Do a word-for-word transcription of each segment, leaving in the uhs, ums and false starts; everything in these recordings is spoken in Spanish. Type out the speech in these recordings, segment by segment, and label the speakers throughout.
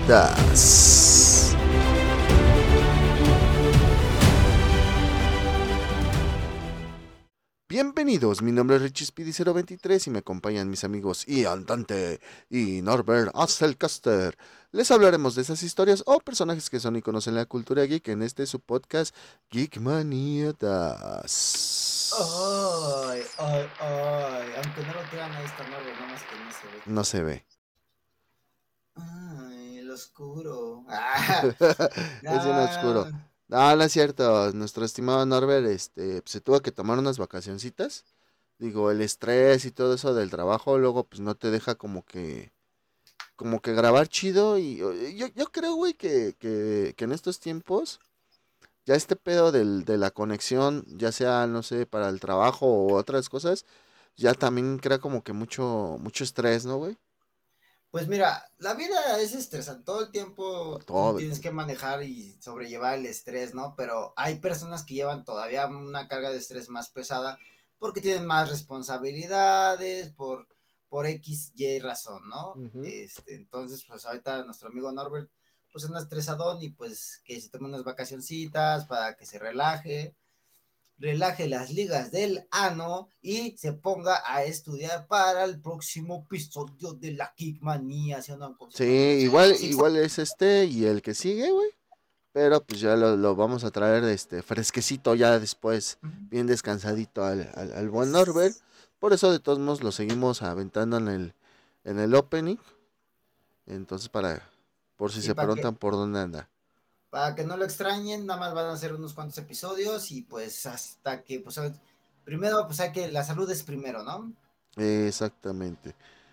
Speaker 1: Geekmaníadas. Bienvenidos, mi nombre es Richie Speedy cero veintitrés y me acompañan mis amigos Ian Dante y Norbert Asselcaster. Les hablaremos de esas historias o personajes que son iconos en la cultura geek en este su podcast Geekmaníadas.
Speaker 2: Ay, ay, ay. Aunque no lo crean, ahí está Marvel, nada más que no se ve.
Speaker 1: No se ve.
Speaker 2: Ay, el oscuro. Ah,
Speaker 1: Es bien oscuro.
Speaker 2: ah.
Speaker 1: No, no es cierto. Nuestro estimado Norbert este, se tuvo que tomar unas vacacioncitas. Digo, el estrés y todo eso del trabajo, luego pues no te deja como que, como que grabar chido. Y eh, yo, yo creo, güey, que, que, que en estos tiempos, ya este pedo del, de la conexión, ya sea, no sé, para el trabajo o otras cosas, ya también crea como que mucho, mucho estrés, ¿no, güey?
Speaker 2: Pues mira, la vida es estresante. Todo el
Speaker 1: A
Speaker 2: tiempo tú
Speaker 1: todo el
Speaker 2: tienes que
Speaker 1: tiempo.
Speaker 2: manejar y sobrellevar el estrés, ¿no? Pero hay personas que llevan todavía una carga de estrés más pesada porque tienen más responsabilidades, por, por X, Y razón, ¿no?
Speaker 1: Ujú.
Speaker 2: Este, entonces, pues ahorita nuestro amigo Norbert, pues anda estresadón y pues que se tome unas vacacioncitas para que se relaje, relaje las ligas del ano y se ponga a estudiar para el próximo episodio de la Geekmanía, ¿sí o no,
Speaker 1: Sí,
Speaker 2: cosita Norbert?
Speaker 1: igual,
Speaker 2: Sí,
Speaker 1: igual es este y el que sigue, güey. Pero pues ya lo, lo vamos a traer este fresquecito ya después, bien descansadito al, al, al buen Norbert. Por eso de todos modos lo seguimos aventando en el, en el opening. Entonces para, por si
Speaker 2: sí,
Speaker 1: se
Speaker 2: para que,
Speaker 1: preguntan por dónde anda.
Speaker 2: para que no lo extrañen, nada más van a ser unos cuantos episodios y pues hasta que, pues primero, pues hay que, la salud es primero, ¿no?
Speaker 1: Exactamente.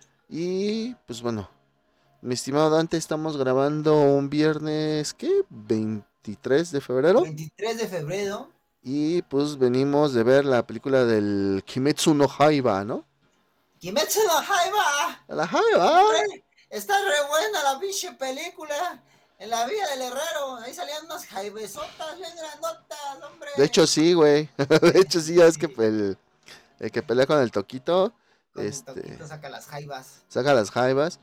Speaker 1: Y pues bueno, mi estimado Dante, estamos grabando un viernes, ¿qué? Veintitrés de febrero.
Speaker 2: veintitrés de febrero.
Speaker 1: Y pues venimos de ver la película del Kimetsu no Yaiba, ¿no?
Speaker 2: ¡Kimetsu no Yaiba!
Speaker 1: La Jaiba.
Speaker 2: Hombre, está re buena la pinche película. En la vida del herrero, ahí salían unas jaibesotas bien grandotas, hombre.
Speaker 1: De hecho, sí, güey. De hecho, sí, ya es que el, el que pelea con el Toquito,
Speaker 2: Con el
Speaker 1: este,
Speaker 2: toquito saca las jaibas.
Speaker 1: saca las jaivas.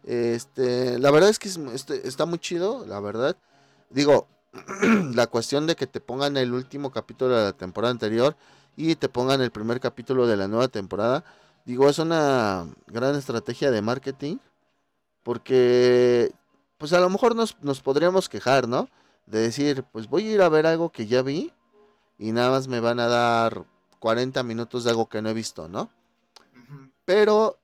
Speaker 1: Este, la verdad es que es- este, está muy chido, la verdad. Digo, la cuestión de que te pongan el último capítulo de la temporada anterior y te pongan el primer capítulo de la nueva temporada, digo, es una gran estrategia de marketing porque, pues a lo mejor nos, nos podríamos quejar, ¿no? De decir, pues voy a ir a ver algo que ya vi y nada más me van a dar cuarenta minutos de algo que no he visto, ¿no?
Speaker 2: Ujú.
Speaker 1: Pero,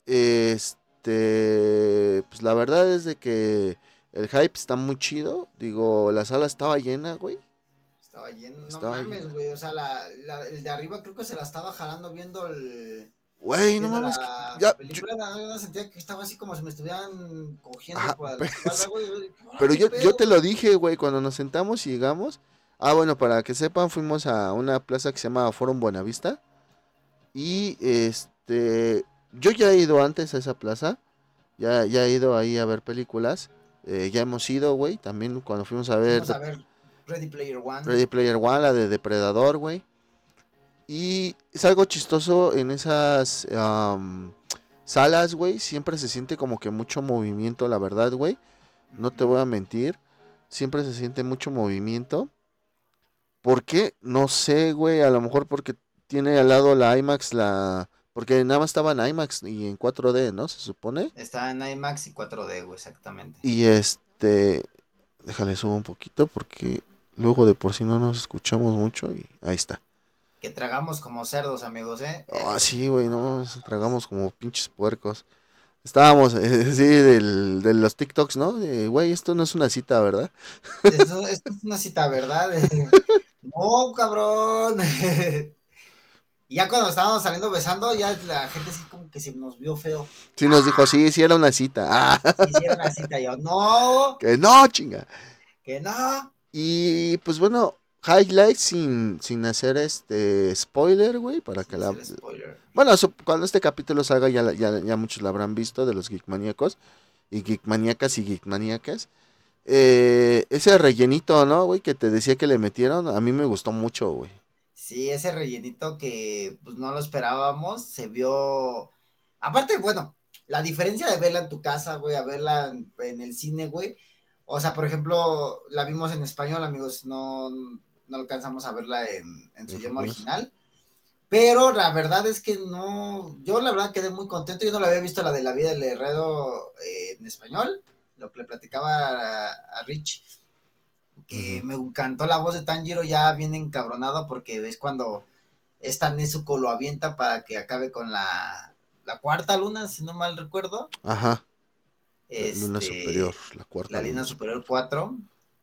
Speaker 1: este, pues la verdad es de que el hype está muy chido. Digo, la sala estaba llena, güey.
Speaker 2: Estaba lleno, no
Speaker 1: Estaba
Speaker 2: mames,
Speaker 1: llena.
Speaker 2: güey. O sea, la, la, el de arriba creo que se la estaba jalando viendo el,
Speaker 1: Güey, no
Speaker 2: viendo
Speaker 1: mames, que
Speaker 2: la
Speaker 1: ya, yo-
Speaker 2: película. No, yo sentía que estaba así como si me estuvieran cogiendo
Speaker 1: ajá,
Speaker 2: por la
Speaker 1: pero,
Speaker 2: espalda, güey. Ahora,
Speaker 1: pero
Speaker 2: qué
Speaker 1: yo, yo
Speaker 2: pedo,
Speaker 1: te lo
Speaker 2: güey.
Speaker 1: dije, güey, cuando nos sentamos y llegamos. Ah, bueno, para que sepan, fuimos a una plaza que se llama Forum Buenavista. Y, este, yo ya he ido antes a esa plaza. Ya, ya he ido ahí a ver películas. Eh, ya hemos ido, güey. También cuando fuimos a ver
Speaker 2: Fuimos
Speaker 1: The
Speaker 2: a ver Ready Player One.
Speaker 1: Ready Player One, la de Depredador, güey. Y es algo chistoso en esas am, salas, güey. Siempre se siente como que mucho movimiento, la verdad, güey. No te
Speaker 2: Ujú.
Speaker 1: voy a mentir. Siempre se siente mucho movimiento. ¿Por qué? No sé, güey. A lo mejor porque tiene al lado la IMAX, la... Porque nada más estaba en IMAX y en cuatro D, ¿no? Se supone.
Speaker 2: Está en IMAX y cuatro D, güey, exactamente.
Speaker 1: Y este... Déjale subo un poquito porque luego de por sí no nos escuchamos mucho y ahí está.
Speaker 2: Que tragamos como cerdos, amigos, ¿eh?
Speaker 1: Ah,
Speaker 2: Eh,
Speaker 1: sí, güey, no, nos tragamos como pinches puercos. Estábamos, eh, sí, del, de los TikToks, ¿no? De, güey, esto no es una cita, ¿verdad?
Speaker 2: Eso, esto es una cita, ¿verdad? No, cabrón. Y ya cuando estábamos saliendo besando, ya la gente así como que se nos vio feo.
Speaker 1: Sí nos dijo, sí, sí era una cita. Ah,
Speaker 2: Si hicieron la cita, yo, no,
Speaker 1: que no, chinga.
Speaker 2: que no.
Speaker 1: Y pues bueno, highlights sin, sin hacer este spoiler, güey, para que
Speaker 2: Sin
Speaker 1: la...
Speaker 2: hacer spoiler.
Speaker 1: Bueno, su- cuando este capítulo salga ya, la- ya, ya muchos lo habrán visto de los geekmaníacos y geekmaníacas y geekmaníacas. Eh, ese rellenito, ¿no, güey? Que te decía que le metieron, a mí me gustó mucho, güey.
Speaker 2: Sí, ese rellenito que pues no lo esperábamos, se vio. Aparte, bueno, la diferencia de verla en tu casa, güey, a verla en, en el cine, güey. O sea, por ejemplo, la vimos en español, amigos, no, no alcanzamos a verla en, en su
Speaker 1: ¿En
Speaker 2: idioma
Speaker 1: japonés?
Speaker 2: original. Pero la verdad es que no, yo la verdad quedé muy contento. Yo no la había visto la de la vida del herrero eh, en español, lo que le platicaba a, a Rich, que
Speaker 1: Ujú.
Speaker 2: me encantó la voz de Tanjiro ya bien encabronado porque ves cuando esta Nezuko lo avienta para que acabe con la, la cuarta luna, si no mal recuerdo,
Speaker 1: Ajá, la luna superior,
Speaker 2: este,
Speaker 1: la cuarta
Speaker 2: la
Speaker 1: luna
Speaker 2: línea
Speaker 1: superior.
Speaker 2: superior cuatro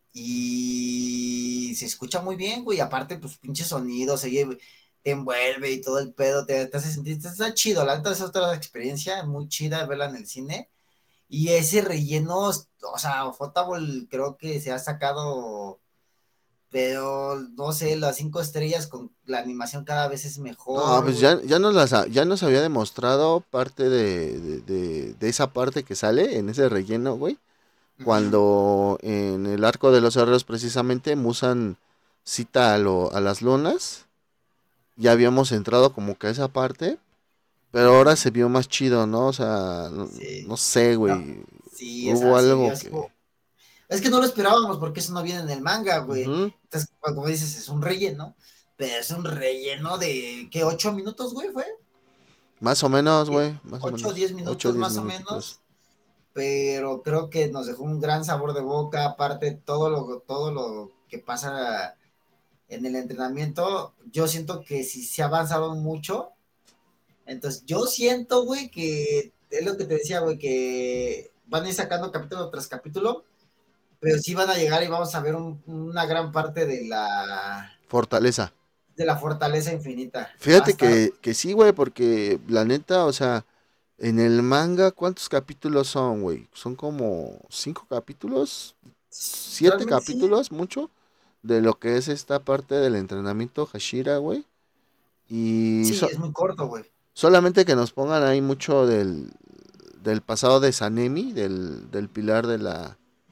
Speaker 2: y se escucha muy bien, güey, aparte pues pinche sonido, se lleve, te envuelve y todo el pedo, te, te hace sentir, está chido, la neta es otra experiencia muy chida verla en el cine, y ese relleno, o sea, Fotable creo que se ha sacado, pero no sé, las cinco estrellas con la animación cada vez es
Speaker 1: No,
Speaker 2: mejor,
Speaker 1: pues
Speaker 2: güey.
Speaker 1: ya, ya, nos las, ha- ya nos había demostrado parte de, de, de- de esa parte que sale en ese relleno, güey.
Speaker 2: Ujú.
Speaker 1: Cuando en el arco de los herreros precisamente Musan cita a, lo- a las lunas. Ya habíamos entrado como que a esa parte. Pero ahora
Speaker 2: Ujú.
Speaker 1: se vio más chido, ¿no? O sea, no,
Speaker 2: Sí.
Speaker 1: no sé,
Speaker 2: No,
Speaker 1: güey.
Speaker 2: sí, o
Speaker 1: Hubo
Speaker 2: sea, se vio
Speaker 1: algo
Speaker 2: así
Speaker 1: que...
Speaker 2: como, es que no lo esperábamos porque eso no viene en el manga, güey.
Speaker 1: Ujú.
Speaker 2: Entonces, pues, como dices, es un relleno, pero es un relleno de, ¿qué? ¿Ocho minutos, güey? ¿Fue?
Speaker 1: Más o menos,
Speaker 2: Die-
Speaker 1: güey. Más o
Speaker 2: Ocho o
Speaker 1: menos.
Speaker 2: diez
Speaker 1: Ocho o
Speaker 2: minutos
Speaker 1: diez
Speaker 2: más o
Speaker 1: minutitos.
Speaker 2: menos, pero creo que nos dejó un gran sabor de boca, aparte todo lo, todo lo que pasa en el entrenamiento, yo siento que sí se ha avanzado mucho, entonces yo siento, güey, que es lo que te decía, güey, que van a ir sacando capítulo tras capítulo, pero sí van a llegar y vamos a ver un, una gran parte de la
Speaker 1: Fortaleza.
Speaker 2: de la fortaleza infinita. Va a
Speaker 1: Fíjate
Speaker 2: estar
Speaker 1: que, que sí, güey, porque la neta, o sea, en el manga, ¿cuántos capítulos son, güey? Son como cinco capítulos, siete
Speaker 2: realmente sí,
Speaker 1: capítulos, mucho, de lo que es esta parte del entrenamiento Hashira, güey. Y
Speaker 2: sí,
Speaker 1: so-
Speaker 2: es muy corto, güey.
Speaker 1: solamente que nos pongan ahí mucho del, del pasado de Sanemi, del, del pilar de la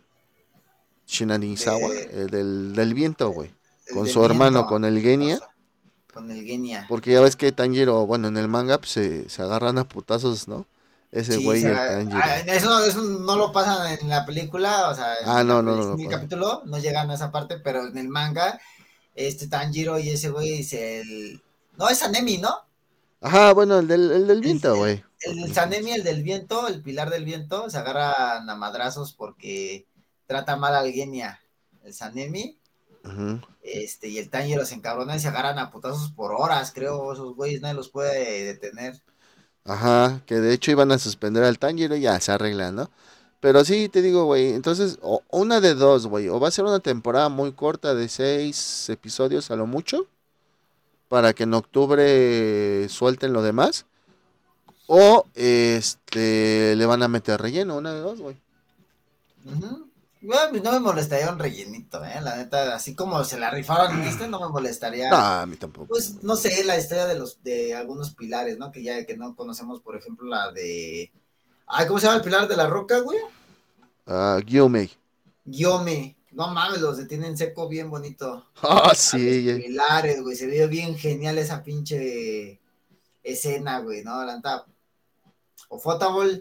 Speaker 1: Shinanizawa,
Speaker 2: De,
Speaker 1: eh, del, del viento, güey.
Speaker 2: el
Speaker 1: Con
Speaker 2: del
Speaker 1: su hermano,
Speaker 2: viento,
Speaker 1: con el
Speaker 2: con,
Speaker 1: Genia.
Speaker 2: su- con el Genia.
Speaker 1: Porque ya ves que Tanjiro, bueno, en el manga pues, se, se agarran a putazos, ¿no? Ese
Speaker 2: Sí,
Speaker 1: güey y
Speaker 2: se,
Speaker 1: el
Speaker 2: ah,
Speaker 1: Tanjiro.
Speaker 2: eso, eso no lo pasan en la película, o sea,
Speaker 1: Ah,
Speaker 2: en, la
Speaker 1: no, no,
Speaker 2: peli-
Speaker 1: no,
Speaker 2: en
Speaker 1: no
Speaker 2: el
Speaker 1: pasa.
Speaker 2: capítulo no llegan a esa parte, pero en el manga, este Tanjiro y ese güey dice el... No, es Anemi, ¿no?
Speaker 1: Ajá, bueno, el del, el del
Speaker 2: El,
Speaker 1: viento, güey.
Speaker 2: el,
Speaker 1: Porque
Speaker 2: el
Speaker 1: los
Speaker 2: Sanemi,
Speaker 1: pinches.
Speaker 2: el del viento, el pilar del viento, se agarran a madrazos porque trata mal al Genia. El Sanemi,
Speaker 1: Ujú.
Speaker 2: este, y el Tanjiro se encabronan y se agarran a putazos por horas, creo, esos güeyes nadie los puede detener.
Speaker 1: Ajá, que de hecho iban a suspender al Tanjiro y ya se arreglan, ¿no? Pero sí, te digo, güey, entonces, o, una de dos, güey, o va a ser una temporada muy corta de seis episodios a lo mucho, para que en octubre suelten lo demás, o este, le van a meter relleno, una de dos, güey.
Speaker 2: Ujú. Bueno, pues no me molestaría un rellenito, ¿eh? La neta, así como se la rifaron en este, no me
Speaker 1: No,
Speaker 2: molestaría,
Speaker 1: a mí tampoco.
Speaker 2: pues, no sé, la historia de los, de algunos pilares, ¿no? Que ya que no conocemos, por ejemplo, la de, ay, ¿cómo se llama el pilar de la roca, güey?
Speaker 1: Ah, Gyomei.
Speaker 2: Guiome. No mames, los detienen seco bien bonito.
Speaker 1: Ah,
Speaker 2: A los
Speaker 1: sí, eh.
Speaker 2: pilares, güey, se ve bien genial esa pinche escena, güey, ¿no? La neta, o Fotable,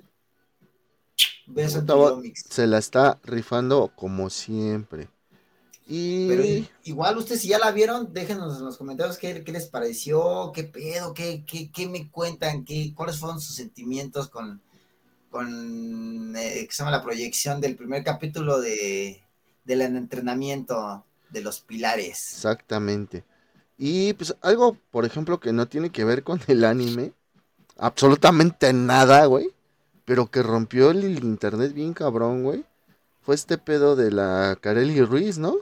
Speaker 2: beso en tu
Speaker 1: Otavo
Speaker 2: Yomix.
Speaker 1: se la está rifando como siempre.
Speaker 2: Pero
Speaker 1: Y
Speaker 2: igual ustedes si ya la vieron, déjenos en los comentarios qué, qué les pareció, qué pedo, qué, qué, qué me cuentan, qué, cuáles fueron sus sentimientos con, con eh, que se llama la proyección del primer capítulo de, del entrenamiento de los pilares.
Speaker 1: exactamente. Y pues algo, por ejemplo, que no tiene que ver con el anime. Absolutamente nada, güey. Pero que rompió el internet bien cabrón, güey. Fue este pedo de la Kareli Ruiz, ¿no?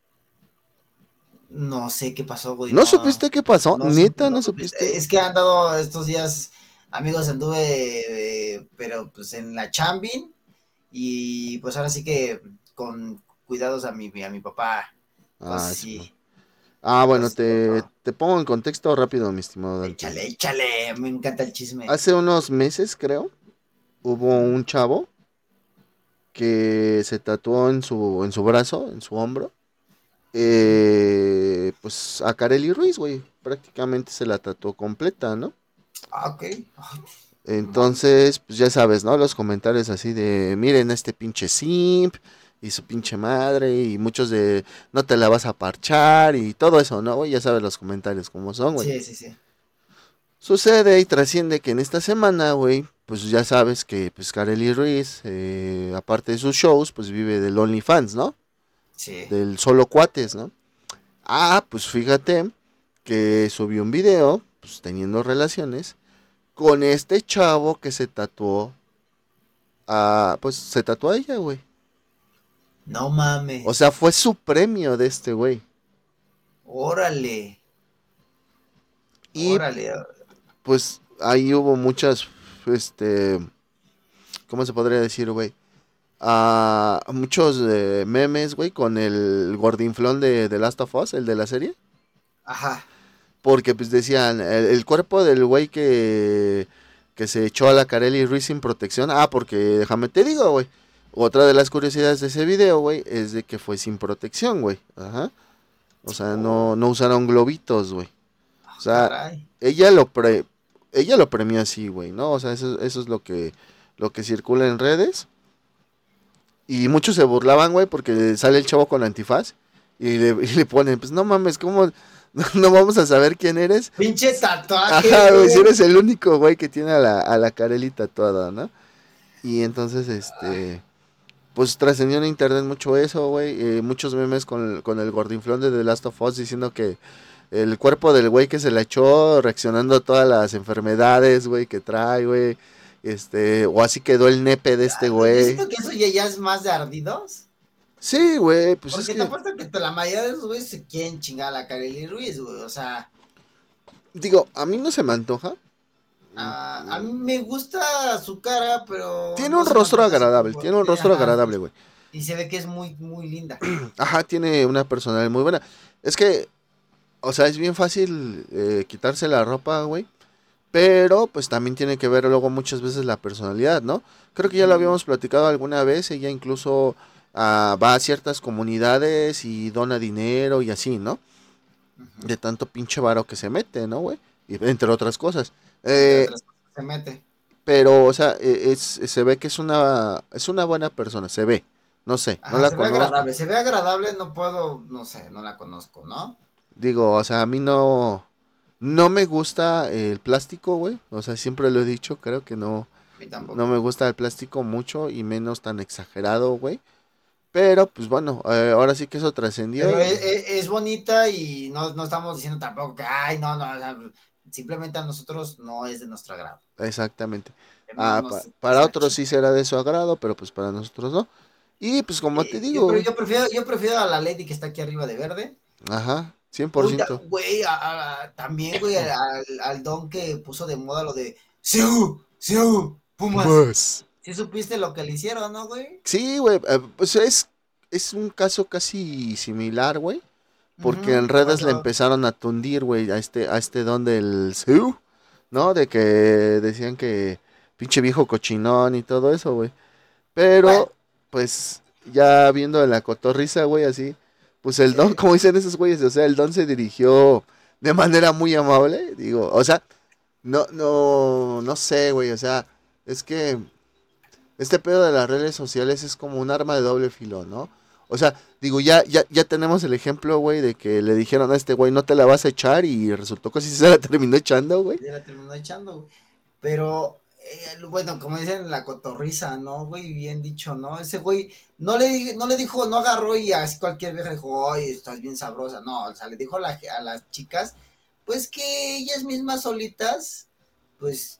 Speaker 2: No sé qué pasó, güey,
Speaker 1: ¿No
Speaker 2: no,
Speaker 1: supiste qué pasó?
Speaker 2: no, supe,
Speaker 1: Neta,
Speaker 2: no
Speaker 1: ¿no
Speaker 2: supiste.
Speaker 1: supiste?
Speaker 2: Es que han dado estos días, amigos, anduve, eh, pero pues en la chambin y pues ahora sí que con cuidados a mi, a mi papá, cosas
Speaker 1: Ah, sí,
Speaker 2: así,
Speaker 1: mo. Ah, bueno,
Speaker 2: cosas de
Speaker 1: te,
Speaker 2: otro.
Speaker 1: te pongo en contexto rápido, mi estimado Dante.
Speaker 2: Échale, échale, me encanta el chisme.
Speaker 1: Hace unos meses, creo, hubo un chavo que se tatuó en su, en su brazo, en su hombro,
Speaker 2: Ujú.
Speaker 1: eh, pues a Kareli Ruiz, güey. Prácticamente se la tatuó completa, ¿no?
Speaker 2: Ah, ok. Ah, no mames.
Speaker 1: Entonces, pues ya sabes, ¿no? Los comentarios así de, miren a este pinche simp, y su pinche madre, y muchos de no te la vas a parchar y todo eso, ¿no, güey? Ya sabes los comentarios cómo son, güey.
Speaker 2: Sí, sí, sí.
Speaker 1: Sucede y trasciende que en esta semana, güey, pues ya sabes que pues Kareli Ruiz, eh, aparte de sus shows, pues vive del OnlyFans, ¿no?
Speaker 2: Sí.
Speaker 1: Del solo cuates, ¿no? Ah, pues fíjate que subió un video, pues teniendo relaciones, con este chavo que se tatuó a, pues se tatuó a ella, güey.
Speaker 2: No
Speaker 1: O sea,
Speaker 2: mames.
Speaker 1: fue su premio de este güey.
Speaker 2: Órale.
Speaker 1: Y
Speaker 2: Órale.
Speaker 1: pues ahí hubo muchas, este, ¿cómo se podría decir, güey? A muchos eh, memes, güey, con el gordinflón de The Last of Us, el de la serie.
Speaker 2: Ajá.
Speaker 1: Porque pues decían, el, el cuerpo del güey que, que se echó a la Kareli Ruiz sin protección. Ah, porque déjame te digo, güey. Otra de las curiosidades de ese video, güey, es de que fue sin protección, güey. Ajá. O sea,
Speaker 2: Oh,
Speaker 1: no, no usaron globitos, güey. O sea,
Speaker 2: caray.
Speaker 1: ella lo pre, ella lo premió así, güey, ¿no? O sea, eso, eso es lo que, lo que circula en redes. Y muchos se burlaban, güey, porque sale el chavo con antifaz y le, y le ponen, pues no mames, ¿cómo no, no vamos a saber quién eres?
Speaker 2: Pinche tatuaje,
Speaker 1: Ajá, güey, si
Speaker 2: güey.
Speaker 1: eres el único, güey, que tiene a la, a la Kareli tatuada, ¿no? Y entonces, este, pues trascendió en internet mucho eso, güey. Eh, muchos memes con, con el gordinflón de The Last of Us diciendo que el cuerpo del güey que se la echó, reaccionando a todas las enfermedades, güey, que trae, güey. Este, o así quedó el nepe de este
Speaker 2: Yo
Speaker 1: güey.
Speaker 2: siento que eso ya, ya es más de ardidos.
Speaker 1: Sí, güey, pues es
Speaker 2: Porque te
Speaker 1: que,
Speaker 2: apuesto que la mayoría de esos güeyes se quieren chingar a la Kareli Ruiz, güey. O sea,
Speaker 1: digo, a mí no se me antoja.
Speaker 2: a, a mí me gusta su cara, pero
Speaker 1: Tiene
Speaker 2: no
Speaker 1: un
Speaker 2: se me
Speaker 1: rostro
Speaker 2: antoja su
Speaker 1: agradable,
Speaker 2: cuerpo.
Speaker 1: tiene un
Speaker 2: Sí,
Speaker 1: rostro
Speaker 2: ajá.
Speaker 1: agradable, güey.
Speaker 2: Y se ve que es muy, muy linda.
Speaker 1: Ajá, tiene una personalidad muy buena. Es que, o sea, es bien fácil eh, quitarse la ropa, güey. Pero, pues también tiene que ver luego muchas veces la personalidad, ¿no? Creo que ya lo
Speaker 2: Ujú,
Speaker 1: habíamos platicado alguna vez. Ella incluso ah, va a ciertas comunidades y dona dinero y así, ¿no?
Speaker 2: ujú.
Speaker 1: De tanto pinche varo que se mete, ¿no, güey? Y entre otras cosas.
Speaker 2: Entre
Speaker 1: Eh,
Speaker 2: otras cosas, se mete.
Speaker 1: pero, o sea, e- es, se ve que es una, es una buena persona, se ve. No sé, no
Speaker 2: Ajá,
Speaker 1: la
Speaker 2: se ve
Speaker 1: conozco.
Speaker 2: agradable. Se ve agradable, no puedo, no sé, no la conozco, ¿no?
Speaker 1: Digo, o sea, a mí no, no me gusta el plástico, güey. O sea, siempre lo he dicho, creo que no,
Speaker 2: A mí
Speaker 1: no
Speaker 2: tampoco.
Speaker 1: me gusta el plástico mucho y menos tan exagerado, güey. Pero, pues bueno, eh, ahora sí que eso trascendió
Speaker 2: Pero es,
Speaker 1: y
Speaker 2: es- es bonita y no, no estamos diciendo tampoco que, ay, no, no, o sea, simplemente a nosotros no es de nuestro agrado.
Speaker 1: exactamente.
Speaker 2: No
Speaker 1: Ah,
Speaker 2: nos
Speaker 1: pa- para
Speaker 2: esa
Speaker 1: otros sí
Speaker 2: chinga.
Speaker 1: será de su agrado, pero pues para nosotros no. Y pues como te
Speaker 2: Eh, yo,
Speaker 1: digo,
Speaker 2: pre-
Speaker 1: güey.
Speaker 2: yo prefiero, yo prefiero a la lady que está aquí arriba de verde.
Speaker 1: Ajá, cien por
Speaker 2: Uy, ta-
Speaker 1: ciento.
Speaker 2: güey, a- a- también, güey, al, al don que puso de moda lo de Siu, Siu, Pumas.
Speaker 1: Pumas.
Speaker 2: Sí supiste lo que le hicieron, ¿no, güey?
Speaker 1: Sí, güey, eh, pues es, es un caso casi similar, güey. Porque en
Speaker 2: Ujú,
Speaker 1: redes le
Speaker 2: cuando,
Speaker 1: empezaron a tundir, güey, a este, a este don del Seu, ¿no? De que decían que pinche viejo cochinón y todo eso, güey.
Speaker 2: bueno,
Speaker 1: Pero, pues, ya viendo la cotorriza, güey, así, pues el
Speaker 2: sí.
Speaker 1: don, como dicen esos güeyes, o sea, el don se dirigió de manera muy amable, digo, o sea, no, no, no sé, güey, o sea, es que este pedo de las redes sociales es como un arma de doble filo, ¿no? O sea, digo, ya, ya, ya tenemos el ejemplo, güey, de que le dijeron a este güey, no te la vas a echar y resultó que sí se la terminó echando, güey.
Speaker 2: Ya la terminó echando, güey. Pero, eh, bueno, como dicen la cotorriza, ¿no, güey? Bien dicho, ¿no? Ese güey no le, di- no le dijo, no agarró y así cualquier vieja dijo, oye, estás bien sabrosa. No, o sea, le dijo a, la- a las chicas, pues que ellas mismas solitas, pues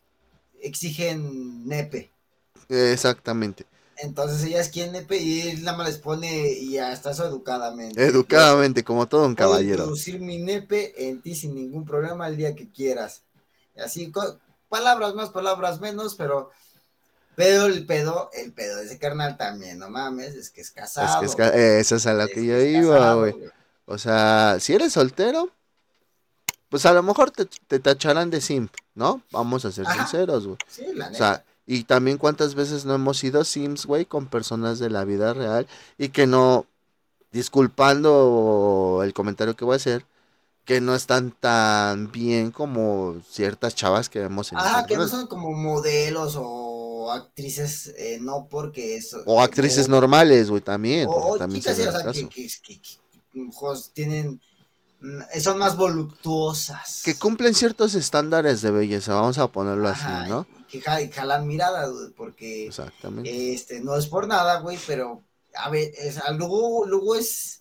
Speaker 2: exigen nepe.
Speaker 1: Exactamente.
Speaker 2: Entonces ellas quieren nepe y él nada más les pone, y hasta eso educadamente, yo
Speaker 1: Educadamente, como todo un
Speaker 2: puedo
Speaker 1: caballero.
Speaker 2: introducir mi nepe en ti sin ningún problema el día que quieras. Así, palabras más, palabras menos, pero, pero el pedo, el pedo de ese carnal también, no mames, es que es
Speaker 1: Es que es,
Speaker 2: casado,
Speaker 1: ca-
Speaker 2: güey.
Speaker 1: eh, eso es a lo
Speaker 2: Es
Speaker 1: que
Speaker 2: que
Speaker 1: yo
Speaker 2: es
Speaker 1: iba,
Speaker 2: casado,
Speaker 1: güey.
Speaker 2: güey.
Speaker 1: O sea, si eres soltero, pues a lo mejor te, te tacharán de simp, ¿no? Vamos a ser
Speaker 2: Ajá,
Speaker 1: sinceros, güey.
Speaker 2: sí, la
Speaker 1: O sea,
Speaker 2: neta.
Speaker 1: y también cuántas veces no hemos sido sims, güey, con personas de la vida real y que no, disculpando el comentario que voy a hacer, que no están tan bien como ciertas chavas que vemos en
Speaker 2: Ajá, que no
Speaker 1: internet.
Speaker 2: son como modelos o o actrices, eh, no porque eso,
Speaker 1: O
Speaker 2: eh,
Speaker 1: actrices
Speaker 2: o,
Speaker 1: normales, güey, también, porque
Speaker 2: o, o
Speaker 1: también se
Speaker 2: chicas, sí,
Speaker 1: da
Speaker 2: o
Speaker 1: el
Speaker 2: sea, que,
Speaker 1: caso.
Speaker 2: que, que, que, ojos tienen, mm, son más
Speaker 1: Que
Speaker 2: voluptuosas.
Speaker 1: cumplen ciertos estándares de belleza, vamos a ponerlo así,
Speaker 2: Ajá,
Speaker 1: ¿no?
Speaker 2: y que ja- jalan miradas, güey, porque
Speaker 1: Exactamente.
Speaker 2: este, no es por nada, güey, pero a ver, es, luego, luego es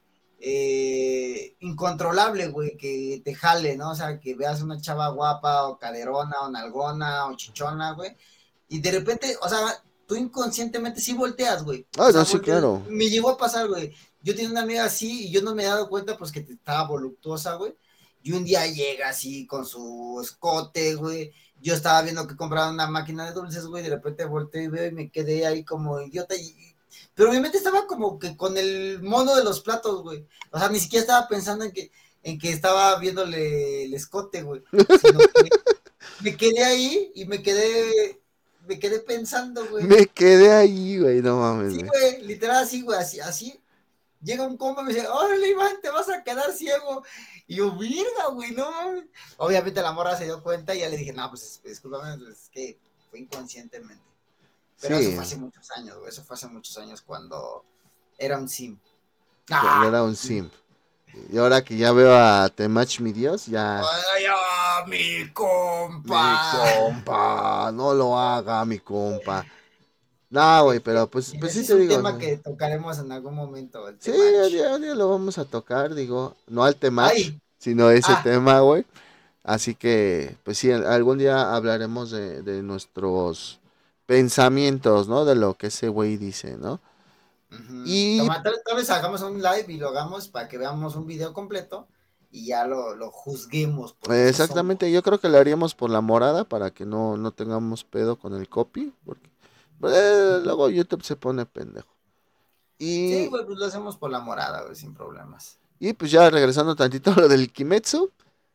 Speaker 2: eh, incontrolable, güey, que te jale, ¿no? O sea, que veas una chava guapa o caderona o nalgona o chichona, güey, y de repente, o sea, tú inconscientemente sí volteas, güey. O
Speaker 1: Ah,
Speaker 2: sea,
Speaker 1: no, sí,
Speaker 2: volteas,
Speaker 1: claro.
Speaker 2: me llegó a pasar, güey. Yo tenía una amiga así y yo no me he dado cuenta, pues, que estaba voluptuosa, güey. Y un día llega así con su escote, güey. Yo estaba viendo que compraban una máquina de dulces, güey. De repente volteé y veo y me quedé ahí como idiota. Y, pero mi mente estaba como que con el mono de los platos, güey. O sea, ni siquiera estaba pensando en que, en que estaba viéndole el escote, güey. Sino que me quedé ahí y me quedé, me quedé pensando, güey.
Speaker 1: Me quedé ahí, güey, no mames,
Speaker 2: Sí,
Speaker 1: güey.
Speaker 2: güey, literal así, güey, así, así. Llega un compa y me dice, órale, Iván, te vas a quedar ciego. Y yo, virga, güey, no mames. Obviamente la morra se dio cuenta y ya le dije, no, pues discúlpame, pues, es que fue inconscientemente. Pero eso
Speaker 1: Sí,
Speaker 2: fue hace muchos años, güey, eso fue hace muchos años cuando era un sim.
Speaker 1: cuando
Speaker 2: ¡Ah!
Speaker 1: era un simp. Y ahora que ya veo a Temach, mi Dios, ya.
Speaker 2: ¡Ay, ah, mi
Speaker 1: Mi
Speaker 2: compa!
Speaker 1: compa, no lo haga, mi compa. No, güey,
Speaker 2: Ese,
Speaker 1: pero pues, pues
Speaker 2: ese
Speaker 1: sí
Speaker 2: es
Speaker 1: te
Speaker 2: un
Speaker 1: digo, o
Speaker 2: tema
Speaker 1: sea,
Speaker 2: que tocaremos en algún momento, el
Speaker 1: sí, a
Speaker 2: temach.
Speaker 1: día, a día lo vamos a tocar, digo, no al Temach,
Speaker 2: Ay,
Speaker 1: sino ese
Speaker 2: ah,
Speaker 1: tema, güey. Así que, pues sí, algún día hablaremos de, de nuestros pensamientos, ¿no? De lo que ese güey dice, ¿no?
Speaker 2: ujú.
Speaker 1: Y
Speaker 2: Toma, tal, tal vez hagamos un live y lo hagamos para que veamos un video completo y ya lo, lo juzguemos, porque
Speaker 1: eh,
Speaker 2: así
Speaker 1: exactamente, yo
Speaker 2: somos.
Speaker 1: creo que lo haríamos por la morada para que no, no tengamos pedo con el copy, porque eh,
Speaker 2: Ujú.
Speaker 1: luego YouTube se pone pendejo.
Speaker 2: Sí,
Speaker 1: Y,
Speaker 2: güey, pues lo hacemos por la morada, güey, sin problemas.
Speaker 1: y pues ya regresando tantito a lo del Kimetsu,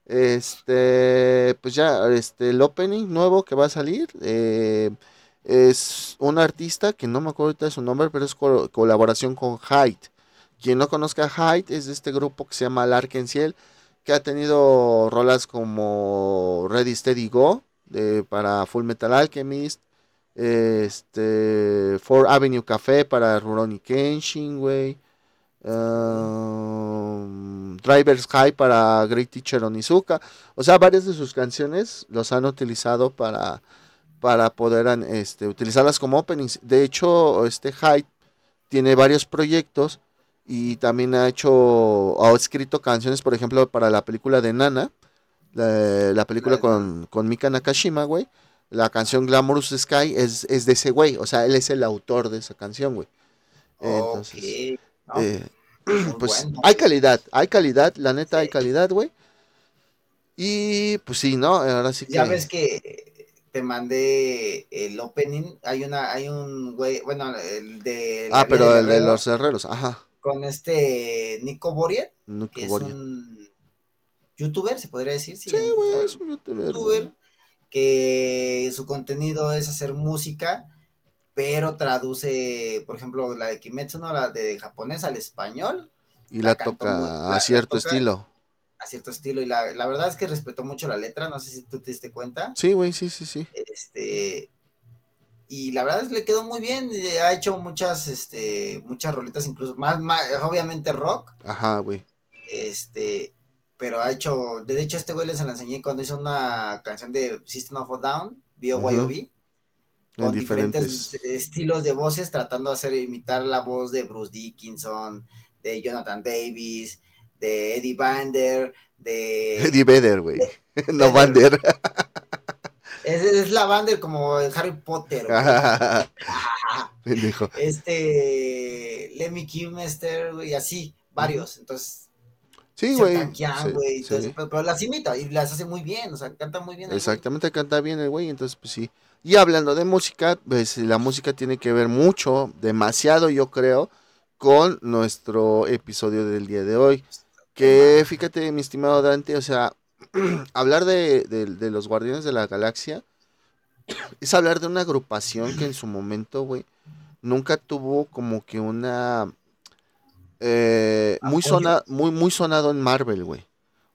Speaker 1: este, pues ya, este, el opening nuevo que va a salir, eh, es un artista que no me acuerdo ahorita de su nombre, pero es co- colaboración con Hyde. Quien no conozca a Hyde es de este grupo que se llama Larkensiel, que ha tenido rolas como Ready Steady Go de, para Full Metal Alchemist, este, Four Avenue Café para Rurouni Kenshin, güey.
Speaker 2: Ok.
Speaker 1: Um, Driver's High para Great Teacher Onizuka. O sea, varias de sus canciones los han utilizado para, para poder este, utilizarlas como openings. De hecho, este Hyde tiene varios proyectos y también ha hecho, ha escrito canciones, por ejemplo, para la película de Nana, la, la película con, con Mika Nakashima, güey. La canción Glamorous Sky es, es de ese güey, o sea, él es el autor de esa canción, güey.
Speaker 2: Ok.
Speaker 1: Entonces,
Speaker 2: No,
Speaker 1: eh,
Speaker 2: muy
Speaker 1: pues
Speaker 2: bueno,
Speaker 1: hay
Speaker 2: güey.
Speaker 1: calidad, hay calidad, la neta hay
Speaker 2: Sí.
Speaker 1: calidad, güey. Y pues sí, ¿no? Ahora sí
Speaker 2: Ya
Speaker 1: que...
Speaker 2: ves que te mandé el opening. Hay una, hay un güey, bueno, el de la
Speaker 1: Ah,
Speaker 2: vía del
Speaker 1: pero el de
Speaker 2: herrero
Speaker 1: los herreros, ajá.
Speaker 2: con este Nico Borier,
Speaker 1: Nuke
Speaker 2: que es
Speaker 1: Boria.
Speaker 2: un youtuber, se podría decir,
Speaker 1: Sí,
Speaker 2: sí, un
Speaker 1: güey, es un youtuber, güey.
Speaker 2: youtuber, que su contenido es hacer música, pero traduce, por ejemplo, la de Kimetsu, no, la de japonés al español,
Speaker 1: Y la
Speaker 2: la cantó muy,
Speaker 1: toca a
Speaker 2: la, la
Speaker 1: cierto
Speaker 2: toca
Speaker 1: estilo.
Speaker 2: a cierto estilo, y la, la verdad es que respetó mucho la letra, no sé si tú te diste cuenta,
Speaker 1: Sí, güey, sí, sí, sí.
Speaker 2: este, y la verdad es que le quedó muy bien, ha hecho muchas, este, muchas rolitas, incluso más, más obviamente rock,
Speaker 1: Ajá, güey.
Speaker 2: este, pero ha hecho, de hecho este güey les la enseñé cuando hizo una canción de System of a Down, B O Y O
Speaker 1: Ujú.
Speaker 2: B,
Speaker 1: En
Speaker 2: con diferentes
Speaker 1: diferentes.
Speaker 2: estilos de voces, tratando de hacer imitar la voz de Bruce Dickinson, de Jonathan Davis, de Eddie Vander, de,
Speaker 1: Eddie Vedder, güey.
Speaker 2: de
Speaker 1: No
Speaker 2: Vedder.
Speaker 1: Vander.
Speaker 2: Es, es, la Vander como de Harry Potter, güey.
Speaker 1: Pendejo.
Speaker 2: Este, Lemmy Kilmister, y así,
Speaker 1: Ujú.
Speaker 2: varios. Entonces,
Speaker 1: Sí, güey.
Speaker 2: Sertankian,
Speaker 1: Sí,
Speaker 2: güey, y todo eso,
Speaker 1: sí.
Speaker 2: pero, pero, las imita y las hace muy bien, o sea, canta muy bien el güey.
Speaker 1: Exactamente, canta bien el güey, entonces pues sí. Y hablando de música, pues la música tiene que ver mucho, demasiado yo creo, con nuestro episodio del día de hoy. Que
Speaker 2: Tema.
Speaker 1: fíjate, mi estimado Dante, o sea, hablar de, de, de los Guardianes de la Galaxia es hablar de una agrupación que en su momento, güey, nunca tuvo como que una... eh, muy,
Speaker 2: Apoyo.
Speaker 1: sona, muy, muy sonado en Marvel, güey.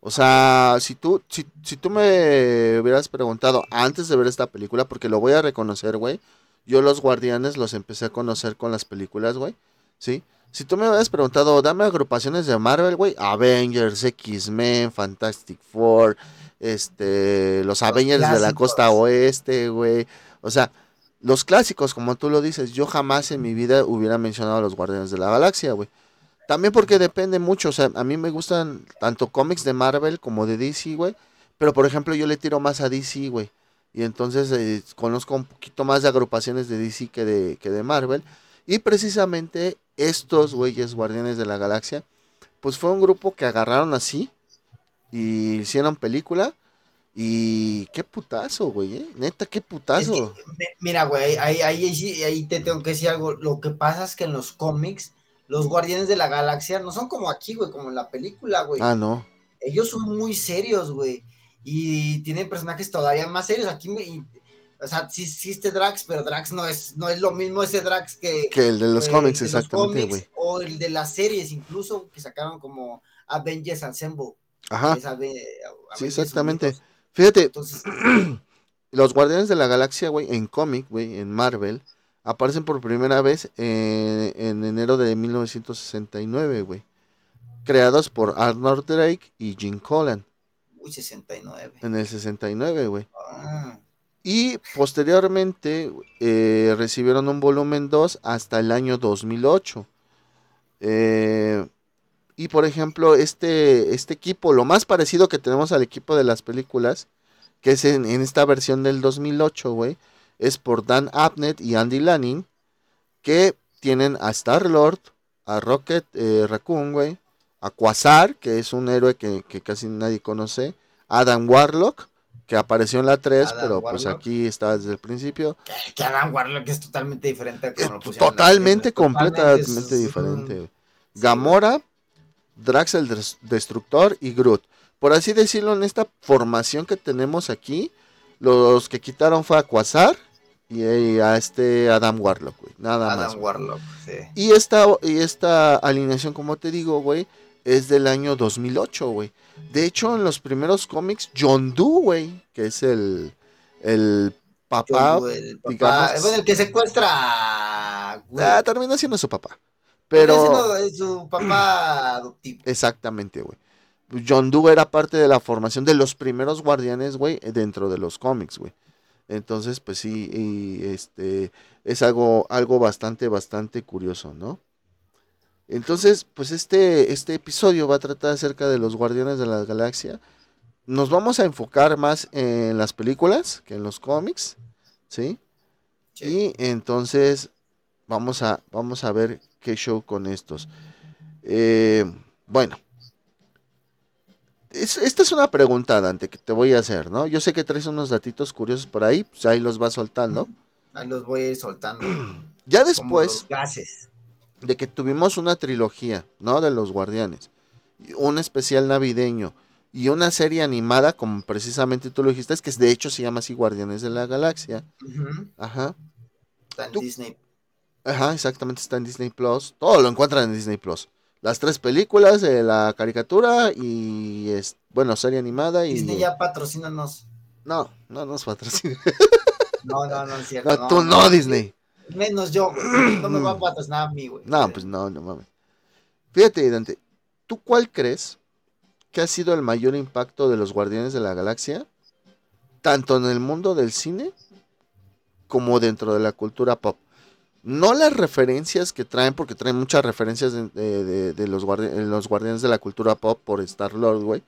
Speaker 1: O sea, si tú, si, si tú me hubieras preguntado antes de ver esta película, porque lo voy a reconocer, güey, yo los Guardianes los empecé a conocer con las películas, güey, ¿sí? Si tú me hubieras preguntado, dame agrupaciones de Marvel, güey, Avengers, X-Men, Fantastic Four, este, los
Speaker 2: Los
Speaker 1: Avengers de la costa
Speaker 2: clásicos.
Speaker 1: oeste, güey, o sea, los clásicos, como tú lo dices, yo jamás en mi vida hubiera mencionado a los Guardianes de la Galaxia, güey. También porque depende mucho, o sea, a mí me gustan tanto cómics de Marvel como de D C, güey. Pero por ejemplo, yo le tiro más a D C, güey. Y entonces eh, conozco un poquito más de agrupaciones de D C que de, que de Marvel. Y precisamente estos güeyes, Guardianes de la Galaxia, pues fue un grupo que agarraron así y hicieron película. Y qué putazo, güey, ¿eh? Neta, qué
Speaker 2: Es que,
Speaker 1: putazo.
Speaker 2: me- mira, güey, ahí, ahí, ahí, sí- ahí te tengo que decir algo. Lo que pasa es que en los cómics, los Guardianes de la Galaxia no son como aquí, güey, como en la película, güey.
Speaker 1: Ah, no.
Speaker 2: Ellos son muy serios, güey. Y tienen personajes todavía más serios. Aquí, me, y, o sea, sí existe Drax, pero Drax no es, no es lo mismo ese Drax que
Speaker 1: Que el de los
Speaker 2: eh,
Speaker 1: cómics,
Speaker 2: el de los
Speaker 1: exactamente,
Speaker 2: cómics
Speaker 1: güey.
Speaker 2: o el de las series, incluso que sacaron como Avengers Assemble, que
Speaker 1: Ajá,
Speaker 2: es Ave-
Speaker 1: sí,
Speaker 2: Avengers
Speaker 1: exactamente.
Speaker 2: Unidos.
Speaker 1: Fíjate,
Speaker 2: Entonces,
Speaker 1: los Guardianes de la Galaxia, güey, en cómic, güey, en Marvel, aparecen por primera vez eh, en enero de mil novecientos sesenta y nueve, güey. Creados por Arnold Drake y Jim Collan
Speaker 2: uy, sesenta y nueve.
Speaker 1: en el sesenta y nueve, güey.
Speaker 2: Ah,
Speaker 1: Y posteriormente eh, recibieron un volumen dos hasta el año dos mil ocho. Eh, y por ejemplo, este, este equipo, lo más parecido que tenemos al equipo de las películas, que es en, en esta versión del dos mil ocho, güey, es por Dan Abnett y Andy Lanning, que tienen a Star-Lord, a Rocket eh, Raccoon, güey, a Quasar, que es un héroe que, que casi nadie conoce, a Adam Warlock, que apareció en la tres,
Speaker 2: Adam
Speaker 1: pero pues
Speaker 2: Warlock.
Speaker 1: aquí está desde el principio.
Speaker 2: Que, que Adam Warlock es totalmente diferente a
Speaker 1: Es
Speaker 2: como lo pusieron en las películas.
Speaker 1: totalmente,
Speaker 2: Totalmente es,
Speaker 1: completamente
Speaker 2: es
Speaker 1: diferente,
Speaker 2: un...
Speaker 1: güey.
Speaker 2: Sí, güey.
Speaker 1: Gamora, Drax el Des- Destructor y Groot. Por así decirlo, en esta formación que tenemos aquí, los que quitaron fue a Quasar y eh, a este Adam Warlock, güey. Nada más,
Speaker 2: Adam
Speaker 1: güey.
Speaker 2: Warlock, sí.
Speaker 1: Y esta, y esta alineación, como te digo, güey, es del año dos mil ocho, güey. De hecho, en los primeros cómics, John Doe, güey, que es el, el
Speaker 2: John
Speaker 1: papá,
Speaker 2: Doe, el papá, bueno,
Speaker 1: digamos,
Speaker 2: el que secuestra a
Speaker 1: ah,
Speaker 2: Groot.
Speaker 1: termina siendo su papá.
Speaker 2: Termina
Speaker 1: Pero,
Speaker 2: siendo eh, su papá adoptivo.
Speaker 1: exactamente, güey. John Doe era parte de la formación de los primeros guardianes, güey, dentro de los cómics, güey. Entonces, pues sí, y este es algo, algo bastante, bastante curioso, ¿no? Entonces, pues este, este episodio va a tratar acerca de los Guardianes de la Galaxia. Nos vamos a enfocar más en las películas que en los cómics, ¿sí?
Speaker 2: Sí.
Speaker 1: Y entonces vamos a, vamos a ver qué show con estos. Eh, bueno, es- esta es una pregunta, Dante, que te voy a hacer, ¿no? Yo sé que traes unos datitos curiosos por ahí, pues ahí los vas soltando.
Speaker 2: Ahí los voy a ir soltando.
Speaker 1: Ya
Speaker 2: Como los
Speaker 1: después
Speaker 2: gases.
Speaker 1: de que tuvimos una trilogía, ¿no? De los Guardianes, un especial navideño y una serie animada, como precisamente tú lo dijiste, es que de hecho se llama así Guardianes de la Galaxia.
Speaker 2: Ujú.
Speaker 1: Ajá.
Speaker 2: Está en
Speaker 1: Tú,
Speaker 2: Disney.
Speaker 1: ajá, exactamente, está en Disney Plus. Todo lo encuentran en Disney Plus. Las tres películas, eh, la caricatura y, es, bueno, serie animada y...
Speaker 2: Disney
Speaker 1: eh,
Speaker 2: ya patrocínanos.
Speaker 1: no, no nos patrocina.
Speaker 2: No, no, no es cierto.
Speaker 1: No,
Speaker 2: No,
Speaker 1: tú
Speaker 2: no.
Speaker 1: no, Disney.
Speaker 2: Menos yo, güey. No me va a patrocinar a mí, güey.
Speaker 1: No, pues no, no mames. Fíjate, Dante, ¿tú cuál crees que ha sido el mayor impacto de los Guardianes de la Galaxia, tanto en el mundo del cine como dentro de la cultura pop? No las referencias que traen, porque traen muchas referencias de, de- de- de los, guardi- en los Guardianes de la cultura pop por Star-Lord, güey.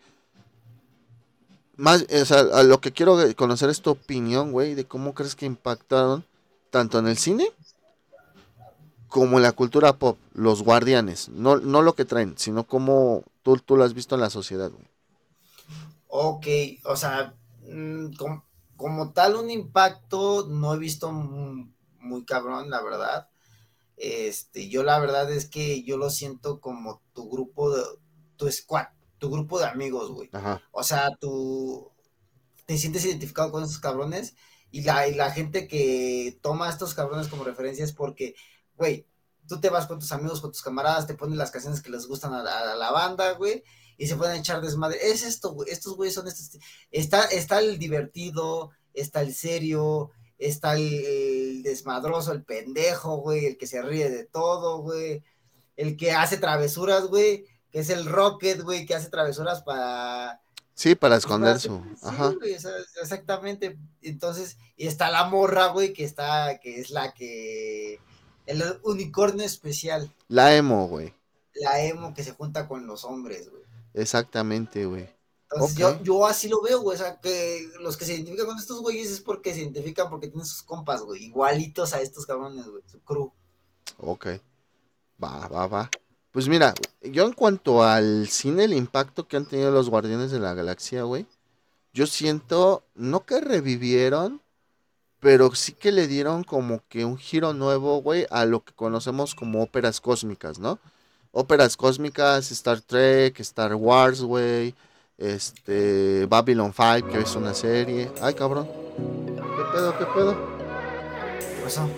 Speaker 1: Más, o sea, a lo que quiero conocer es tu opinión, güey, de cómo crees que impactaron tanto en el cine como en la cultura pop, los Guardianes. No, no lo que traen, sino cómo tú, tú lo has visto en la sociedad, güey.
Speaker 2: Ok, o sea, mm, com- como tal un impacto no he visto mu- muy cabrón, la verdad. Este, yo la verdad es que yo lo siento como tu grupo de, tu squad, tu grupo de amigos, güey.
Speaker 1: Ajá.
Speaker 2: O sea, tú te sientes identificado con esos cabrones y la, y la gente que toma a estos cabrones como referencia es porque, güey, tú te vas con tus amigos, con tus camaradas, te pones las canciones que les gustan a, la- a la banda, güey, y se pueden echar desmadre. Es esto, güey, estos güeyes son estos. Está, está el divertido, está el serio, está el, el desmadroso, el pendejo, güey, el que se ríe de todo, güey, el que hace travesuras, güey, que es el Rocket, güey, que hace travesuras para...
Speaker 1: Sí, para
Speaker 2: Pues para
Speaker 1: esconder
Speaker 2: hacer,
Speaker 1: su...
Speaker 2: sí,
Speaker 1: Ajá.
Speaker 2: güey, o sea, exactamente. Entonces, y está la morra, güey, que está, que es la que, el unicornio especial,
Speaker 1: La emo, güey.
Speaker 2: la emo que se junta con los hombres, güey.
Speaker 1: Exactamente, güey.
Speaker 2: Entonces,
Speaker 1: Ok,
Speaker 2: yo, yo así lo veo, güey, o sea, que los que se identifican con estos güeyes es porque se identifican porque tienen sus compas, güey, igualitos a estos cabrones, güey, su crew.
Speaker 1: ok. Va, va, va. Pues mira, yo en cuanto al cine, el impacto que han tenido los Guardianes de la Galaxia, güey, yo siento, no que revivieron, pero sí que le dieron como que un giro nuevo, güey, a lo que conocemos como óperas cósmicas, ¿no? Óperas cósmicas, Star Trek, Star Wars, güey,
Speaker 2: Okay.
Speaker 1: este, Babylon five, que es una serie. Ay, cabrón, ¿qué pedo, qué pedo?
Speaker 2: ¿Qué pasó?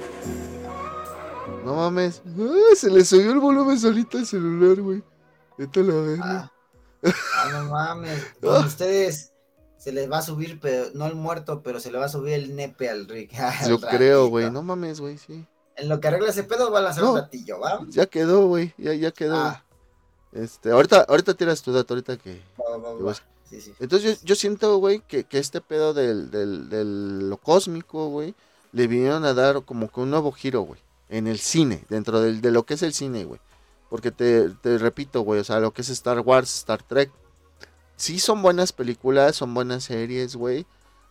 Speaker 1: No mames. Ay, se le subió el volumen solito al celular, güey. Vete a la verga.
Speaker 2: Ah, ah, no mames, con
Speaker 1: Ah,
Speaker 2: ustedes se les va a subir, pero no el muerto, pero se le va a subir el nepe al Rick,
Speaker 1: yo
Speaker 2: al
Speaker 1: creo, güey.
Speaker 2: ratito.
Speaker 1: No mames, güey, sí.
Speaker 2: En lo que arregla ese pedo, voy a lanzar un
Speaker 1: No,
Speaker 2: ratillo, ¿va?
Speaker 1: ya quedó, güey. Ya, ya quedó, güey.
Speaker 2: Ah,
Speaker 1: Este, ahorita, ahorita tiras tu dato, ahorita que,
Speaker 2: va, va,
Speaker 1: que
Speaker 2: va.
Speaker 1: voy a-
Speaker 2: Sí, sí.
Speaker 1: Entonces yo, yo siento, güey, que, que este pedo del, del, del lo cósmico, güey, le vinieron a dar como que un nuevo giro, güey, en el cine, dentro del, de lo que es el cine, güey. Porque te, te repito, güey, o sea, lo que es Star Wars, Star Trek, sí son buenas películas, son buenas series, güey,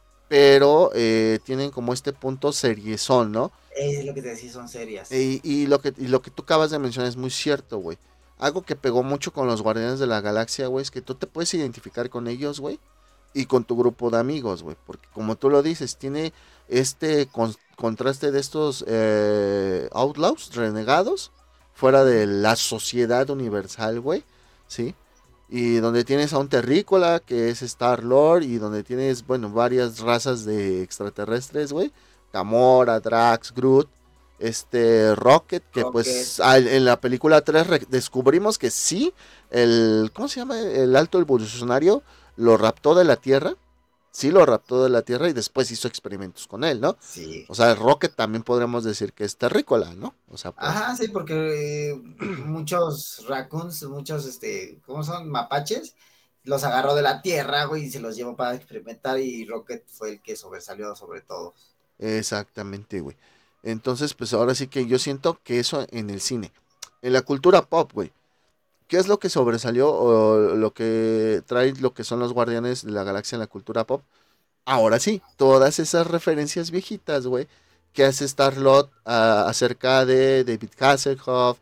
Speaker 1: pero eh, tienen como este punto seriezón, ¿no?
Speaker 2: Es lo que te decía, son serias.
Speaker 1: Y, y lo que, y lo que tú acabas de mencionar es muy cierto, güey. Algo que pegó mucho con los Guardianes de la Galaxia, güey, es que tú te puedes identificar con ellos, güey, y con tu grupo de amigos, güey. Porque como tú lo dices, tiene este con- contraste de estos eh, outlaws, renegados, fuera de la sociedad universal, güey, ¿sí? Y donde tienes a un terrícola, que es Star-Lord, y donde tienes, bueno, varias razas de extraterrestres, güey. Gamora, Drax, Groot, este Rocket, que
Speaker 2: Rocket.
Speaker 1: pues al- en la película tres re- descubrimos que sí, el, ¿cómo se llama? El alto evolucionario lo raptó de la Tierra, sí lo raptó de la Tierra y después hizo experimentos con él, ¿no?
Speaker 2: Sí.
Speaker 1: O sea, el Rocket también podríamos decir que es terrícola, ¿no? O sea, por...
Speaker 2: Ajá, sí, porque eh, muchos raccoons, muchos, este, ¿cómo son? Mapaches, los agarró de la tierra, güey, y se los llevó para experimentar y Rocket fue el que sobresalió sobre todo.
Speaker 1: Exactamente, güey. Entonces, pues ahora sí que yo siento que eso en el cine. En la cultura pop, güey. ¿Qué es lo que sobresalió o lo que trae lo que son los Guardianes de la Galaxia en la cultura pop? Ahora sí, todas esas referencias viejitas, güey, que hace Star-Lord ah, acerca de David Hasselhoff,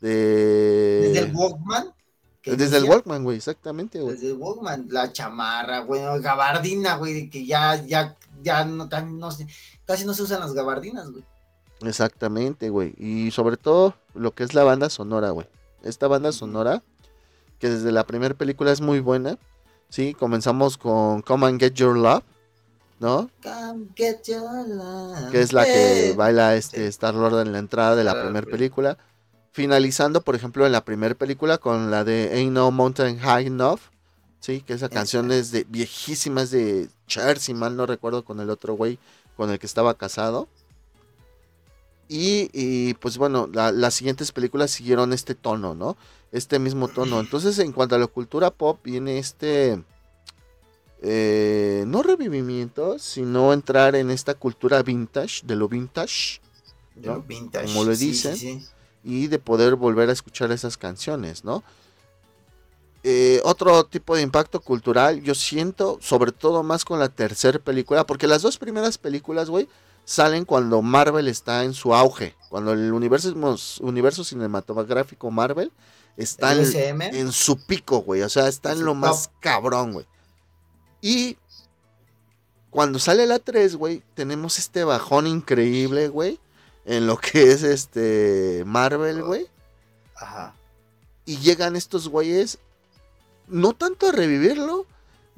Speaker 2: Desde
Speaker 1: de...
Speaker 2: el Walkman, que
Speaker 1: Desde el
Speaker 2: inicia,
Speaker 1: Walkman, güey, exactamente, güey.
Speaker 2: desde el Walkman, la chamarra, güey, no, gabardina, güey, que ya, ya, ya no, tan, no sé, casi no se usan las gabardinas, güey.
Speaker 1: Exactamente, güey. Y sobre todo lo que es la banda sonora, güey. Esta banda
Speaker 2: Ujú.
Speaker 1: sonora, que desde la primera película es muy buena, ¿sí? Comenzamos con Come and Get Your Love, ¿no?
Speaker 2: Come get your
Speaker 1: Que
Speaker 2: love,
Speaker 1: es la que
Speaker 2: eh.
Speaker 1: baila este
Speaker 2: Sí,
Speaker 1: Star-Lord en la entrada de la
Speaker 2: claro,
Speaker 1: primera
Speaker 2: güey.
Speaker 1: película. Finalizando, por ejemplo, en la primera película con la de Ain't No Mountain High Enough, ¿sí? Que esa canción
Speaker 2: Esa.
Speaker 1: es de viejísima, es de Cher, si mal no recuerdo, con el otro güey con el que estaba casado. Y, y, pues bueno, la- las siguientes películas siguieron este tono, ¿no? Este mismo tono. Entonces, en cuanto a la cultura pop, viene este, eh, no revivimiento, sino entrar en esta cultura vintage, de lo vintage,
Speaker 2: De lo
Speaker 1: ¿no? Como
Speaker 2: vintage,
Speaker 1: le
Speaker 2: sí, sí,
Speaker 1: dicen,
Speaker 2: sí.
Speaker 1: y de poder volver a escuchar esas canciones, ¿no? Eh, otro tipo de impacto cultural, yo siento, sobre todo más con la tercera película, porque las dos primeras películas, güey, salen cuando Marvel está en su auge, cuando el universo, universo cinematográfico Marvel está
Speaker 2: El
Speaker 1: en,
Speaker 2: U S M,
Speaker 1: en su pico, güey, o sea, está
Speaker 2: en
Speaker 1: en
Speaker 2: su
Speaker 1: lo
Speaker 2: top.
Speaker 1: más cabrón, güey. Y cuando sale la tres, güey, tenemos este bajón increíble, güey, en lo que es este Marvel, güey,
Speaker 2: Ajá.
Speaker 1: y llegan estos güeyes no tanto a revivirlo,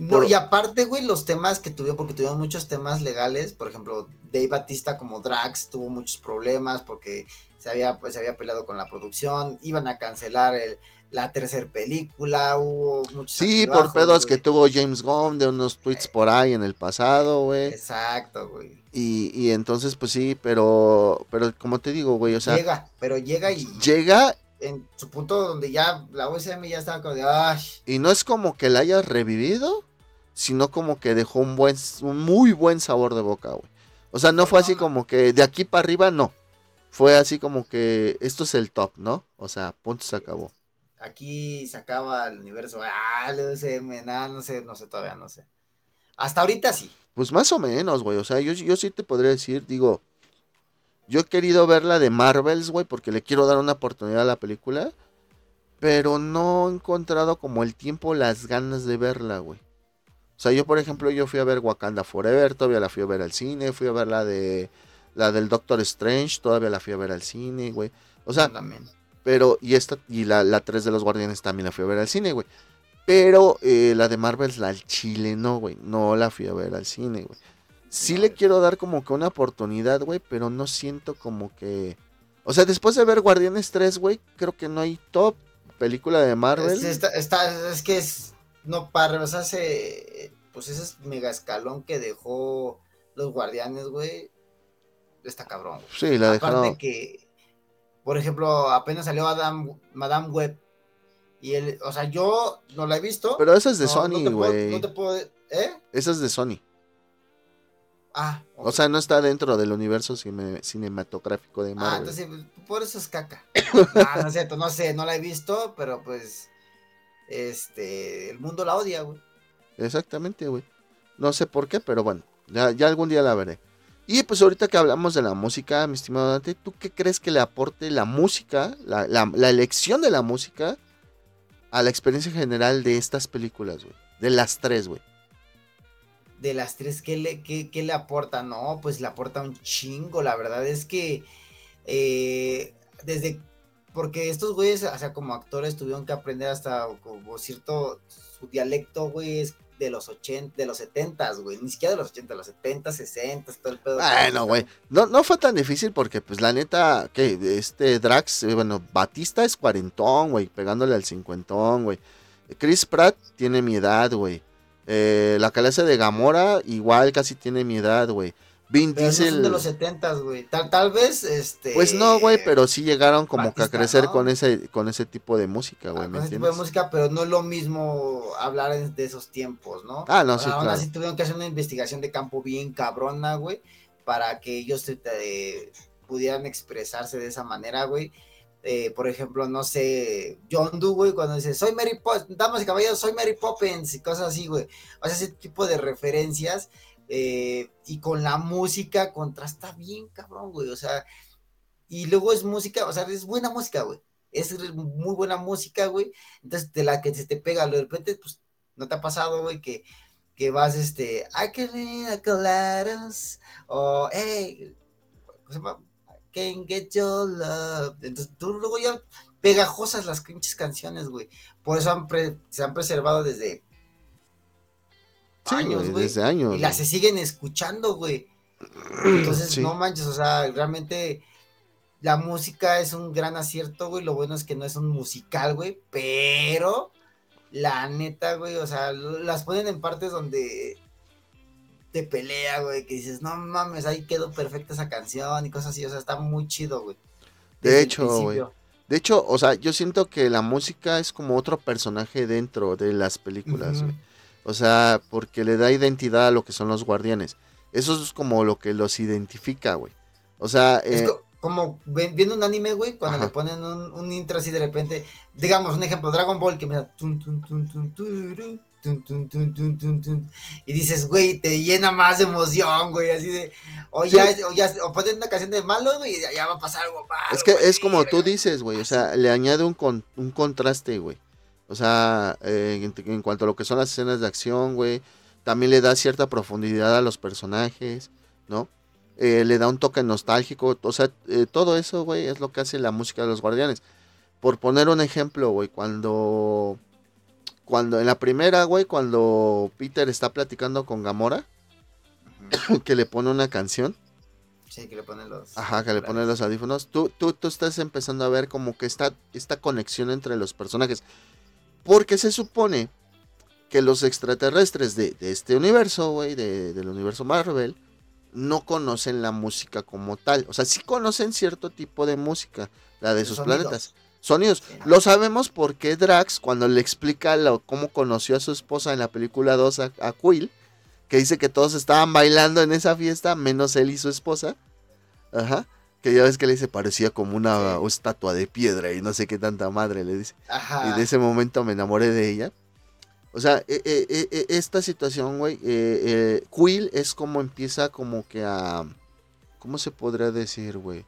Speaker 2: No,
Speaker 1: Por,
Speaker 2: y aparte, güey, los temas que tuvieron, porque tuvieron muchos temas legales, por ejemplo, Dave Batista como Drax tuvo muchos problemas porque se había, pues, se había peleado con la producción, iban a cancelar el, la tercera película, hubo muchos
Speaker 1: sí, por
Speaker 2: altibajos,
Speaker 1: pedos que
Speaker 2: güey.
Speaker 1: tuvo James Gunn de unos tweets
Speaker 2: Eh,
Speaker 1: por ahí en el
Speaker 2: eh,
Speaker 1: pasado, güey.
Speaker 2: exacto, güey.
Speaker 1: Y, y entonces, pues sí, pero, pero como te digo, güey, o sea,
Speaker 2: Llega, pero llega y
Speaker 1: llega
Speaker 2: en su punto donde ya la U S M ya estaba como de, ay,
Speaker 1: y no es como que la haya revivido, sino como que dejó un buen, un muy buen sabor de boca, güey. O sea, no
Speaker 2: no,
Speaker 1: fue
Speaker 2: no,
Speaker 1: así
Speaker 2: no.
Speaker 1: como que de aquí para arriba, no. Fue así como que esto es el top, ¿no? O sea, punto se acabó.
Speaker 2: Aquí se acaba el universo, ah, el U S M, nada, no sé, no sé, todavía no sé. Hasta ahorita sí.
Speaker 1: Pues más o menos, güey. O sea, yo, yo sí te podría decir, digo, yo he querido ver la de Marvels, güey, porque le quiero dar una oportunidad a la película, pero no he encontrado como el tiempo, las ganas de verla, güey. O sea, yo por ejemplo, yo fui a ver Wakanda Forever, todavía la fui a ver al cine, fui a ver la de la del Doctor Strange, todavía la fui a ver al cine, güey. O
Speaker 2: Yo
Speaker 1: sea,
Speaker 2: también.
Speaker 1: pero y esta y la la tres de los Guardianes también la fui a ver al cine, güey. Pero eh, la de Marvels, la al chile no, güey, no la fui a ver al cine, güey. Sí
Speaker 2: No,
Speaker 1: le quiero dar como que una oportunidad, güey, pero no siento como que o sea, después de ver Guardianes tres, güey, creo que no hay top película de
Speaker 2: es,
Speaker 1: Marvel.
Speaker 2: está, está, es que es, no, para rebasarse, pues ese mega escalón que dejó los guardianes, güey, está cabrón, güey.
Speaker 1: Sí, la dejaron.
Speaker 2: Aparte que, por ejemplo, apenas salió Adam, Madame Web, y él, o sea, yo no la he visto,
Speaker 1: Pero esa es de
Speaker 2: no, no
Speaker 1: Sony,
Speaker 2: te puedo, no
Speaker 1: güey.
Speaker 2: te puedo, ¿eh?
Speaker 1: Esa es de Sony.
Speaker 2: Ah,
Speaker 1: O
Speaker 2: ok.
Speaker 1: sea, no está dentro del universo cine- cinematográfico de
Speaker 2: Ah,
Speaker 1: Marvel.
Speaker 2: entonces, por eso es caca. No, no es cierto, no sé, no la he visto, pero pues, este, el mundo la odia, güey.
Speaker 1: Exactamente, güey. No sé por qué, pero bueno, ya, ya algún día la veré. Y pues ahorita que hablamos de la música, mi estimado Dante, ¿tú qué crees que le aporte la música, la, la, la elección de la música a la experiencia general de estas películas, güey? De las tres, güey.
Speaker 2: De las tres, ¿qué le, qué, qué le aporta? No, pues le aporta un chingo, la verdad es que eh, desde, porque estos güeyes, o sea, como actores tuvieron que aprender hasta como cierto, su dialecto, güey, es de los ochenta, de los setentas, güey, ni siquiera de los ochenta, de los setenta, sesenta, todo el pedo que ellos
Speaker 1: Bueno, güey,
Speaker 2: estaban.
Speaker 1: no, no fue tan difícil porque, pues, la neta, que este Drax, eh, bueno, Batista es cuarentón, güey, pegándole al cincuentón, güey. Chris Pratt tiene mi edad, güey. Eh, la cabeza de Gamora, igual casi tiene mi edad, güey. Vin
Speaker 2: Pero no son de
Speaker 1: Diesel,
Speaker 2: los setentas, güey, tal, tal vez,
Speaker 1: pues no, güey,
Speaker 2: este,
Speaker 1: pero sí llegaron como que a
Speaker 2: Batista,
Speaker 1: crecer con
Speaker 2: ¿no?
Speaker 1: ese, con ese tipo de música, güey,
Speaker 2: Ah,
Speaker 1: ¿me
Speaker 2: con ese tipo de
Speaker 1: entiendes?
Speaker 2: música, pero no es lo mismo hablar en- de esos tiempos, ¿no?
Speaker 1: Ah, no,
Speaker 2: O
Speaker 1: sí,
Speaker 2: sea, aún
Speaker 1: claro.
Speaker 2: así tuvieron que hacer una investigación de campo bien cabrona, güey, para que ellos te- te- pudieran expresarse de esa manera, güey. Eh, por ejemplo, no sé, John Doe, güey, cuando dice, soy Mary Poppins, damas y caballeros, soy Mary Poppins, y cosas así, güey. O sea, ese tipo de referencias, eh, y con la música contrasta bien cabrón, güey, o sea, y luego es música, o sea, es buena música, güey. Es muy buena música, güey. Entonces, de la que se te pega, de repente, pues, ¿no te ha pasado, güey? Que, que vas, este, I can read a coladas, o, hey, ¿cómo se llama? I can get your love. Entonces, tú luego ya pegajosas las pinches canciones, güey. Por eso han pre- se han preservado desde
Speaker 1: Sí,
Speaker 2: años,
Speaker 1: güey,
Speaker 2: güey.
Speaker 1: desde
Speaker 2: Y
Speaker 1: años,
Speaker 2: las
Speaker 1: güey.
Speaker 2: se siguen escuchando, güey. Entonces,
Speaker 1: Sí.
Speaker 2: no manches, o sea, realmente la música es un gran acierto, güey. Lo bueno es que no es un musical, güey. Pero la neta, güey, o sea, las ponen en partes donde te pelea, güey. Que dices, no mames, ahí quedó perfecta esa canción y cosas así. O sea, está muy chido, güey.
Speaker 1: De
Speaker 2: Desde el
Speaker 1: hecho, güey.
Speaker 2: principio.
Speaker 1: De hecho, o sea, yo siento que la música es como otro personaje dentro de las películas,
Speaker 2: Ujú.
Speaker 1: güey. O sea, porque le da identidad a lo que son los guardianes. Eso es como lo que los identifica, güey. O sea,
Speaker 2: Es
Speaker 1: eh,
Speaker 2: co- como ven- viendo un anime, güey, cuando le
Speaker 1: ajá.
Speaker 2: ponen un, un intro así de repente, digamos un ejemplo, Dragon Ball, que me da tun, tun, tun, tun, turu, tun, tun, tun, tun, tun, tun, y dices, güey, te llena más de emoción, güey, así de, o ya,
Speaker 1: Sí,
Speaker 2: o ya, o ponen una canción de malo, güey, y ya, ya va a pasar algo
Speaker 1: es
Speaker 2: malo,
Speaker 1: que
Speaker 2: güey,
Speaker 1: es como tú
Speaker 2: verga,
Speaker 1: dices, güey. O
Speaker 2: así.
Speaker 1: sea, le añade un, con- un contraste, güey. O sea, eh, en, en cuanto a lo que son las escenas de acción, güey. También le da cierta profundidad a los personajes, ¿no? Eh, le da un toque nostálgico. O sea, eh, todo eso, güey, es lo que hace la música de los guardianes. Por poner un ejemplo, güey, cuando, cuando en la primera, güey, cuando Peter está platicando con Gamora,
Speaker 2: Ujú.
Speaker 1: que le pone una canción,
Speaker 2: Sí, que le ponen los
Speaker 1: ajá, que le pone los
Speaker 2: auriculares.
Speaker 1: audífonos, tú, tú, tú estás empezando a ver como que esta, esta conexión entre los personajes, porque se supone que los extraterrestres de, de este universo, güey, de, del universo Marvel, no conocen la música como tal. O sea, sí conocen cierto tipo de música, la de
Speaker 2: Los
Speaker 1: sus planetas.
Speaker 2: sonidos.
Speaker 1: Sonidos.
Speaker 2: Sí.
Speaker 1: Lo sabemos porque Drax, cuando le explica lo, cómo conoció a su esposa en la película dos a, a Quill, que dice que todos estaban bailando en esa fiesta, menos él y su esposa. Ajá. Que ya ves que le dice, parecía como una
Speaker 2: Sí.
Speaker 1: estatua de piedra y no sé qué tanta madre le dice. Y de
Speaker 2: Ajá.
Speaker 1: ese momento me enamoré de ella. O sea, eh, eh, eh, eh, esta situación, güey, eh, eh, Quill es como empieza como que a... ¿Cómo se podría decir, güey?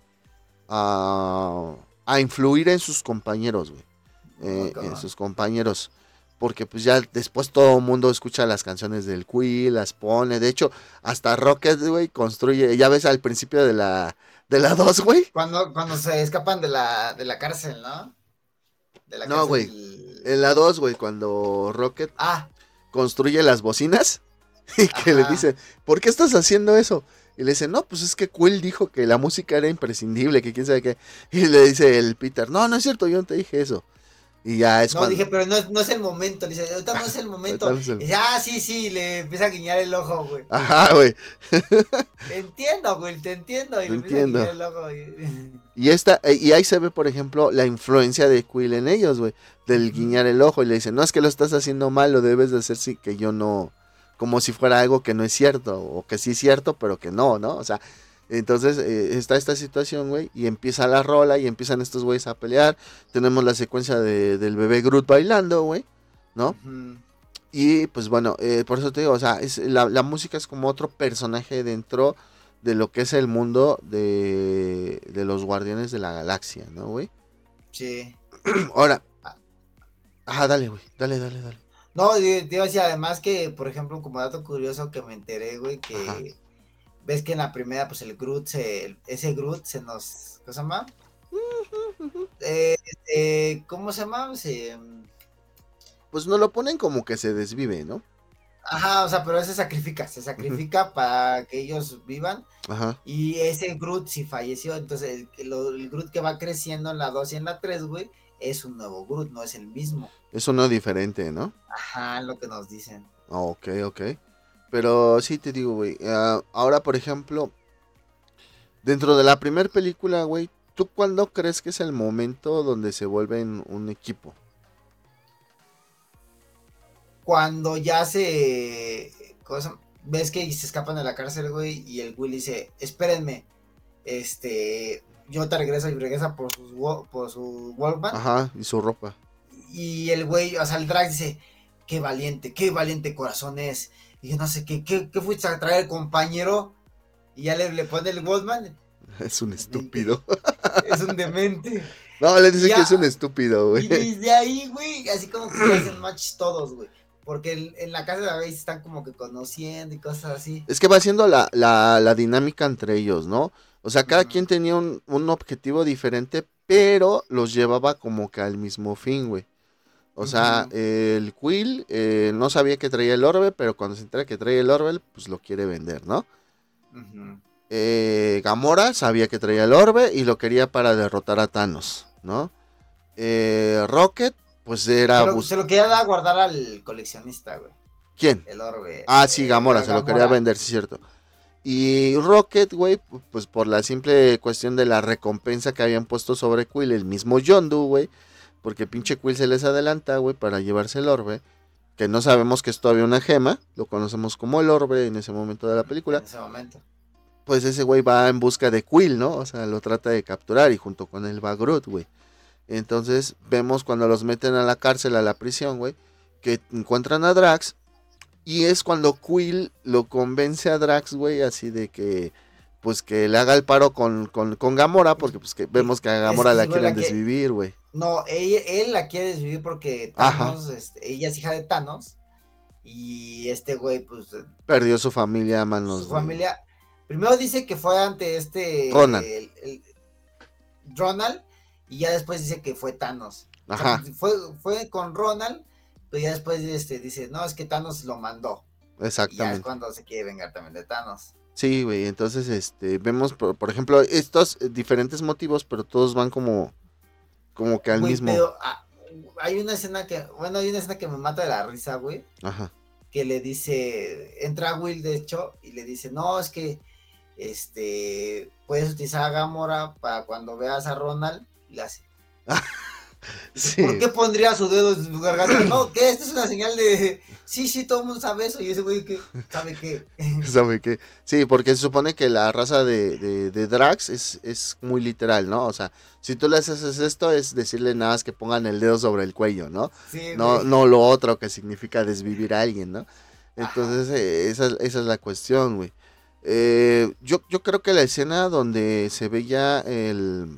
Speaker 1: A, a influir en sus compañeros, güey.
Speaker 2: Oh,
Speaker 1: Eh, en
Speaker 2: cabrón.
Speaker 1: sus compañeros. Porque pues ya después todo el mundo escucha las canciones del Quill, las pone. De hecho, hasta Rocket, güey, construye. Ya ves al principio de la de la dos, güey.
Speaker 2: Cuando, cuando se escapan de la, de la cárcel, ¿no? De la
Speaker 1: No,
Speaker 2: cárcel.
Speaker 1: güey. En la dos, güey, cuando Rocket
Speaker 2: Ah,
Speaker 1: construye las bocinas y que le
Speaker 2: ajá.
Speaker 1: dice, ¿por qué estás haciendo eso? Y le dice, no, pues es que Quill dijo que la música era imprescindible, que quién sabe qué. Y le dice el Peter, no, no es cierto, yo no te dije eso. Y ya es
Speaker 2: No,
Speaker 1: cuando...
Speaker 2: dije, pero no, es- no es el momento. Le dice, ahorita no es el
Speaker 1: Ahorita
Speaker 2: momento.
Speaker 1: no es el-
Speaker 2: Y dice, ah, sí, sí, le empieza a guiñar el ojo, güey.
Speaker 1: Ajá, güey,
Speaker 2: Te entiendo, güey, te entiendo. Y
Speaker 1: lo
Speaker 2: le empieza a guiñar
Speaker 1: entiendo.
Speaker 2: el ojo. Y...
Speaker 1: Y, esta, eh, y ahí se ve, por ejemplo, la influencia de Quill en ellos, güey. Del
Speaker 2: Ujú.
Speaker 1: guiñar el ojo y le dice, no es que lo estás haciendo mal, lo debes de hacer sí, que yo no... Como si fuera algo que no es cierto, o que sí es cierto, pero que no, ¿no? O sea, entonces eh, está esta situación, güey, y empieza la rola y empiezan estos güeyes a pelear. Tenemos la secuencia de, del bebé Groot bailando, güey, ¿no?
Speaker 2: Ujú.
Speaker 1: Y pues bueno, eh, por eso te digo, o sea, es, la, la música es como otro personaje dentro de lo que es el mundo de, de los Guardianes de la Galaxia, ¿no, güey?
Speaker 2: Sí.
Speaker 1: Ahora,
Speaker 2: Ah,
Speaker 1: ajá, dale, güey, dale, dale, dale.
Speaker 2: no, te te iba a decir, además que, por ejemplo, como dato curioso que me enteré, güey,
Speaker 1: Ajá.
Speaker 2: que ves que en la primera, pues el Groot, se, ese Groot se nos, ¿cómo se llama? Eh, eh, ¿cómo se llama? Se,
Speaker 1: Pues no lo ponen como que se desvive, ¿no?
Speaker 2: ajá, o sea, pero se sacrifica, se
Speaker 1: Ujú.
Speaker 2: sacrifica para que ellos vivan.
Speaker 1: Ajá.
Speaker 2: Y ese Groot sí falleció, entonces el, lo- el Groot que va creciendo en la dos y en la tres, güey, es un nuevo Groot, no es el mismo.
Speaker 1: Es uno diferente, ¿no?
Speaker 2: Ajá, lo que nos dicen.
Speaker 1: Ah, ok, ok. Pero sí te digo, güey. ah, ahora, por ejemplo, dentro de la primera película, güey, ¿tú cuándo crees que es el momento donde se vuelven un equipo?
Speaker 2: Cuando ya se, cosa, ves que se escapan de la cárcel, güey, y el Will dice, espérenme, este, yo te regreso y regresa por, sus, wa- por su Walkman.
Speaker 1: Ajá, y su ropa.
Speaker 2: Y el güey, o sea, el drag dice, qué valiente, qué valiente corazón es. Y yo no sé, ¿qué, qué, qué fuiste a traer, compañero? Y ya le, le pone el Walkman,
Speaker 1: Es un
Speaker 2: demente,
Speaker 1: estúpido.
Speaker 2: es un demente.
Speaker 1: No, le
Speaker 2: Y
Speaker 1: dice que
Speaker 2: ya,
Speaker 1: es un estúpido, güey.
Speaker 2: y desde ahí, güey, así como que se hacen match todos, güey. Porque en, en la casa de la vez están como que conociendo y cosas así.
Speaker 1: Es que va siendo la, la, la dinámica entre ellos, ¿no? O sea, cada
Speaker 2: Ujú,
Speaker 1: quien tenía un, un objetivo diferente, pero los llevaba como que al mismo fin, güey. O sea,
Speaker 2: ujú,
Speaker 1: el Quill eh, no sabía que traía el orbe, pero cuando se entera que trae el orbe, pues lo quiere vender, ¿no?
Speaker 2: ujú.
Speaker 1: Eh, Gamora sabía que traía el orbe y lo quería para derrotar a Thanos, ¿no? Eh, Rocket, pues era
Speaker 2: Se lo,
Speaker 1: bus...
Speaker 2: se lo quería dar a guardar al coleccionista, güey.
Speaker 1: ¿Quién?
Speaker 2: El orbe.
Speaker 1: Ah, sí,
Speaker 2: Eh,
Speaker 1: Gamora, se lo quería
Speaker 2: Gamora.
Speaker 1: vender, sí es cierto. Y Rocket, güey, pues por la simple cuestión de la recompensa que habían puesto sobre Quill, el mismo Yondu, güey, porque pinche Quill se les adelanta, güey, para llevarse el orbe, que no sabemos que es todavía una gema, lo conocemos como el orbe en ese momento de la
Speaker 2: En
Speaker 1: película,
Speaker 2: ese momento.
Speaker 1: pues ese güey va en busca de Quill, ¿no? O sea, lo trata de capturar y junto con él va Groot, güey. Entonces vemos cuando los meten a la cárcel, a la prisión, güey, que encuentran a Drax y es cuando Quill lo convence a Drax, güey, así de que, pues que le haga el paro con, con, con Gamora, porque pues que
Speaker 2: Que-
Speaker 1: vemos que a
Speaker 2: Es
Speaker 1: Gamora
Speaker 2: que
Speaker 1: la
Speaker 2: sí, güey,
Speaker 1: quieren
Speaker 2: la que.
Speaker 1: desvivir, güey.
Speaker 2: No, ella- él la quiere desvivir porque
Speaker 1: Ajá,
Speaker 2: Thanos, este, ella es hija de Thanos. Y este güey, pues,
Speaker 1: perdió su familia a
Speaker 2: su
Speaker 1: manos de
Speaker 2: familia. Primero dice que fue ante
Speaker 1: Ronan.
Speaker 2: este. El, el Ronald. Y ya después dice que fue Thanos. O sea,
Speaker 1: Ajá,
Speaker 2: fue, fue con Ronald. Pero ya después este, dice, no, es que Thanos lo mandó. Y ya es
Speaker 1: Exactamente.
Speaker 2: cuando se quiere vengar también de Thanos.
Speaker 1: Sí, güey, entonces, este, vemos, por, por ejemplo, estos eh, diferentes motivos, pero todos van como, como que al
Speaker 2: Güey,
Speaker 1: mismo.
Speaker 2: pero ah, hay una escena que, bueno, hay una escena que me mata de la risa, güey.
Speaker 1: Ajá.
Speaker 2: Que le dice, entra Will, de hecho, y le dice, no, es que, este, puedes utilizar a Gamora para cuando veas a Ronald, y le hace. Dice, ¿por
Speaker 1: Sí,
Speaker 2: qué pondría su dedo en su garganta? No, ¿qué? Esta es una señal de, sí, sí, todo el mundo sabe eso, y ese güey, ¿qué? ¿Sabe qué?
Speaker 1: ¿sabe qué? Sí, porque se supone que la raza de, de, de Drax es, es muy literal, ¿no? O sea, si tú le haces esto, es decirle nada más que pongan el dedo sobre el cuello, ¿no?
Speaker 2: Sí,
Speaker 1: No,
Speaker 2: güey.
Speaker 1: no lo otro que significa desvivir a alguien, ¿no?
Speaker 2: Ajá.
Speaker 1: Entonces, eh, esa, es- esa es la cuestión, güey. Eh, yo, yo creo que la escena donde se ve ya el,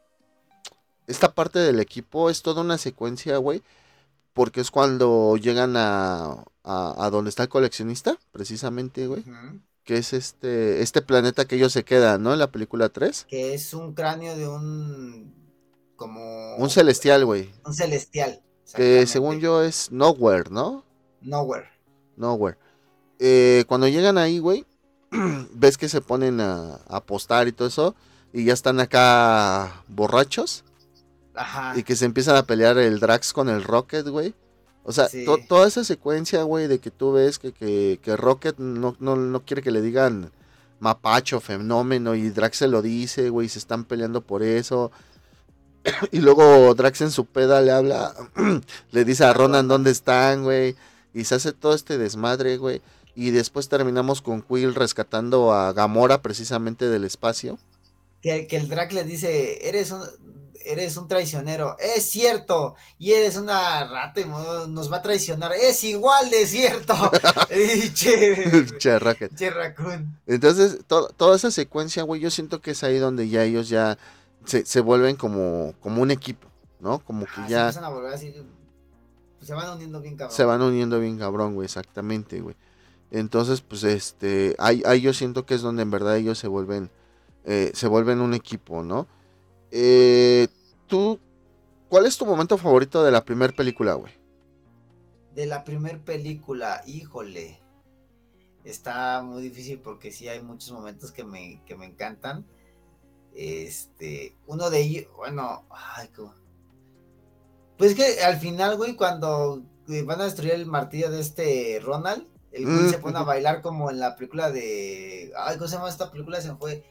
Speaker 1: esta parte del equipo es toda una secuencia, güey, porque es cuando llegan a, a, a donde está el coleccionista, precisamente, güey,
Speaker 2: Ujú.
Speaker 1: que es este, este planeta que ellos se quedan, ¿no? En la película tres.
Speaker 2: Que es un cráneo de un,
Speaker 1: Un
Speaker 2: como,
Speaker 1: celestial, güey,
Speaker 2: un celestial,
Speaker 1: que según
Speaker 2: exactamente.
Speaker 1: yo es Nowhere, ¿no?
Speaker 2: Nowhere.
Speaker 1: Nowhere. Eh, cuando llegan ahí, güey, ves que se ponen a, a apostar y todo eso, y ya están acá borrachos, y
Speaker 2: Ajá,
Speaker 1: que se empiezan a pelear el Drax con el Rocket, güey. O sea, to-
Speaker 2: sí.
Speaker 1: toda esa secuencia, güey, de que tú ves que, que, que Rocket no, no, no quiere que le digan mapacho, fenómeno, y Drax se lo dice, güey, se están peleando por eso. Y luego Drax en su peda le habla, le dice a
Speaker 2: A
Speaker 1: Ronan
Speaker 2: Ronald.
Speaker 1: dónde están, güey, y se hace todo este desmadre, güey. Y después terminamos con Quill rescatando a Gamora precisamente del espacio.
Speaker 2: Que, que el Drac le dice, eres un, eres un traicionero. Es cierto. Y eres una rata y mo- nos va a traicionar. Es igual de cierto. Y che,
Speaker 1: Che, Rocket.
Speaker 2: che Raccoon.
Speaker 1: Entonces, to- toda esa secuencia, güey, yo siento que es ahí donde ya ellos ya se, se vuelven como, como un equipo, ¿no? Como que
Speaker 2: Ajá, se
Speaker 1: ya
Speaker 2: empiezan a volver así. Se van uniendo bien
Speaker 1: se
Speaker 2: cabrón.
Speaker 1: van uniendo bien cabrón, güey, exactamente, güey. Entonces, pues, este, ahí, ahí yo siento que es donde en verdad ellos se vuelven, eh, se vuelven un equipo, ¿no? Eh, tú, ¿cuál es tu momento favorito de la primera película, güey?
Speaker 2: De la primer película, híjole. Está muy difícil porque sí hay muchos momentos que me, que me encantan. Este, uno de ellos, bueno, ay, cómo- pues que al final, güey, cuando eh, van a destruir el martillo de este Ronald, el Will
Speaker 1: Mm,
Speaker 2: se pone a
Speaker 1: ujú.
Speaker 2: bailar como en la película de. Ay, ¿cómo se llama esta película? Se me fue.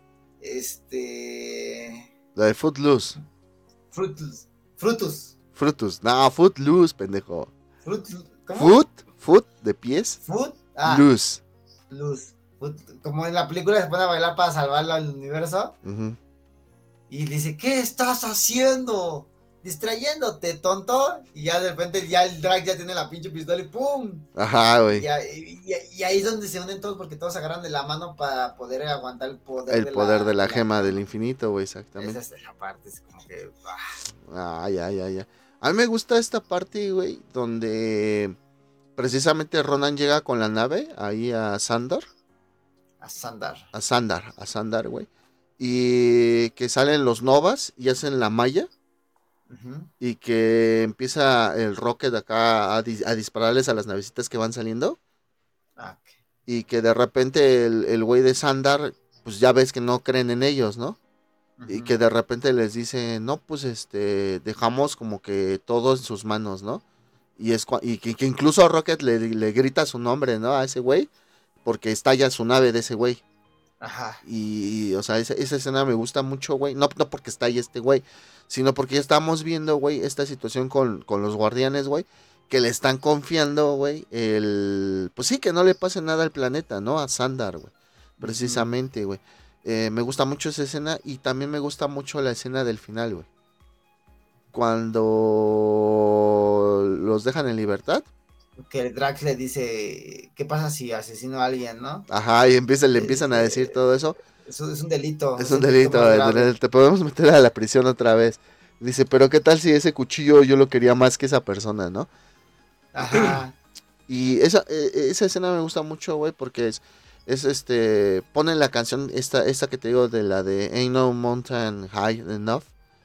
Speaker 2: Este.
Speaker 1: La de Footloose.
Speaker 2: Frutus. Frutus.
Speaker 1: Frutus. No, Footloose, pendejo.
Speaker 2: Frutus. ¿Cómo?
Speaker 1: Foot, foot de pies,
Speaker 2: Foot. Ah,
Speaker 1: loose.
Speaker 2: Luz. Foot- Como en la película se pone a bailar para salvarlo al universo.
Speaker 1: Ujú.
Speaker 2: Y dice, ¿qué estás haciendo? Distrayéndote, tonto. Y ya de repente ya el drag ya tiene la pinche pistola y ¡pum!
Speaker 1: Ajá,
Speaker 2: Y,
Speaker 1: güey.
Speaker 2: ya, y, y ahí es donde se unen todos porque todos se agarran de la mano para poder aguantar el poder
Speaker 1: El
Speaker 2: de
Speaker 1: poder de
Speaker 2: la,
Speaker 1: la
Speaker 2: de la
Speaker 1: gema del
Speaker 2: gema.
Speaker 1: infinito, güey,
Speaker 2: Esa
Speaker 1: exactamente.
Speaker 2: es la parte, es como que... ah,
Speaker 1: Ah, ya, ya, ya. A mí me gusta esta parte, güey, donde precisamente Ronan llega con la nave ahí a Sandor.
Speaker 2: a Sandar.
Speaker 1: A Sandar, a Sandar, güey. Y que salen los Novas y hacen la malla.
Speaker 2: Ujú.
Speaker 1: Y que empieza el Rocket acá a, dis- a dispararles a las navecitas que van saliendo.
Speaker 2: Ah, ok.
Speaker 1: Y que de repente el el güey de Sandar, pues ya ves que no creen en ellos, ¿no? Y
Speaker 2: Ujú.
Speaker 1: que de repente les dice, no, pues este, dejamos como que todo en sus manos, ¿no? Y es cua- y que, que incluso a Rocket le, le grita su nombre, ¿no? A ese güey, porque estalla su nave de ese güey.
Speaker 2: Ajá.
Speaker 1: Y, y, o sea, esa, esa escena me gusta mucho, güey. No, no porque está ahí este güey, sino porque ya estamos viendo, güey, esta situación con, con los guardianes, güey, que le están confiando, güey, el... Pues sí, que no le pase nada al planeta, ¿no? A Sandar, güey.
Speaker 2: Ujú.
Speaker 1: Precisamente, güey. Eh, me gusta mucho esa escena y también me gusta mucho la escena del final, güey. Cuando los dejan en libertad.
Speaker 2: Que el Drax le dice, ¿qué pasa si asesino a alguien, no?
Speaker 1: Ajá, y empiezan, le
Speaker 2: Le
Speaker 1: empiezan a decir
Speaker 2: dice,
Speaker 1: todo eso.
Speaker 2: eso es un delito,
Speaker 1: Es
Speaker 2: es
Speaker 1: un
Speaker 2: el delito
Speaker 1: delito,
Speaker 2: más
Speaker 1: eh,
Speaker 2: grave.
Speaker 1: te podemos meter a la prisión otra vez. Dice, pero ¿qué tal si ese cuchillo yo lo quería más que esa persona, ¿no?
Speaker 2: Ajá.
Speaker 1: Y esa, eh, esa escena me gusta mucho, güey, porque es, es este, ponen la canción esta, esta que te digo de la de Ain't No Mountain High Enough.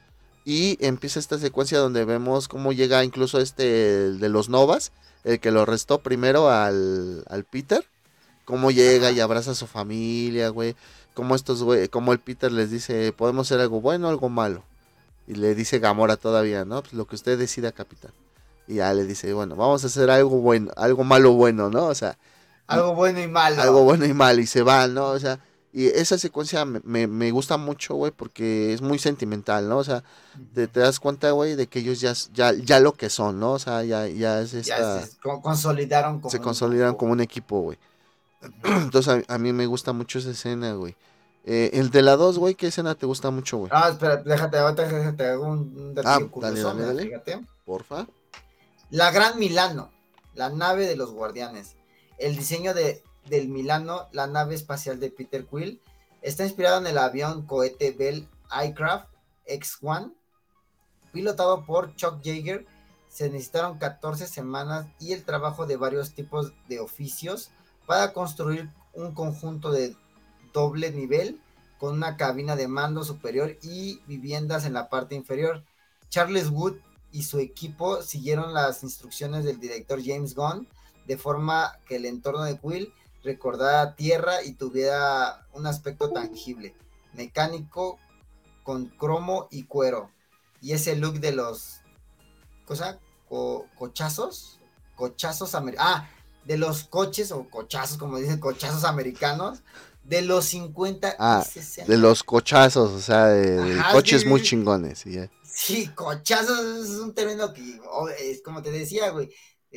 Speaker 1: Y empieza esta secuencia donde vemos cómo llega incluso este el de los Novas, el que lo arrestó primero al, al Peter. Cómo llega y
Speaker 2: Ajá.
Speaker 1: abraza a su familia, güey. Cómo estos, güey, cómo el Peter les dice, podemos hacer algo bueno o algo malo. Y le dice Gamora todavía, ¿no? Pues lo que usted decida, capitán. Y ya le dice, bueno, vamos a hacer algo bueno, algo malo bueno, ¿no? O sea, y
Speaker 2: Algo bueno y
Speaker 1: algo
Speaker 2: malo.
Speaker 1: bueno y malo, y se van, ¿no? O sea, y esa secuencia me, me, me gusta mucho, güey, porque es muy sentimental, ¿no? O sea, te, te das cuenta, güey, de que ellos ya, ya, ya lo que son, ¿no? O sea, ya, ya es
Speaker 2: Ya
Speaker 1: esta,
Speaker 2: se co- consolidaron
Speaker 1: se
Speaker 2: como un
Speaker 1: consolidan
Speaker 2: grupo.
Speaker 1: como un equipo, güey.
Speaker 2: Ujú.
Speaker 1: Entonces a, a mí me gusta mucho esa escena, güey. Eh, el de la dos, güey, ¿qué escena te gusta mucho, güey?
Speaker 2: Ah, espera, déjate, ahorita déjate, hago un, un
Speaker 1: Ah,
Speaker 2: datillo
Speaker 1: dale,
Speaker 2: curioso,
Speaker 1: dale,
Speaker 2: mira,
Speaker 1: dale.
Speaker 2: fíjate.
Speaker 1: Porfa.
Speaker 2: La Gran Milano, la nave de los guardianes. El diseño de, del Milano, la nave espacial de Peter Quill, está inspirado en el avión cohete Bell Aircraft X uno, pilotado por Chuck Yeager. Se necesitaron catorce semanas y el trabajo de varios tipos de oficios para construir un conjunto de doble nivel con una cabina de mando superior y viviendas en la parte inferior. Charles Wood y su equipo siguieron las instrucciones del director James Gunn de forma que el entorno de Quill recordara tierra y tuviera un aspecto tangible, mecánico, con cromo y cuero. Y ese look de los cosa co cochazos, cochazos americanos, ah, de los coches o cochazos, como dicen, cochazos americanos de los cincuenta y
Speaker 1: Ah, de
Speaker 2: sesenta.
Speaker 1: los cochazos, o sea, de, de
Speaker 2: Ajá, es
Speaker 1: coches muy
Speaker 2: que
Speaker 1: chingones. Y ya.
Speaker 2: sí, cochazos es un término que, oh, es como te decía, güey,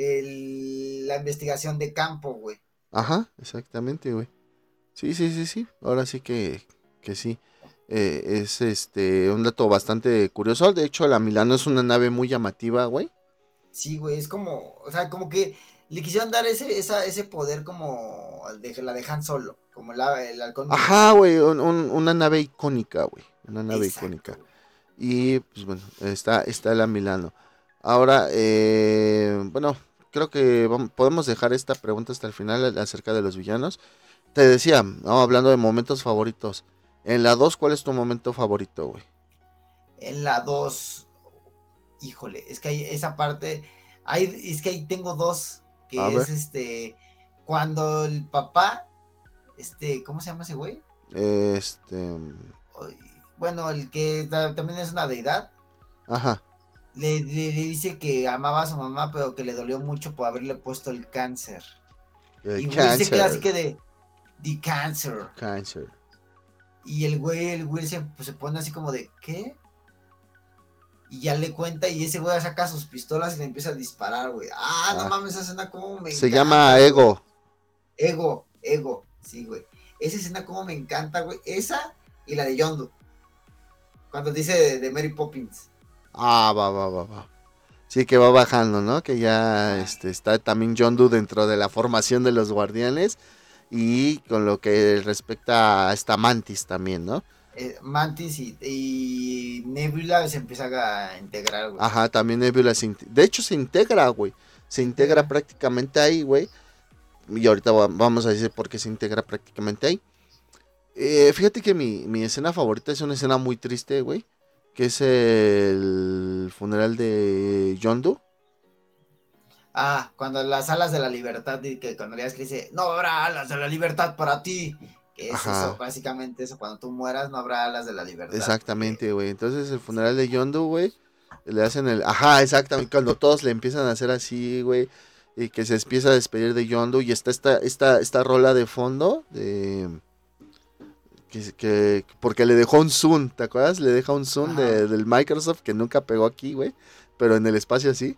Speaker 2: el, la investigación de campo, güey.
Speaker 1: Ajá, exactamente, güey. Sí, sí, sí, sí. Ahora sí que, que sí. Eh, es este un dato bastante curioso. De hecho, la Milano es una nave muy llamativa, güey.
Speaker 2: Sí, güey, es como, o sea, como que le quisieron dar ese, esa, ese poder como el de, la de Han Solo, como la, el halcón
Speaker 1: Ajá,
Speaker 2: milenario.
Speaker 1: güey, un- un- una nave icónica, güey. Una nave
Speaker 2: Exacto,
Speaker 1: icónica.
Speaker 2: güey.
Speaker 1: Y pues bueno, está, está la Milano. Ahora, eh, bueno, creo que vam- podemos dejar esta pregunta hasta el final acerca de los villanos. Te decía, no, hablando de momentos favoritos. En la dos, ¿cuál es tu momento favorito, güey?
Speaker 2: En la dos, híjole, es que hay esa parte, hay, es que ahí tengo dos,
Speaker 1: A
Speaker 2: que es
Speaker 1: ver,
Speaker 2: este, cuando el papá, este, ¿cómo se llama ese güey?
Speaker 1: este,
Speaker 2: Ay, bueno, el que ta- también es una deidad,
Speaker 1: ajá,
Speaker 2: le, le- le dice que amaba a su mamá, pero que le dolió mucho por haberle puesto el cáncer.
Speaker 1: el
Speaker 2: Y Will se queda así
Speaker 1: Cancer,
Speaker 2: que de, the cancer.
Speaker 1: Cancer.
Speaker 2: Y el güey, el Will se, pues, se pone así como de, ¿qué? Y ya le cuenta y ese güey saca sus pistolas y le empieza a disparar, güey. Ah, no
Speaker 1: Ah,
Speaker 2: mames, esa escena como me
Speaker 1: se llama
Speaker 2: encanta, güey.
Speaker 1: Ego.
Speaker 2: Ego, ego, sí, güey. Esa escena como me encanta, güey. Esa y la de Yondu. Cuando dice de, de Mary Poppins.
Speaker 1: Ah, va, va, va, va. Sí, que va bajando, ¿no? Que ya
Speaker 2: Ajá.
Speaker 1: este, está también Yondu dentro de la formación de los guardianes. Y con lo que respecta a esta Mantis también, ¿no?
Speaker 2: Eh, Mantis y, y Nebula se empieza a integrar, güey.
Speaker 1: Ajá, también Nebula se inte- de hecho se integra, güey. Se
Speaker 2: Se
Speaker 1: integra
Speaker 2: integra.
Speaker 1: prácticamente ahí, güey. Y ahorita va- vamos a decir por qué se integra prácticamente ahí. Eh, fíjate que mi, mi escena favorita es una escena muy triste, güey. Que es el funeral de Yondu.
Speaker 2: Ah, cuando las alas de la libertad, y que cuando le dice, no habrá alas de la libertad para ti. Que es eso,
Speaker 1: Ajá,
Speaker 2: básicamente eso. Cuando tú mueras, no habrá alas de la libertad. Porque
Speaker 1: exactamente, güey. Entonces el funeral de Yondu, güey. Le hacen el... Ajá, exactamente. Cuando todos le empiezan a hacer así, güey. Y que se empieza a despedir de Yondu. Y está esta, esta, esta rola de fondo. De... Que, que- porque le dejó un Zoom, ¿te acuerdas? Le deja un Zoom
Speaker 2: ajá.
Speaker 1: de, del Microsoft que nunca pegó aquí, güey. Pero en el espacio sí.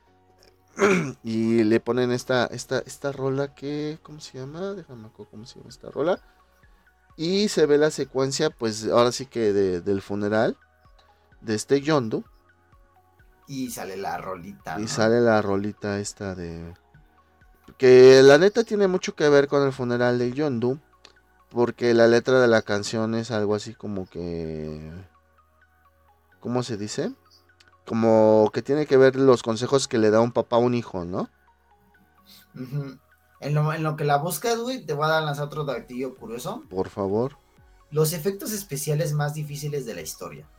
Speaker 1: Y le ponen esta, esta, esta rola que... ¿Cómo se llama? Déjame acuerdo cómo se llama esta rola. Y se ve la secuencia, pues ahora sí que de, del funeral de este Yondu.
Speaker 2: Y sale la rolita,
Speaker 1: Y
Speaker 2: ¿no?
Speaker 1: sale la rolita esta de... Que la neta tiene mucho que ver con el funeral de Yondu. Porque la letra de la canción es algo así como que... ¿Cómo se dice? Como que tiene que ver los consejos que le da un papá a un hijo, ¿no?
Speaker 2: Ujú. En lo, en lo que la buscas, güey, te voy a dar lanzar otro datillo curioso.
Speaker 1: Por favor.
Speaker 2: Los efectos especiales más difíciles de la historia.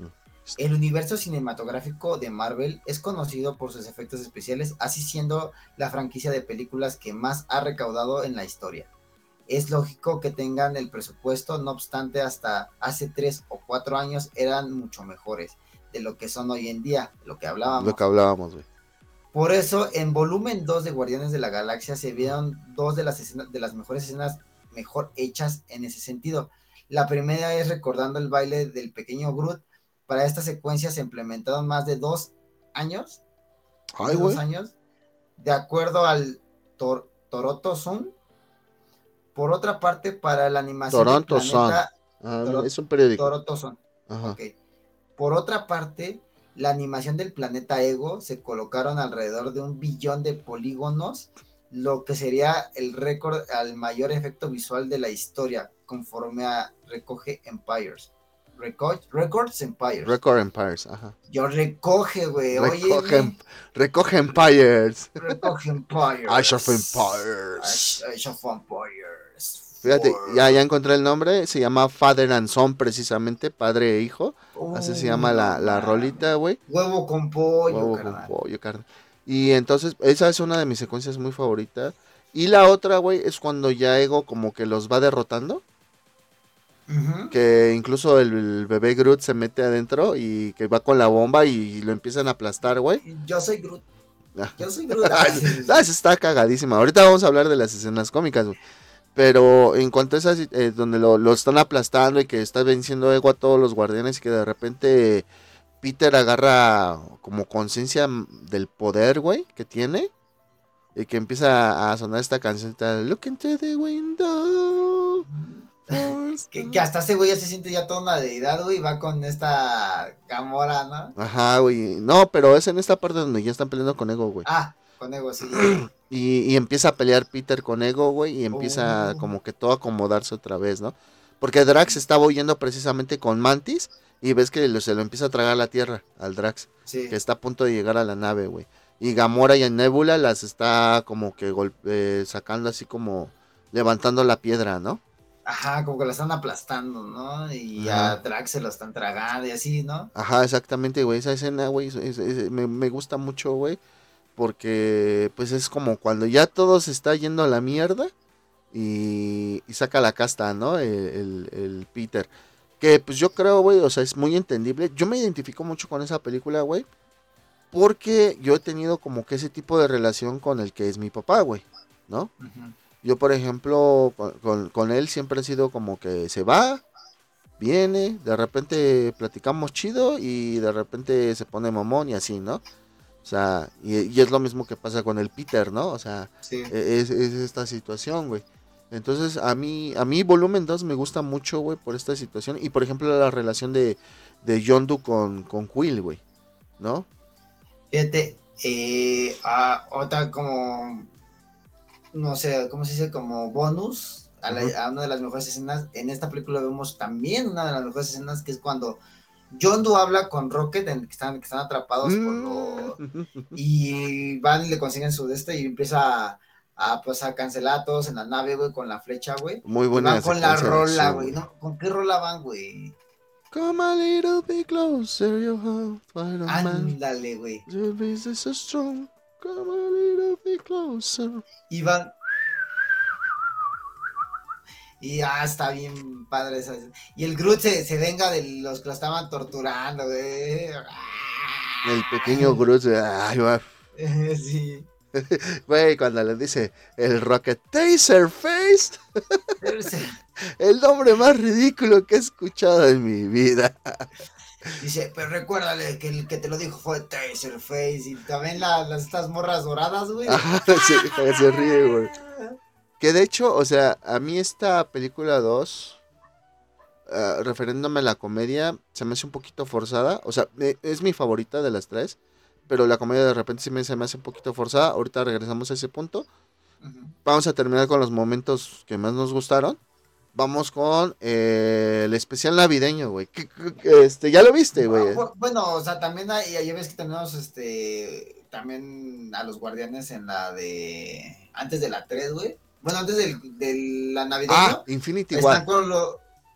Speaker 2: El universo cinematográfico de Marvel es conocido por sus efectos especiales, así siendo la franquicia de películas que más ha recaudado en la historia. Es lógico que tengan el presupuesto, no obstante, hasta hace tres o cuatro años eran mucho mejores de lo que son hoy en día, de lo que
Speaker 1: Lo que
Speaker 2: hablábamos.
Speaker 1: hablábamos, güey.
Speaker 2: Por eso, en volumen dos de Guardianes de la Galaxia se vieron dos de las escenas, de las mejores escenas mejor hechas en ese sentido. La primera es recordando el baile del pequeño Groot. Para esta secuencia se implementaron más de dos años, más
Speaker 1: Ay,
Speaker 2: de dos
Speaker 1: güey.
Speaker 2: años, de acuerdo al Tor Toronto Sun. Por otra parte, para la animación del
Speaker 1: Toronto Sun.
Speaker 2: planeta
Speaker 1: Ah,
Speaker 2: Toro
Speaker 1: es un periódico.
Speaker 2: Toronto Sun,
Speaker 1: Ajá.
Speaker 2: ok. Por otra parte, la animación del planeta Ego se colocaron alrededor de un billón de polígonos, lo que sería el récord al mayor efecto visual de la historia, conforme a recoge Empires. Reco Records Empires.
Speaker 1: Record Empires, ajá.
Speaker 2: Yo recoge, güey,
Speaker 1: Recoge,
Speaker 2: óyeme.
Speaker 1: recoge Empires.
Speaker 2: Recoge
Speaker 1: Age of
Speaker 2: Empires.
Speaker 1: Empires.
Speaker 2: Age of Empires.
Speaker 1: Fíjate, ya, ya encontré el nombre. Se llama Father and Son, precisamente. Padre e hijo. Así se
Speaker 2: Uy,
Speaker 1: llama
Speaker 2: no
Speaker 1: la, la
Speaker 2: mames.
Speaker 1: rolita, güey.
Speaker 2: Huevo con pollo,
Speaker 1: Huevo con
Speaker 2: carnal.
Speaker 1: pollo, carne. Y entonces, esa es una de mis secuencias muy favoritas. Y la otra, güey, es cuando ya Ego como que los va derrotando.
Speaker 2: Ujú.
Speaker 1: Que incluso el, el bebé Groot se mete adentro y que va con la bomba y lo empiezan a aplastar, güey.
Speaker 2: Yo soy Groot.
Speaker 1: Ah.
Speaker 2: Yo soy Groot. Ah, sí, sí,
Speaker 1: Ah,
Speaker 2: sí.
Speaker 1: esa está cagadísima. Ahorita vamos a hablar de las escenas cómicas, güey. Pero en cuanto a esas eh, donde lo, lo están aplastando y que está venciendo Ego a todos los guardianes y que de repente Peter agarra como conciencia del poder, güey, que tiene. Y que empieza a sonar esta canción. Look into the window.
Speaker 2: Que, que hasta ese güey ya se siente ya toda una deidad, güey, y va con esta Gamora, ¿no?
Speaker 1: Ajá, güey. No, pero es en esta parte donde ya están peleando con Ego, güey.
Speaker 2: Ah, con Ego, sí, ya, ya.
Speaker 1: Y, y empieza a pelear Peter con Ego, güey. Y empieza
Speaker 2: Oh.
Speaker 1: como que todo a acomodarse otra vez, ¿no? Porque Drax estaba huyendo precisamente con Mantis. Y ves que lo, se lo empieza a tragar la tierra al Drax.
Speaker 2: Sí.
Speaker 1: Que está a punto de llegar a la nave, güey. Y Gamora y Nebula las está como que golpe, eh, sacando así como levantando la piedra, ¿no?
Speaker 2: Ajá, como que la están aplastando, ¿no? Y a
Speaker 1: Ajá.
Speaker 2: Drax se lo están tragando y así, ¿no?
Speaker 1: Ajá, exactamente, güey. Esa escena, güey, es- es- es- me, me gusta mucho, güey. Porque pues es como cuando ya todo se está yendo a la mierda. Y, y saca la casta, ¿no? El, el, el Peter. Que pues yo creo, güey, o sea, es muy entendible. Yo me identifico mucho con esa película, güey. Porque yo he tenido como que ese tipo de relación con el que es mi papá, güey, ¿no?
Speaker 2: Ujú.
Speaker 1: Yo, por ejemplo, con, con- con él siempre he sido como que se va, viene, de repente platicamos chido y de repente se pone mamón y así, ¿no? O sea, y, y es lo mismo que pasa con el Peter, ¿no? O sea,
Speaker 2: Sí.
Speaker 1: e- es, es esta situación, güey. Entonces, a mí, a mí Volumen dos me gusta mucho, güey, por esta situación. Y, por ejemplo, la relación de, de Yondu con, con Quill, güey, ¿no?
Speaker 2: Fíjate, eh, ah, otra como, no sé, ¿cómo se dice? Como bonus a, la,
Speaker 1: Ujú.
Speaker 2: a una de las mejores escenas. En esta película vemos también una de las mejores escenas, que es cuando Yondu habla con Rocket, en que están, que están atrapados por lo...
Speaker 1: Mm.
Speaker 2: Y van y le consiguen su de este y empieza a, a, pues, a cancelar a todos en la nave, güey, con la flecha, güey.
Speaker 1: Muy
Speaker 2: Y
Speaker 1: buena
Speaker 2: van con la
Speaker 1: secuencia de
Speaker 2: rola,
Speaker 1: acción,
Speaker 2: güey,
Speaker 1: güey.
Speaker 2: ¿no? ¿Con qué rola van, güey?
Speaker 1: Come a little bit closer, your heart, Spider-Man.
Speaker 2: Ándale, güey.
Speaker 1: Your beast is so strong. Come a little bit closer.
Speaker 2: Y van... Y ah, está bien padre esa. Y el Groot se, se venga de los que lo estaban torturando, güey.
Speaker 1: El pequeño Groot, ay, va.
Speaker 2: Sí.
Speaker 1: Güey, cuando le dice el Rocket Taserface, el nombre más ridículo que he escuchado en mi vida.
Speaker 2: Dice, pero recuérdale que el que te lo dijo fue Taserface. Y también la, las, estas morras doradas, güey.
Speaker 1: Ajá, se, se ríe, güey. Que de hecho, o sea, a mí esta película dos, uh, refiriéndome a la comedia, se me hace un poquito forzada. O sea, me, es mi favorita de las tres. Pero la comedia de repente sí me, se me hace un poquito forzada. Ahorita regresamos a ese punto.
Speaker 2: Uh-huh.
Speaker 1: Vamos a terminar con los momentos que más nos gustaron. Vamos con eh, el especial navideño, güey. Este, ¿ya lo viste, güey?
Speaker 2: Bueno, o sea, también hay, ya ves que tenemos este también a los guardianes en la de antes de la tres, güey. Bueno, antes del, de la navideño.
Speaker 1: Ah, Infinity
Speaker 2: Están
Speaker 1: War.
Speaker 2: con lo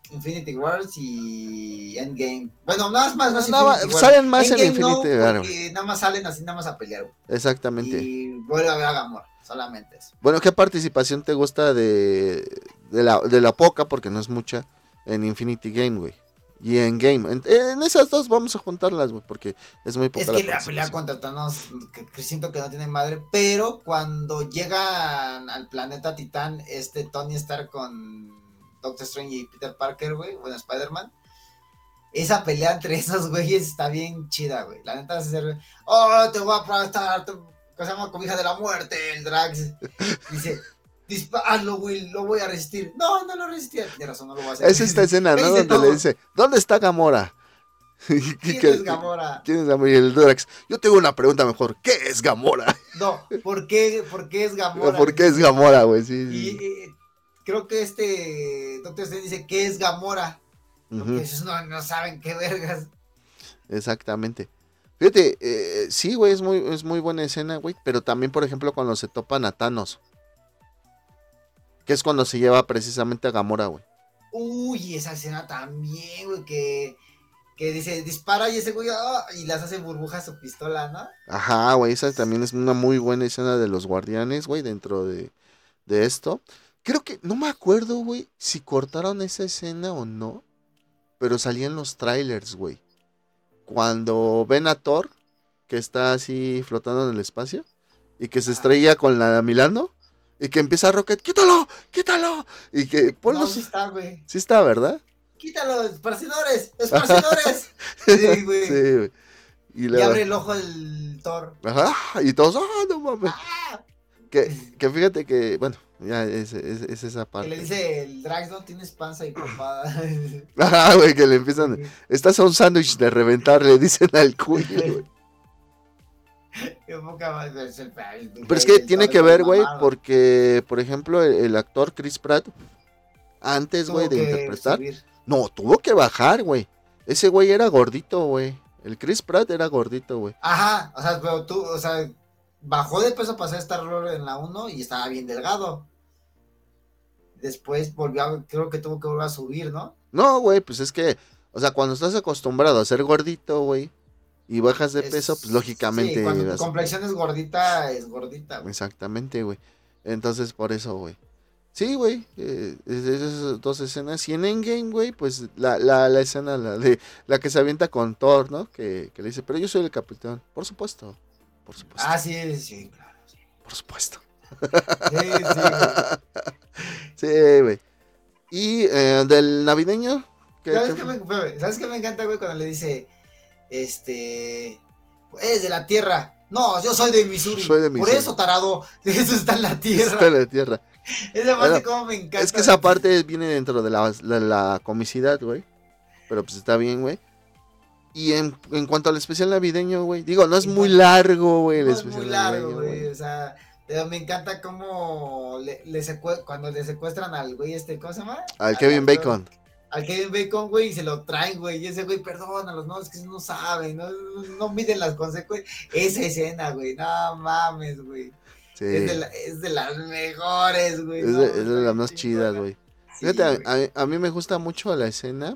Speaker 2: Infinity Wars y Endgame. Bueno, nada más, más
Speaker 1: No,
Speaker 2: Infinity Wars.
Speaker 1: salen más en
Speaker 2: Endgame
Speaker 1: Infinity
Speaker 2: no,
Speaker 1: War.
Speaker 2: porque nada más salen así, nada más a pelear, güey.
Speaker 1: Exactamente.
Speaker 2: Y vuelve a ver a Gamora, solamente eso.
Speaker 1: Bueno, ¿qué participación te gusta de, de, la, de la poca, porque no es mucha, en Infinity Game, güey? Y en Game. En, en esas dos vamos a juntarlas, güey, porque es muy poca
Speaker 2: Es
Speaker 1: la
Speaker 2: que la pelea
Speaker 1: participación.
Speaker 2: contra Thanos, que, que siento que no tiene madre, pero cuando llegan al planeta Titán, este Tony Stark con Doctor Strange y Peter Parker, güey, bueno, Spider-Man, esa pelea entre esos güeyes está bien chida, güey. La neta se hace, oh, te voy a aplastar, te, que se llama cobija de la muerte, el Drax. Dice, disparalo, güey, lo voy a resistir. No, no lo resistí. Tiene razón, no lo voy a hacer.
Speaker 1: Es esta escena, ¿no? Donde
Speaker 2: todo.
Speaker 1: le dice, ¿dónde está Gamora?
Speaker 2: ¿Quién es Gamora?
Speaker 1: ¿Quién es Gamora? Y el Drax, yo tengo una pregunta mejor, ¿qué es Gamora?
Speaker 2: No, ¿por qué, por qué es Gamora?
Speaker 1: ¿Por qué es Gamora, güey? Sí,
Speaker 2: Y
Speaker 1: sí.
Speaker 2: eh, creo que este Doctor Strange dice, ¿qué es Gamora? Porque
Speaker 1: Uh-huh.
Speaker 2: ellos no, no saben qué vergas.
Speaker 1: Exactamente. Fíjate, eh, sí, güey, es muy, es muy buena escena, güey. Pero también, por ejemplo, cuando se topan a Thanos. Que es cuando se lleva precisamente a Gamora, güey.
Speaker 2: Uy, esa escena también, güey, que, que dice, dispara y ese güey, oh, y las hace burbujas su pistola, ¿no?
Speaker 1: Ajá, güey, esa también es una muy buena escena de los guardianes, güey, dentro de, de esto. Creo que, no me acuerdo, güey, si cortaron esa escena o no. Pero salían los trailers, güey. Cuando ven a Thor, que está así flotando en el espacio, y que se estrella con la Milano, y que empieza Rocket, ¡quítalo! ¡Quítalo! Y que ponlos.
Speaker 2: No, sí está, güey.
Speaker 1: Sí está, ¿verdad?
Speaker 2: ¡Quítalo! ¡Esparcidores! ¡Esparcidores! Sí, güey.
Speaker 1: Sí, güey. Y,
Speaker 2: Y
Speaker 1: le...
Speaker 2: abre el ojo el Thor.
Speaker 1: Ajá, y todos, ¡ah, no mames!
Speaker 2: ¡Ah!
Speaker 1: Que, que fíjate que, bueno, ya es, es, es esa
Speaker 2: Que
Speaker 1: parte.
Speaker 2: le dice el Drax, no tienes panza y papada.
Speaker 1: Ajá, güey, que le empiezan, estás a un sándwich de reventar, le dicen al cuello, güey.
Speaker 2: Qué poca más es el, el,
Speaker 1: Pero es que tiene que ver, güey, porque, por ejemplo, el, el actor Chris Pratt, antes, güey, de interpretar, subir. No, tuvo que bajar, güey. Ese güey era gordito, güey. El Chris Pratt era gordito, güey.
Speaker 2: Ajá, o sea, pero tú, o sea, bajó de peso para hacer Star Lord en la uno y estaba bien delgado. Después volvió a, creo que tuvo que volver a subir, ¿no?
Speaker 1: No, güey, pues es que, o sea, cuando estás acostumbrado a ser gordito, güey, y bajas de es, peso, pues lógicamente.
Speaker 2: Sí, cuando tu complexión es gordita, es gordita,
Speaker 1: güey. Exactamente, güey. Entonces, por eso, güey. Sí, güey, eh, esas dos escenas. Y en Endgame, güey, pues la, la, la escena la de la que se avienta con Thor, ¿no? Que, que le dice, pero yo soy el capitán. Por supuesto, por supuesto.
Speaker 2: Ah, sí, sí, claro. Sí.
Speaker 1: Por supuesto.
Speaker 2: Sí, sí, güey.
Speaker 1: Sí, güey. Y eh, del navideño.
Speaker 2: ¿Qué, ¿Sabes, qué me, ¿Sabes qué me encanta, güey? Cuando le dice, este, es de la tierra. No, yo soy de Missouri. Soy de Missouri. Por eso, tarado, eso está en la tierra.
Speaker 1: Está en la tierra.
Speaker 2: Esa parte bueno, como me encanta.
Speaker 1: Es que esa parte viene dentro de la, la, la comicidad, güey. Pero pues está bien, güey. Y en, en cuanto al especial navideño, güey. Digo, no es muy largo, güey.
Speaker 2: No es muy largo, güey. O sea, pero me encanta cómo le, le secue- cuando le secuestran al güey este, ¿cómo se llama?
Speaker 1: Al, al Kevin actor, Bacon.
Speaker 2: Al Kevin Bacon, güey, y se lo traen, güey. Y ese güey, perdónalos, no, es que no saben, no, no miden las consecuencias. Esa escena, güey, no mames, güey. Sí. Es, de la, es de las mejores, güey.
Speaker 1: Es,
Speaker 2: no,
Speaker 1: de, es de las más chidas, güey. Sí, Fíjate, a, a, a mí me gusta mucho la escena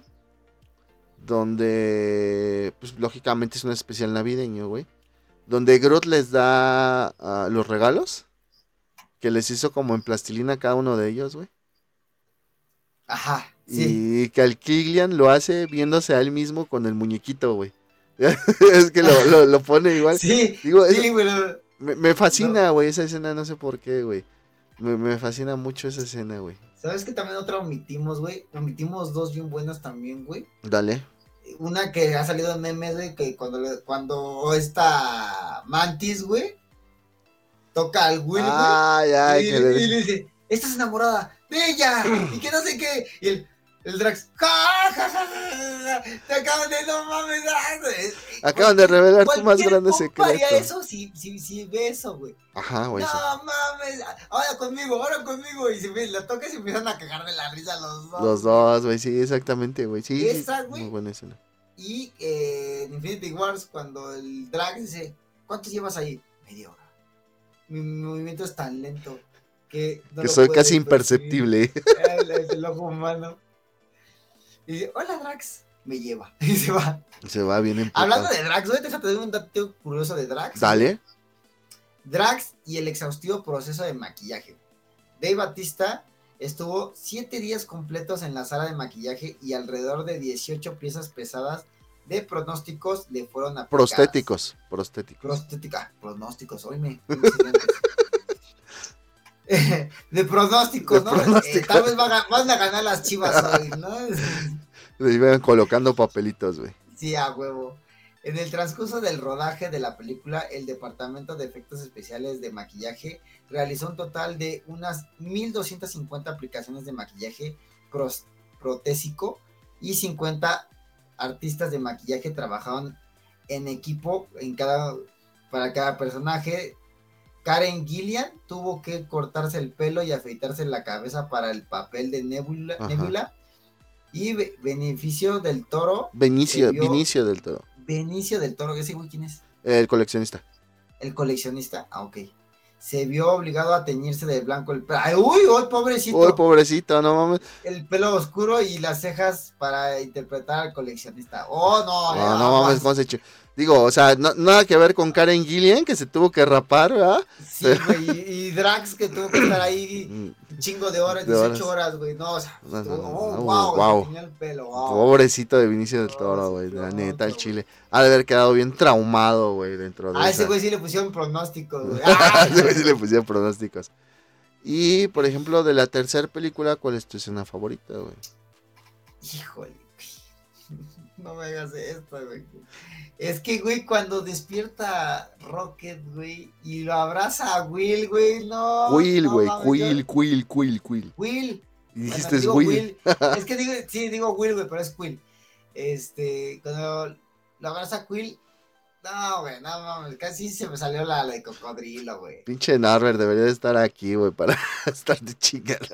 Speaker 1: donde, pues lógicamente es un especial navideño, güey. Donde Groot les da uh, los regalos que les hizo como en plastilina cada uno de ellos, güey.
Speaker 2: Ajá, sí.
Speaker 1: Y que al Killian lo hace viéndose a él mismo con el muñequito, güey. Es que lo, lo, lo pone igual.
Speaker 2: Sí,
Speaker 1: Digo,
Speaker 2: sí, güey. No,
Speaker 1: me, me fascina, güey, no. esa escena, no sé por qué, güey. Me, me fascina mucho esa escena, güey.
Speaker 2: ¿Sabes que también otra omitimos, güey? Omitimos dos bien buenas también, güey.
Speaker 1: Dale.
Speaker 2: Una que ha salido en memes, güey, que cuando, cuando esta Mantis, güey, toca al Will, güey.
Speaker 1: Ay, ay,
Speaker 2: y,
Speaker 1: que
Speaker 2: y,
Speaker 1: le...
Speaker 2: y le dice, estás enamorada de ella, y que no sé qué. Y el, el Drax, ¡ja, ja, ja, ja! Te acaban de, no mames.
Speaker 1: Acaban de revelar tu más grande secreto.
Speaker 2: Haría eso si, si, si ve eso, güey.
Speaker 1: Ajá, güey.
Speaker 2: No sí. mames, ahora conmigo, ahora conmigo. Y se me la toca y se empiezan a cagar de la risa los dos.
Speaker 1: Los dos, güey, sí, exactamente, güey. Sí,
Speaker 2: esa, güey.
Speaker 1: Muy buena escena.
Speaker 2: Y eh, en Infinity Wars, cuando el Drax dice, ¿cuántos llevas ahí? Media hora. Mi, mi movimiento es tan lento que, no
Speaker 1: que soy casi imperceptible.
Speaker 2: El, el, el ojo humano. Y dice, hola Drax, me lleva. Y se va.
Speaker 1: Se va bien emputado.
Speaker 2: Hablando de Drax, güey, déjate de un dato curioso de Drax.
Speaker 1: Dale.
Speaker 2: Drax y el exhaustivo proceso de maquillaje. Dave Bautista estuvo siete días completos en la sala de maquillaje y alrededor de dieciocho piezas pesadas de pronósticos le fueron aplicadas.
Speaker 1: Prostéticos, prostéticos.
Speaker 2: Prostética, pronósticos, oíme. De pronósticos,
Speaker 1: De
Speaker 2: ¿no?
Speaker 1: pronósticos.
Speaker 2: Eh, tal vez van a, van a ganar las Chivas hoy, ¿no?
Speaker 1: Le iban colocando papelitos, güey.
Speaker 2: Sí, a huevo. En el transcurso del rodaje de la película, el Departamento de Efectos Especiales de Maquillaje realizó un total de unas mil doscientas cincuenta aplicaciones de maquillaje pros, protésico y cincuenta artistas de maquillaje trabajaron en equipo en cada, para cada personaje. Karen Gillian tuvo que cortarse el pelo y afeitarse la cabeza para el papel de Nebula, Nebula y Be- Beneficio del Toro.
Speaker 1: Benicio,
Speaker 2: vio,
Speaker 1: Vinicio del Toro.
Speaker 2: Benicio del Toro, ¿ese güey quién es?
Speaker 1: El coleccionista.
Speaker 2: El coleccionista, ah, ok. Se vio obligado a teñirse de blanco el pelo. ¡Ay, uy, uy, pobrecito!
Speaker 1: Uy, pobrecito, no mames.
Speaker 2: El pelo oscuro y las cejas para interpretar al coleccionista. ¡Oh, no!
Speaker 1: No, no mames, ¿cómo se echó? Digo, o sea, no, nada que ver con Karen Gillian, que se tuvo que rapar, ¿verdad?
Speaker 2: Sí, güey, y, y Drax, que tuvo que estar ahí un chingo de horas,
Speaker 1: de
Speaker 2: dieciocho horas, güey. No, o sea,
Speaker 1: no, no, no,
Speaker 2: oh,
Speaker 1: no,
Speaker 2: wow,
Speaker 1: wow.
Speaker 2: tenía el pelo, wow.
Speaker 1: Pobrecito de Vinicio del Toro,
Speaker 2: Oh,
Speaker 1: güey,
Speaker 2: sí,
Speaker 1: la
Speaker 2: no,
Speaker 1: neta, el
Speaker 2: no,
Speaker 1: chile. Ha de haber quedado bien traumado, güey, dentro de
Speaker 2: Ah,
Speaker 1: esa.
Speaker 2: ese güey sí le pusieron pronósticos, güey. ¡Ah!
Speaker 1: Ese güey sí le pusieron pronósticos. Y, por ejemplo, de la tercera película, ¿cuál es tu escena favorita, güey?
Speaker 2: Híjole, güey. No me hagas esto, güey. Es que, güey, cuando despierta Rocket, güey, y lo abraza a Will, güey, no.
Speaker 1: Quill,
Speaker 2: no
Speaker 1: güey,
Speaker 2: mames,
Speaker 1: Quill,
Speaker 2: yo-
Speaker 1: Quill, Quill, Quill.
Speaker 2: Will.
Speaker 1: Y
Speaker 2: Bueno,
Speaker 1: dijiste es
Speaker 2: digo
Speaker 1: Will.
Speaker 2: Will. Es que digo, sí, digo Will, güey, pero es Quill. Este, cuando lo abraza a Quill, no, güey, no mames, casi se me salió la, la de cocodrilo, güey.
Speaker 1: Pinche Norbert debería de estar aquí, güey, para estar de chingada.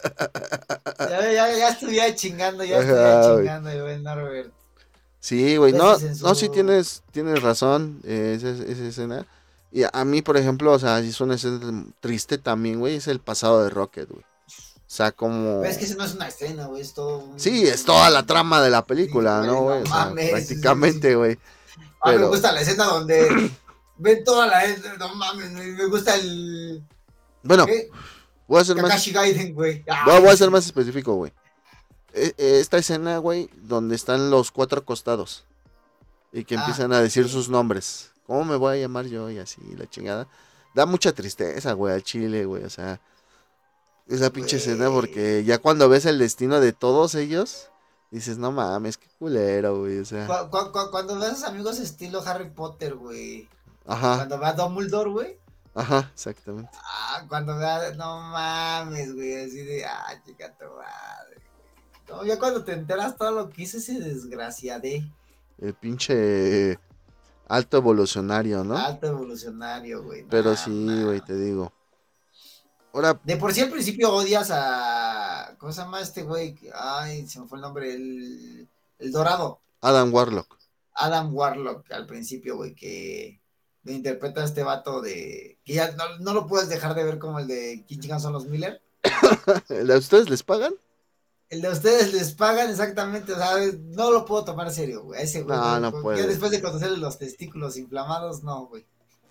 Speaker 2: Ya, ya, ya estuviera chingando, ya
Speaker 1: Ajá,
Speaker 2: estuviera
Speaker 1: güey.
Speaker 2: chingando, güey, Norbert.
Speaker 1: Sí, güey, no,
Speaker 2: Besos en su-
Speaker 1: no, sí tienes, tienes razón, eh, esa, esa escena. Y a mí, por ejemplo, o sea, si es una escena triste también, güey, es el pasado de Rocket, güey. O sea, como...
Speaker 2: Pero es que eso no es una escena, güey, es todo un...
Speaker 1: Sí, es toda la trama de la película,
Speaker 2: Sí,
Speaker 1: ¿no, güey?
Speaker 2: no
Speaker 1: O sea,
Speaker 2: mames,
Speaker 1: prácticamente,
Speaker 2: sí, sí.
Speaker 1: güey.
Speaker 2: A mí me
Speaker 1: Pero...
Speaker 2: gusta la escena donde ven toda la... No mames, me me gusta el...
Speaker 1: Bueno,
Speaker 2: ¿Qué?
Speaker 1: voy a ser más...
Speaker 2: Kakashi Gaiden, güey.
Speaker 1: Voy, voy a ser más específico, güey. E- Esta escena, güey, donde están los cuatro acostados y que
Speaker 2: Ah,
Speaker 1: empiezan a decir
Speaker 2: sí.
Speaker 1: sus nombres. ¿Cómo me voy a llamar yo? Y así, la chingada. Da mucha tristeza, güey, al chile, güey. O sea, esa pinche escena
Speaker 2: Güey.
Speaker 1: porque ya cuando ves el destino de todos ellos, dices, no mames, qué culero, güey. O sea,
Speaker 2: Cu- cu- cu- Cuando ves a sus amigos estilo Harry Potter, güey.
Speaker 1: ajá,
Speaker 2: Cuando ve a Dumbledore, güey.
Speaker 1: ajá, exactamente.
Speaker 2: Ah, cuando ve a... No mames, güey. Así de... Ah, chica tu madre. No, ya cuando te enteras todo lo que hizo ese desgraciade.
Speaker 1: El pinche alto evolucionario, ¿no?
Speaker 2: Alto evolucionario, güey.
Speaker 1: Pero
Speaker 2: Nah,
Speaker 1: sí,
Speaker 2: nah.
Speaker 1: güey, te digo. Ahora,
Speaker 2: De por sí al principio odias a... ¿Cómo se llama este güey? Ay, se me fue el nombre. El, el Dorado.
Speaker 1: Adam Warlock.
Speaker 2: Adam Warlock al principio, güey, que lo interpreta este vato de... Que ya no, no lo puedes dejar de ver como el de ¿Quién chingados son los Miller?
Speaker 1: ¿A ustedes les pagan?
Speaker 2: El de ustedes les pagan exactamente, o sea, no lo puedo tomar serio, güey. Ese güey,
Speaker 1: No,
Speaker 2: no,
Speaker 1: no
Speaker 2: ya
Speaker 1: puedes.
Speaker 2: después de conocerle los testículos inflamados, no, güey.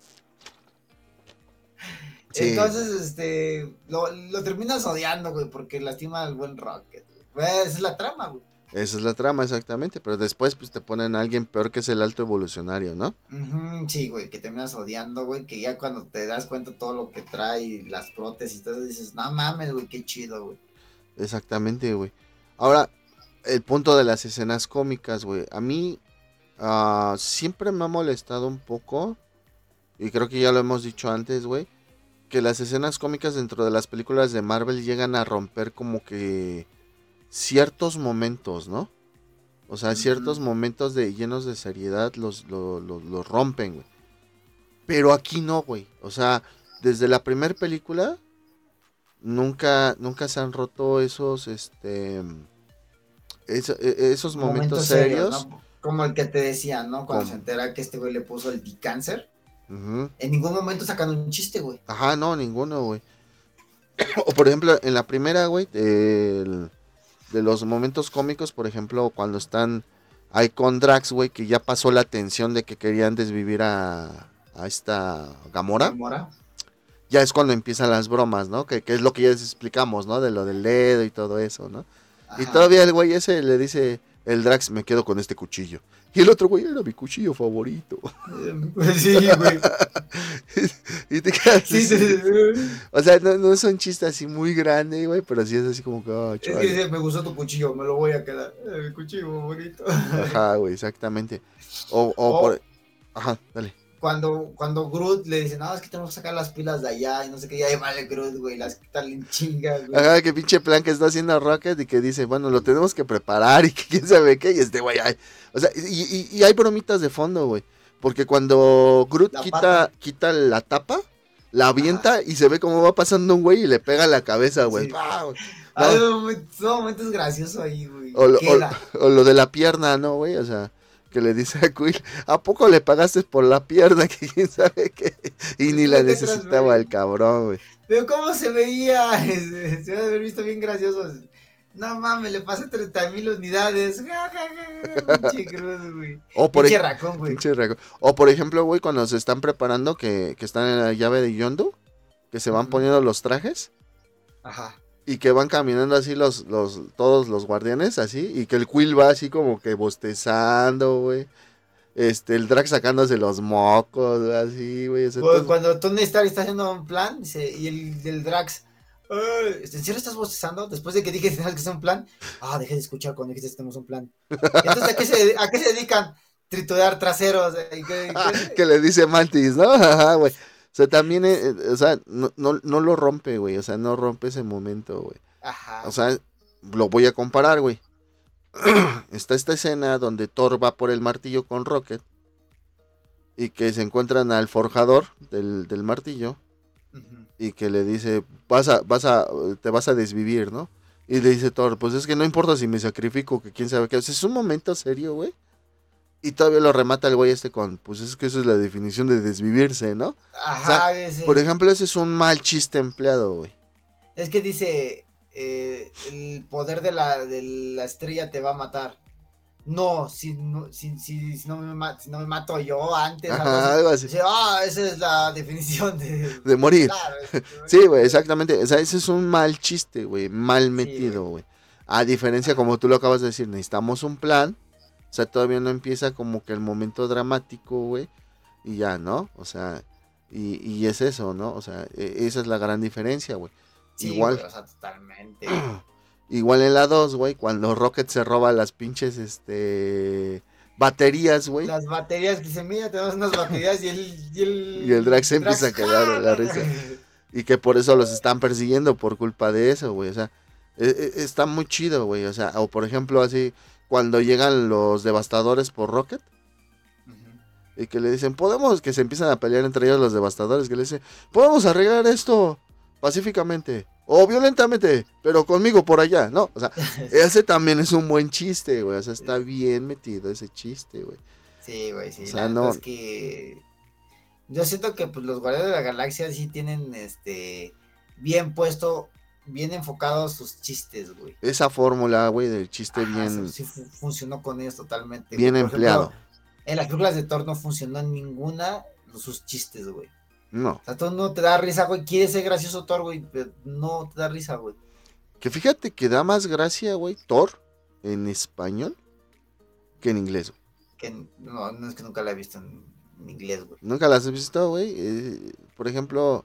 Speaker 1: Sí.
Speaker 2: Entonces, este, lo, lo terminas odiando, güey, porque lastima al buen Rocket, güey. Pues, esa es la trama, güey.
Speaker 1: Esa es la trama, exactamente. Pero después, pues te ponen a alguien peor que es el alto evolucionario, ¿no?
Speaker 2: Ujú, sí, güey, que terminas odiando, güey, que ya cuando te das cuenta todo lo que trae, las prótesis y todo, dices, no mames, güey, qué chido, güey.
Speaker 1: Exactamente, güey. Ahora, el punto de las escenas cómicas, güey. A mí ah, siempre me ha molestado un poco, y creo que ya lo hemos dicho antes, güey, que las escenas cómicas dentro de las películas de Marvel llegan a romper como que ciertos momentos, ¿no? O sea, ciertos
Speaker 2: Ujú.
Speaker 1: momentos de llenos de seriedad los, lo- lo- los rompen, güey. Pero aquí no, güey. O sea, desde la primera película nunca, nunca se han roto esos, este, eso- e- esos momentos
Speaker 2: Momentos
Speaker 1: serios.
Speaker 2: serios, ¿no? Como el que te decía, ¿no? Cuando
Speaker 1: Como-
Speaker 2: se entera que este güey le puso el cáncer.
Speaker 1: Ujú.
Speaker 2: En ningún momento sacan un chiste, güey.
Speaker 1: Ajá, no, ninguno, güey. O por ejemplo, en la primera, güey, el- de los momentos cómicos, por ejemplo, cuando están ahí con Drax, güey, que ya pasó la tensión de que querían desvivir a, a esta Gamora.
Speaker 2: Gamora.
Speaker 1: Ya es cuando empiezan las bromas, ¿no? Que, que es lo que ya les explicamos, ¿no? De lo del dedo y todo eso, ¿no? Ajá. Y todavía el güey ese le dice, el Drax, me quedo con este cuchillo. Y el otro güey, era mi cuchillo favorito.
Speaker 2: Sí, güey.
Speaker 1: Y te quedas sí, así. Sí, sí. O sea, no, no es un chiste así muy grande, güey, pero sí es así como que, oh,
Speaker 2: es que dice, me gustó tu cuchillo, me lo voy a quedar. Mi cuchillo favorito.
Speaker 1: Ajá, güey, exactamente. O, o, o por... Ajá, dale.
Speaker 2: Cuando, cuando Groot le dice, no, es que tenemos que sacar las pilas de allá y no sé qué, y ahí vale Groot, güey, las quitan en chingas, güey.
Speaker 1: Ajá, que pinche plan que está haciendo Rocket y que dice, bueno, lo tenemos que preparar y que quién sabe qué, y este güey, ay. O sea, y, y, y hay bromitas de fondo, güey, porque cuando Groot la quita, quita la tapa, la avienta Ajá. y se ve cómo va pasando un güey y le pega la cabeza, güey. Sí.
Speaker 2: ¡Wow! No. Hay momentos, momentos graciosos ahí, güey.
Speaker 1: O, o, o lo de la pierna, ¿no, güey? O sea... que le dice a Quill, ¿a poco le pagaste por la pierna? Que quién sabe qué. Y ni la necesitaba el cabrón, güey.
Speaker 2: Pero cómo se veía, se debe haber visto bien gracioso. No mames, le pasé treinta mil unidades. Pinche cruz, güey.
Speaker 1: O por
Speaker 2: pinche
Speaker 1: ej-
Speaker 2: racón, güey.
Speaker 1: Pinche racón. O por ejemplo, güey, cuando se están preparando, que, que están en la llave de Yondu, que se van uh-huh. poniendo los trajes.
Speaker 2: Ajá.
Speaker 1: Y que van caminando así los, los, todos los guardianes, así, y que el Quill va así como que bostezando, güey. Este, el Drax sacándose los mocos, así, güey. O sea,
Speaker 2: pues, cuando Tony Stark está haciendo un plan, dice, y el del Drax, ¿en serio estás bostezando? Después de que dije que tenías que hacer un plan, ah, dejé de escuchar cuando dijiste que tenemos un plan. Entonces, ¿a qué se, a qué se dedican? Triturar traseros. ¿Y qué, qué?
Speaker 1: Que le dice Mantis, ¿no? Ajá, güey. O sea, también, eh, o sea, no, no, no lo rompe, güey. O sea, no rompe ese momento, güey.
Speaker 2: Ajá.
Speaker 1: O sea, lo voy a comparar, güey. Está esta escena donde Thor va por el martillo con Rocket. Y que se encuentran al forjador del, del martillo. Uh-huh. Y que le dice, vas a, vas a, te vas a desvivir, ¿no? Y le dice Thor, pues es que no importa si me sacrifico, que quién sabe qué. O sea, es un momento serio, güey. Y todavía lo remata el güey este con, pues es que eso es la definición de desvivirse, ¿no?
Speaker 2: Ajá,
Speaker 1: o sea,
Speaker 2: ese.
Speaker 1: Por ejemplo, ese es un mal chiste empleado, güey.
Speaker 2: Es que dice, eh, el poder de la, de la estrella te va a matar. No, si no, si, si, si no, me, si no me mato yo antes.
Speaker 1: Ajá, algo así.
Speaker 2: Dice, ah, esa es la definición de...
Speaker 1: De morir. Claro, de morir. Sí, güey, exactamente. O sea, ese es un mal chiste, güey, mal metido, güey. Sí, a diferencia, como tú lo acabas de decir, necesitamos un plan. O sea, todavía no empieza como que el momento dramático, güey. Y ya, ¿no? O sea, y, y es eso, ¿no? O sea, e- esa es la gran diferencia, güey.
Speaker 2: Sí,
Speaker 1: igual.
Speaker 2: Güey, o sea, totalmente.
Speaker 1: Igual en la dos, güey, cuando Rocket se roba las pinches, este... baterías, güey.
Speaker 2: Las baterías, que dice, mira, tenemos unas baterías y el... Y el,
Speaker 1: y el Drax se empieza a quedar de la risa. Y que por eso los están persiguiendo, por culpa de eso, güey. O sea, e- e- está muy chido, güey. O sea, o por ejemplo, así... cuando llegan los devastadores por Rocket. Uh-huh. Y que le dicen, podemos, que se empiezan a pelear entre ellos los devastadores. Que le dicen, podemos arreglar esto pacíficamente. O violentamente, pero conmigo por allá, ¿no? O sea, ese también es un buen chiste, güey. O sea, está bien metido ese chiste, güey.
Speaker 2: Sí, güey, sí.
Speaker 1: O sea, no...
Speaker 2: es que... yo siento que pues, los Guardianes de la Galaxia sí tienen, este... bien puesto... bien enfocados sus chistes, güey.
Speaker 1: Esa fórmula, güey, del chiste Ajá, bien...
Speaker 2: Sí, fu- funcionó con ellos totalmente.
Speaker 1: Bien
Speaker 2: Por
Speaker 1: empleado.
Speaker 2: Ejemplo, en las películas de Thor no funcionó en ninguna sus chistes, güey.
Speaker 1: No.
Speaker 2: O sea, tú no te da risa, güey. Quieres ser gracioso Thor, güey, pero no te da risa, güey.
Speaker 1: Que fíjate que da más gracia, güey, Thor en español que en inglés, güey.
Speaker 2: Que no, no es que nunca la he visto en, en inglés, güey.
Speaker 1: ¿Nunca las has visto, güey? Eh, por ejemplo...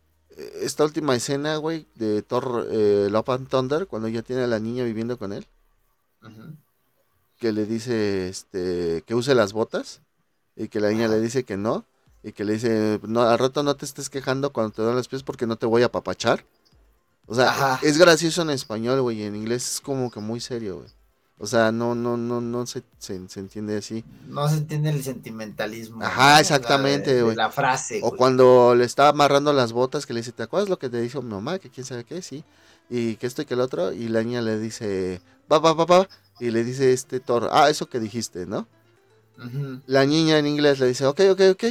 Speaker 1: esta última escena, güey, de Thor eh, Love and Thunder, cuando ya tiene a la niña viviendo con él, uh-huh. que le dice este que use las botas, y que la niña uh-huh. le dice que no, y que le dice, no, al rato no te estés quejando cuando te dan los pies porque no te voy a apapachar. O sea, uh-huh. es gracioso en español, güey, y en inglés es como que muy serio, güey. O sea, no, no, no, no se, se, se entiende así.
Speaker 2: No se entiende el sentimentalismo.
Speaker 1: Ajá,
Speaker 2: ¿no?
Speaker 1: exactamente, güey.
Speaker 2: O sea, la frase.
Speaker 1: O
Speaker 2: güey.
Speaker 1: Cuando le está amarrando las botas, que le dice, ¿te acuerdas lo que te dijo mi mamá? Que quién sabe qué, sí. Y que esto y que el otro. Y la niña le dice, va, va, va, va. Y le dice este Thor, ah, eso que dijiste, ¿no? Uh-huh. La niña en inglés le dice, ok, ok, ok.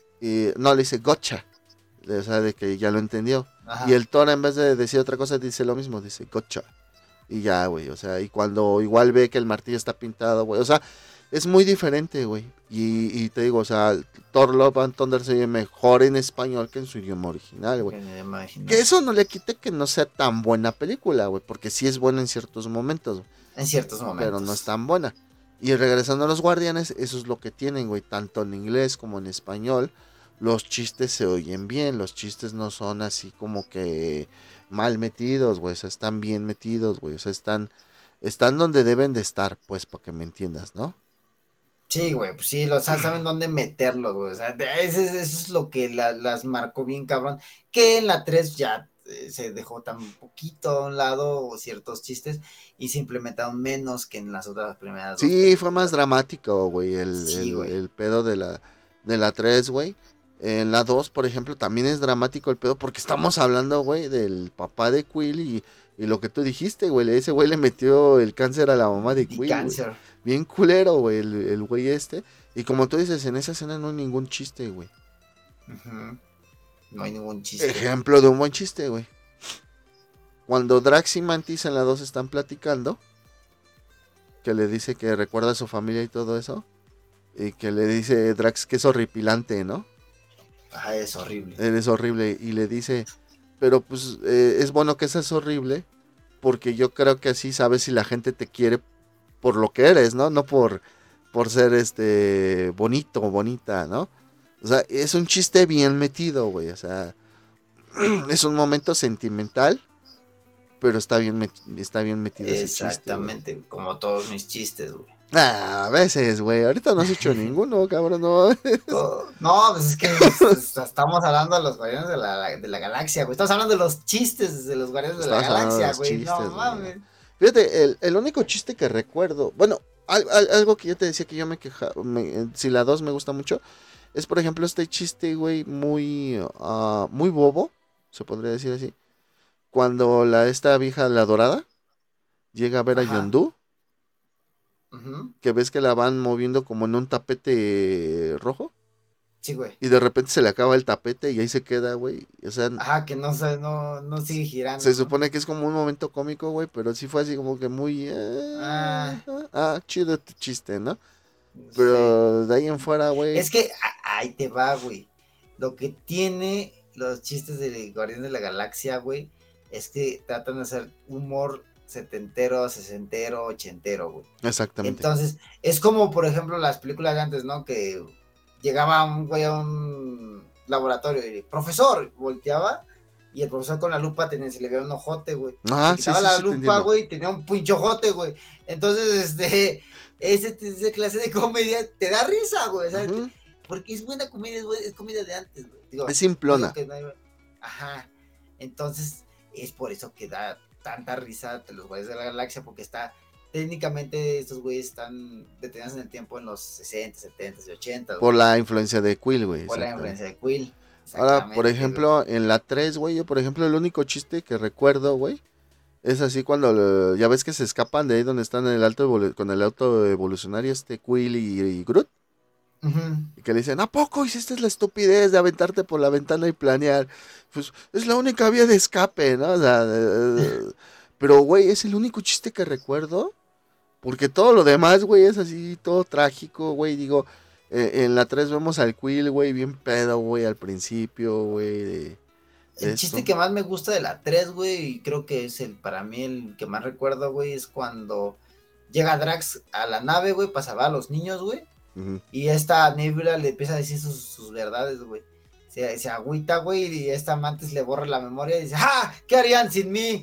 Speaker 1: Y no, le dice, gotcha. O sea, de que ya lo entendió. Ajá. Y el Thor, en vez de decir otra cosa, dice lo mismo, dice, gotcha. Y ya, güey, o sea, y cuando igual ve que el martillo está pintado, güey, o sea, es muy diferente, güey. Y, y te digo, o sea, Thor Love and Thunder se oye mejor en español que en su idioma original, güey.
Speaker 2: Que me imagino.
Speaker 1: Que eso no le quite que no sea tan buena película, güey, porque sí es buena en ciertos momentos, güey,
Speaker 2: En ciertos momentos.
Speaker 1: pero no es tan buena. Y regresando a los Guardianes, eso es lo que tienen, güey, tanto en inglés como en español. Los chistes se oyen bien, los chistes no son así como que mal metidos, güey, o sea, están bien metidos, güey, o sea, están, están donde deben de estar, pues, para que me entiendas, ¿no?
Speaker 2: Sí, güey, pues sí, o sea, saben dónde meterlo, güey. O sea, eso, es- eso es lo que la- las marcó bien, cabrón. Que en la tres ya eh, se dejó tan poquito a un lado ciertos chistes y se implementaron menos que en las otras primeras dos
Speaker 1: Sí, fue más
Speaker 2: películas.
Speaker 1: dramático, güey, el,
Speaker 2: Sí,
Speaker 1: el,
Speaker 2: güey.
Speaker 1: el pedo de la, de la tres, güey. En la dos, por ejemplo, también es dramático el pedo porque estamos hablando, güey, del papá de Quill y, y lo que tú dijiste, güey. Ese güey le metió el cáncer a la mamá de
Speaker 2: The
Speaker 1: Quill, güey.
Speaker 2: Cancer.
Speaker 1: Bien culero, güey, el, el güey este. Y como tú dices, en esa escena no hay ningún chiste, güey.
Speaker 2: Ujú. No hay ningún chiste.
Speaker 1: Ejemplo de un buen chiste, güey. Cuando Drax y Mantis en la dos están platicando, que le dice que recuerda a su familia y todo eso. Y que le dice Drax que es horripilante, ¿no?
Speaker 2: Ah, es horrible.
Speaker 1: Eres horrible. Y le dice, pero pues eh, es bueno que seas horrible. Porque yo creo que así sabes si la gente te quiere por lo que eres, ¿no? No por, por ser este bonito o bonita, ¿no? O sea, es un chiste bien metido, güey. O sea, es un momento sentimental. Pero está bien, met- está bien metido ese chiste, güey.
Speaker 2: Exactamente, como todos mis chistes, güey.
Speaker 1: Ah, a veces, güey. Ahorita no has hecho ninguno, cabrón. No.
Speaker 2: Todo- No, pues es que es- es- estamos hablando de los Guardianes de la, de la Galaxia, güey. Estamos hablando de los chistes de los Guardianes de la
Speaker 1: Estabas hablando de
Speaker 2: Galaxia,
Speaker 1: los
Speaker 2: güey. No
Speaker 1: chistes, güey.
Speaker 2: mames.
Speaker 1: Fíjate, el, el único chiste que recuerdo, bueno, al- al- algo que yo te decía que yo me quejaba, si la dos me gusta mucho, es por ejemplo este chiste, güey, muy, ah, muy bobo, se podría decir así, cuando la, esta vieja, la dorada, llega a ver a
Speaker 2: Ajá.
Speaker 1: Yondu,
Speaker 2: Ujú.
Speaker 1: que ves que la van moviendo como en un tapete rojo,
Speaker 2: Sí, güey.
Speaker 1: y de repente se le acaba el tapete y ahí se queda, güey, o sea,
Speaker 2: Ajá, que no se, no, no sigue girando,
Speaker 1: se
Speaker 2: ¿no?
Speaker 1: supone que es como un momento cómico, güey, pero sí fue así como que muy, eh,
Speaker 2: Ah,
Speaker 1: ah, chido tu chiste, ¿no?
Speaker 2: sí.
Speaker 1: Pero de ahí en fuera, güey.
Speaker 2: Es que a- ahí te va, güey. Lo que tiene los chistes de Guardianes de la Galaxia, güey, es que tratan de hacer humor setentero, sesentero, ochentero, güey.
Speaker 1: Exactamente.
Speaker 2: Entonces, es como, por ejemplo, las películas de antes, ¿no? Que llegaba un güey a un laboratorio y, profesor, volteaba y el profesor con la lupa tenía, se le veía un ojote, güey.
Speaker 1: Ah,
Speaker 2: Se
Speaker 1: sí,
Speaker 2: quitaba
Speaker 1: sí,
Speaker 2: la
Speaker 1: sí, te
Speaker 2: lupa,
Speaker 1: entiendo.
Speaker 2: güey, y tenía un pinchojote, güey. Entonces, este, ese, esa clase de comedia te da risa, güey, ¿sabes?
Speaker 1: Ujú.
Speaker 2: Porque es buena comedia, es, buena, es comedia de antes, güey. Digo,
Speaker 1: Es
Speaker 2: no digo
Speaker 1: simplona.
Speaker 2: que no hay... Ajá. Entonces, es por eso que da tanta risa de los güeyes de la galaxia, porque está técnicamente estos güeyes están detenidos en el tiempo en los sesenta, setenta y ochenta,
Speaker 1: Por
Speaker 2: güey.
Speaker 1: la influencia de Quill, güey.
Speaker 2: Por la
Speaker 1: Exactamente.
Speaker 2: influencia de Quill.
Speaker 1: Ahora, por
Speaker 2: Exactamente, güey.
Speaker 1: ejemplo, en la tres, güey, yo, por ejemplo, el único chiste que recuerdo, güey, es así cuando lo- ya ves que se escapan de ahí donde están en el alto evolu- con el auto evolucionario este Quill y, y Groot.
Speaker 2: Ujú.
Speaker 1: Y que le dicen, ¿a poco hiciste la estupidez de aventarte por la ventana y planear? Pues es la única vía de escape, ¿no? O sea, eh, pero, güey, es el único chiste que recuerdo. Porque todo lo demás, güey, es así, todo trágico, güey. Digo, eh, en la tres vemos al Quill, güey, bien pedo, güey, al principio, güey, de, de
Speaker 2: El chiste
Speaker 1: esto.
Speaker 2: que más me gusta de la tres, güey, y creo que es el, para mí, el que más recuerdo, güey, es cuando llega Drax a la nave, güey, para salvar a los niños, güey.
Speaker 1: Ujú.
Speaker 2: Y esta Nebula le empieza a decir sus, sus verdades, güey. Se, se agüita, güey, y esta Mantis le borra la memoria y dice, ¡ah! ¿Qué harían sin mí?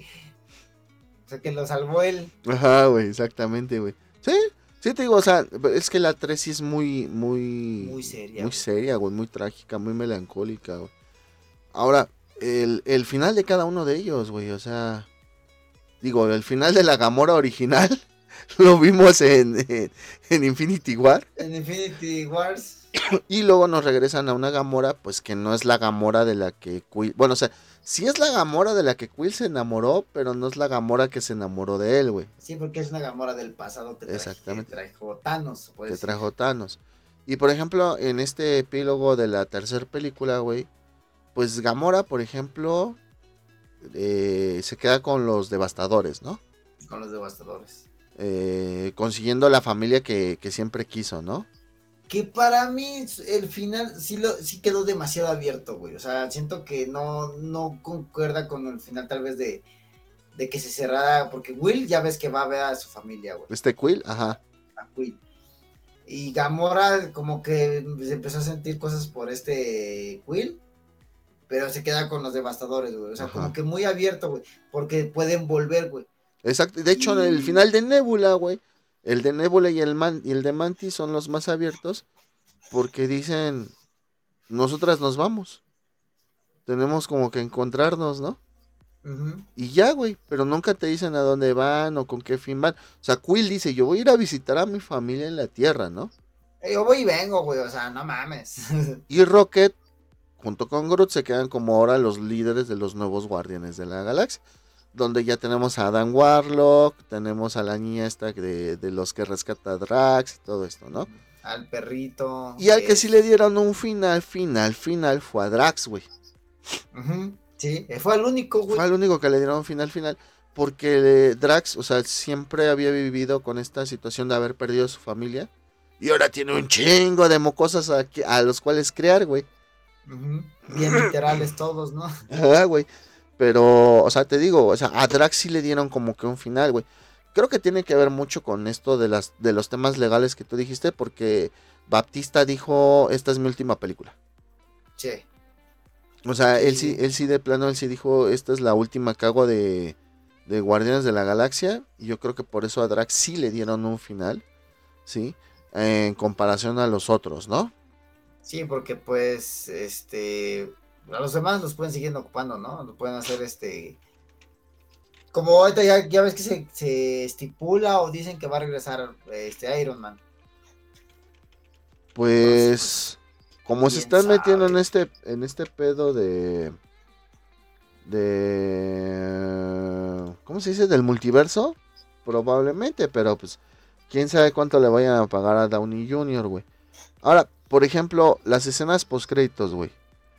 Speaker 2: O sea, que lo salvó él.
Speaker 1: Ajá, güey, exactamente, güey. Sí, sí te digo, o sea, es que la tres sí es muy, muy,
Speaker 2: Muy seria,
Speaker 1: muy
Speaker 2: güey.
Speaker 1: seria, güey, muy trágica, muy melancólica, güey. Ahora, el, el final de cada uno de ellos, güey, o sea, digo, el final de la Gamora original lo vimos en, en, en Infinity War.
Speaker 2: En Infinity Wars.
Speaker 1: Y luego nos regresan a una Gamora, pues que no es la Gamora de la que Quill... Bueno, o sea, sí es la Gamora de la que Quill se enamoró, pero no es la Gamora que se enamoró de él, güey.
Speaker 2: Sí, porque es una Gamora del pasado que, traje, que
Speaker 1: Exactamente.
Speaker 2: trajo Thanos, pues.
Speaker 1: Que trajo Thanos. Y por ejemplo, en este epílogo de la tercera película, güey, pues Gamora, por ejemplo, eh, se queda con los devastadores, ¿no?
Speaker 2: Con los devastadores.
Speaker 1: Eh, consiguiendo la familia que, que siempre quiso, ¿no?
Speaker 2: Que para mí el final sí, lo, sí quedó demasiado abierto, güey. O sea, siento que no, no concuerda con el final tal vez de, de que se cerrara, porque Will ya ves que va a ver a su familia, güey.
Speaker 1: Este Quill, ajá.
Speaker 2: A Will. Y Gamora como que se empezó a sentir cosas por este Will, pero se queda con los devastadores, güey. O sea,
Speaker 1: Ajá.
Speaker 2: como que muy abierto, güey, porque pueden volver, güey.
Speaker 1: Exacto. De hecho, en el
Speaker 2: Y...
Speaker 1: final de Nebula, güey, el de Nebula y el, Man y el de Mantis son los más abiertos porque dicen, nosotras nos vamos. Tenemos como que encontrarnos, ¿no?
Speaker 2: Uh-huh.
Speaker 1: Y ya, güey, pero nunca te dicen a dónde van o con qué fin van. O sea, Quill dice, yo voy a ir a visitar a mi familia en la Tierra, ¿no?
Speaker 2: Yo voy y vengo, güey, o sea, no mames.
Speaker 1: Y Rocket, junto con Groot, se quedan como ahora los líderes de los nuevos Guardianes de la Galaxia. Donde ya tenemos a Adam Warlock, tenemos a la niña esta de, de los que rescata a Drax y todo esto, ¿no?
Speaker 2: Al perrito.
Speaker 1: Y al que
Speaker 2: es...
Speaker 1: sí le dieron un final, final, final fue a Drax, güey.
Speaker 2: Uh-huh. Sí, fue el único, güey.
Speaker 1: Fue el único que le dieron un final, final. Porque Drax, o sea, siempre había vivido con esta situación de haber perdido a su familia. Y ahora tiene un chingo de mocosas a, a los cuales crear, güey.
Speaker 2: Uh-huh. Bien literales todos, ¿no?
Speaker 1: Ah, güey. Pero, o sea, te digo, o sea, a Drax sí le dieron como que un final, güey. Creo que tiene que ver mucho con esto de las de los temas legales que tú dijiste, porque Baptista dijo, esta es mi última película.
Speaker 2: Sí.
Speaker 1: O sea,
Speaker 2: Sí,
Speaker 1: él
Speaker 2: sí.
Speaker 1: sí, él sí de plano, él sí dijo, esta es la última que hago de, de Guardianes de la Galaxia. Y yo creo que por eso a Drax sí le dieron un final, ¿sí? En comparación a los otros, ¿no?
Speaker 2: Sí, porque pues, este, a los demás los pueden seguir ocupando, ¿no? Lo pueden hacer, este, como ahorita ya, ya ves que se, se estipula o dicen que va a regresar, este, Iron Man. Entonces, pues,
Speaker 1: Pues, como se
Speaker 2: quién
Speaker 1: están metiendo en
Speaker 2: sabe.
Speaker 1: este, en este pedo de... de... ¿Cómo se dice? Del multiverso. Probablemente, pero pues, quién sabe cuánto le vayan a pagar a Downey junior, güey. Ahora, por ejemplo, las escenas postcréditos, güey.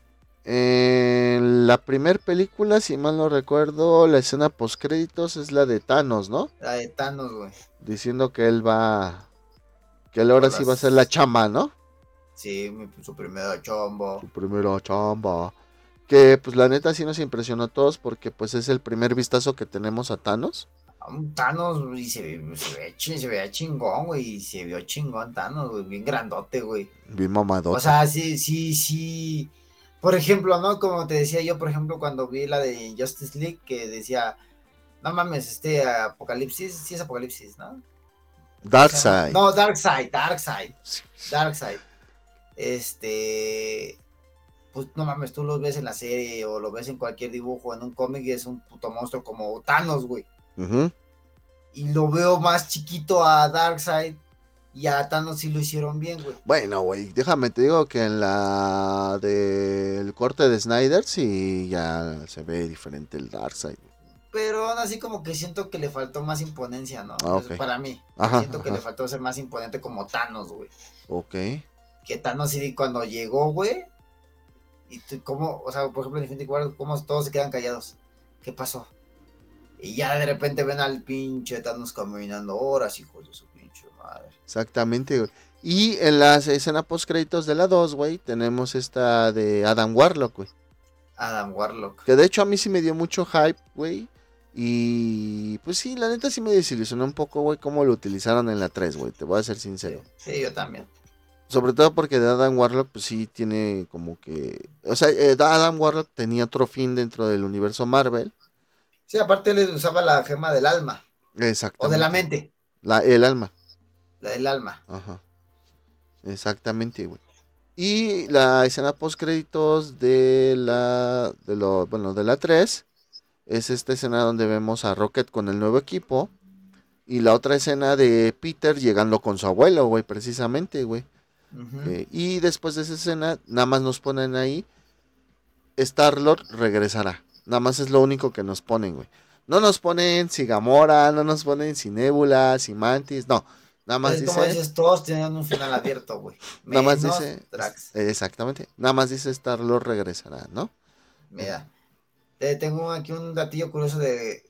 Speaker 1: En la primera película, si mal no recuerdo, la escena postcréditos es la de Thanos, ¿no?
Speaker 2: La de Thanos, güey.
Speaker 1: Diciendo que él va... que él ahora
Speaker 2: Por
Speaker 1: sí va a ser la
Speaker 2: las...
Speaker 1: chamba, ¿no?
Speaker 2: Sí, mi, su primera chombo.
Speaker 1: Su primera chamba. Que pues la neta sí nos impresionó a todos porque pues es el primer vistazo que tenemos a Thanos.
Speaker 2: Un Thanos, y se, se, ve, se veía chingón, güey, y se vio chingón Thanos, güey, bien grandote, güey.
Speaker 1: Bien
Speaker 2: O
Speaker 1: mamadote.
Speaker 2: sea, sí, sí, sí. Por ejemplo, ¿no? Como te decía yo, por ejemplo, cuando vi la de Justice League, que decía, no mames, este Apocalipsis, sí es Apocalipsis, ¿no? ¿Cómo se llama?
Speaker 1: Darkseid.
Speaker 2: No, Darkseid, Darkseid, Darkseid. Este, pues no mames, tú lo ves en la serie o lo ves en cualquier dibujo, en un cómic y es un puto monstruo como Thanos, güey.
Speaker 1: Uh-huh.
Speaker 2: Y lo veo más chiquito a Darkseid y a Thanos sí lo hicieron bien, güey.
Speaker 1: Bueno, güey, déjame te digo que en la del corte de Snyder sí ya se ve diferente el Darkseid.
Speaker 2: Pero aún así como que siento que le faltó más imponencia, ¿no?
Speaker 1: Ah,
Speaker 2: Eso
Speaker 1: ok.
Speaker 2: para mí.
Speaker 1: Ajá,
Speaker 2: Siento que
Speaker 1: ajá.
Speaker 2: le faltó ser más imponente como Thanos, güey.
Speaker 1: Ok.
Speaker 2: Que Thanos sí cuando llegó, güey. Y tú, cómo, o sea, por ejemplo en Infinity War, cómo todos se quedan callados. ¿Qué pasó? Y ya de repente ven al pinche Thanos caminando horas, hijos de su pinche madre.
Speaker 1: Exactamente, güey. Y en la escena post créditos de la dos, güey, tenemos esta de Adam Warlock, güey.
Speaker 2: Adam Warlock.
Speaker 1: Que de hecho a mí sí me dio mucho hype, güey. Y pues sí, la neta sí me desilusionó un poco, güey, cómo lo utilizaron en la tres, güey. Te voy a ser sincero.
Speaker 2: Sí, sí, yo también.
Speaker 1: Sobre todo porque de Adam Warlock, pues sí tiene como que... O sea, eh, Adam Warlock tenía otro fin dentro del universo Marvel.
Speaker 2: Sí, aparte él usaba la gema del alma. O de la
Speaker 1: Exactamente.
Speaker 2: mente.
Speaker 1: La, el alma.
Speaker 2: La del alma.
Speaker 1: Ajá. Exactamente, güey. Y la escena post créditos de la... De lo, bueno, de la tres es esta escena donde vemos a Rocket con el nuevo equipo. Y la otra escena de Peter llegando con su abuelo, güey, precisamente, güey.
Speaker 2: Uh-huh.
Speaker 1: Eh, y después de esa escena, nada más nos ponen ahí, Star-Lord regresará. Nada más es lo único que nos ponen, güey. No nos ponen si Gamora, no nos ponen si Nebula, si Mantis, no. Nada más
Speaker 2: Entonces, como
Speaker 1: dice,
Speaker 2: dices, todos tienen un final abierto, güey.
Speaker 1: nada más
Speaker 2: Menos
Speaker 1: dice,
Speaker 2: Drax.
Speaker 1: exactamente, nada más dice Star-Lord regresará, ¿no?
Speaker 2: Mira, te tengo aquí un datillo curioso de,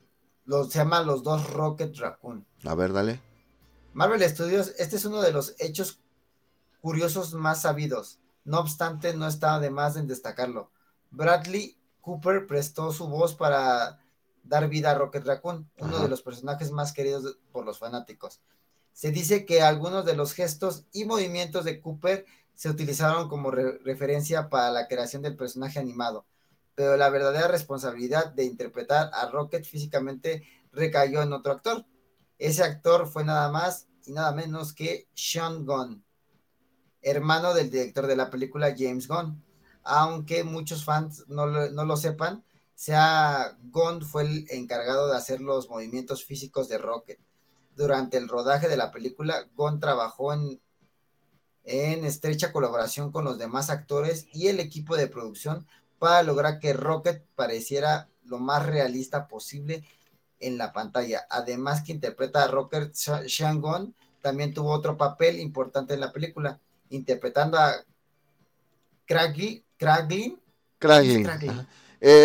Speaker 2: Los, se llama Los Dos Rocket Raccoon.
Speaker 1: A ver, dale.
Speaker 2: Marvel Studios, este es uno de los hechos curiosos más sabidos. No obstante, no está de más en destacarlo. Bradley Cooper prestó su voz para dar vida a Rocket Raccoon, uno
Speaker 1: Ajá.
Speaker 2: de los personajes más queridos por los fanáticos. Se dice que algunos de los gestos y movimientos de Cooper se utilizaron como re- referencia para la creación del personaje animado, pero la verdadera responsabilidad de interpretar a Rocket físicamente recayó en otro actor. Ese actor fue nada más y nada menos que Sean Gunn, hermano del director de la película James Gunn. Aunque muchos fans no lo, no lo sepan, sea Gunn fue el encargado de hacer los movimientos físicos de Rocket. Durante el rodaje de la película, Gunn trabajó en, en estrecha colaboración con los demás actores y el equipo de producción para lograr que Rocket pareciera lo más realista posible en la pantalla. Además que interpreta a Rocket, Sean Gunn también tuvo otro papel importante en la película, interpretando a Kraglin. Kraglin. ¿Quién es
Speaker 1: Kraglin. Ajá.
Speaker 2: Kraglin?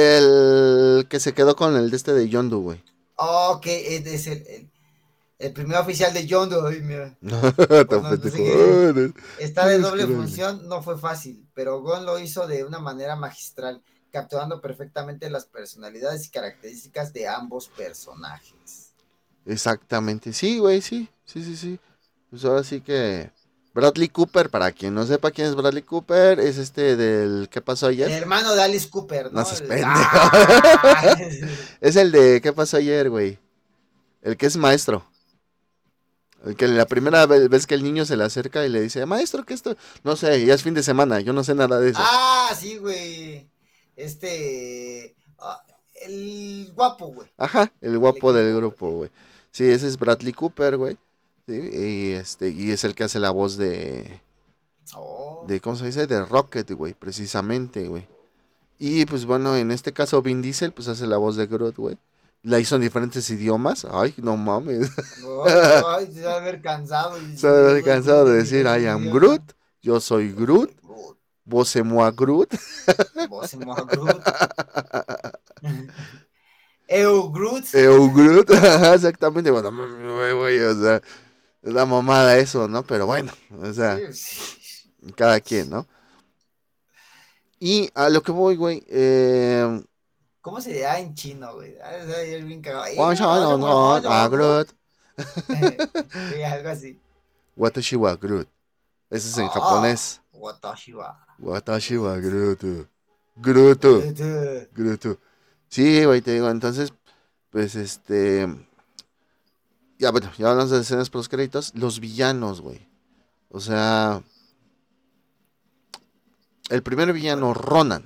Speaker 1: El que se quedó con el de este de Yondu, güey.
Speaker 2: Oh, que es, es el, el, el primer oficial de John Doe. Mira.
Speaker 1: Tan
Speaker 2: Bueno, entonces
Speaker 1: pendejo.
Speaker 2: que
Speaker 1: Ay,
Speaker 2: está de
Speaker 1: ¿quién es
Speaker 2: doble
Speaker 1: Kraglin?
Speaker 2: función, no fue fácil, pero Gon lo hizo de una manera magistral, capturando perfectamente las personalidades y características de ambos personajes.
Speaker 1: Exactamente. Sí, güey, sí. Sí, sí, sí. Pues ahora sí que. Bradley Cooper, para quien no sepa quién es Bradley Cooper, es este del ¿Qué pasó
Speaker 2: El
Speaker 1: ayer?
Speaker 2: hermano de Alice Cooper,
Speaker 1: No
Speaker 2: ¿no?
Speaker 1: seas
Speaker 2: El,
Speaker 1: pendejo.
Speaker 2: ¡ah!
Speaker 1: Es el de ¿Qué pasó ayer, güey? El que es maestro. El que la primera vez, vez que el niño se le acerca y le dice, maestro, ¿qué esto? No sé, ya es fin de semana, yo no sé nada de eso.
Speaker 2: Ah, sí, güey. Este. ah, el guapo, güey.
Speaker 1: Ajá, el
Speaker 2: El
Speaker 1: guapo del
Speaker 2: equipo,
Speaker 1: grupo,
Speaker 2: sí.
Speaker 1: güey. Sí, ese es Bradley Cooper, güey. Sí, y este, y es el que hace la voz de,
Speaker 2: Oh.
Speaker 1: de, ¿cómo se dice? De Rocket, güey, precisamente, güey. Y pues bueno, en este caso Vin Diesel, pues hace la voz de Groot, güey. La hizo en diferentes idiomas. Ay, no mames.
Speaker 2: Ay, ay, se va a ver cansado
Speaker 1: Estoy
Speaker 2: diciendo
Speaker 1: cansado
Speaker 2: Groot
Speaker 1: de
Speaker 2: en
Speaker 1: decir, I
Speaker 2: diferentes
Speaker 1: am Groot.
Speaker 2: idiomas.
Speaker 1: Yo soy
Speaker 2: Yo
Speaker 1: Groot.
Speaker 2: soy Groot.
Speaker 1: Vos moi Groot.
Speaker 2: Vos en Groot. Eu Groot.
Speaker 1: Eu Groot. Exactamente. Bueno, güey, güey, o sea, es la mamada eso, ¿no? Pero bueno, o sea,
Speaker 2: Sí, sí.
Speaker 1: cada quien, ¿no? Y a lo que voy, güey, eh...
Speaker 2: ¿Cómo se llama en chino, güey? Ah, o sea, yo bien cagado.
Speaker 1: Juan
Speaker 2: Ay,
Speaker 1: Shan
Speaker 2: no, se
Speaker 1: no,
Speaker 2: muere,
Speaker 1: no,
Speaker 2: se
Speaker 1: a
Speaker 2: muere Groot.
Speaker 1: Groot.
Speaker 2: Sí, algo así.
Speaker 1: Watashi wa Groot. Ese es en
Speaker 2: Ah,
Speaker 1: japonés.
Speaker 2: Watashi wa
Speaker 1: Watashi wa
Speaker 2: Groot.
Speaker 1: Groot. Groot.
Speaker 2: Groot.
Speaker 1: Groot. Sí, güey, te digo, entonces, pues este... Ya, bueno, ya hablamos de escenas post créditos. Los villanos, güey. O sea, el primer villano, Ronan.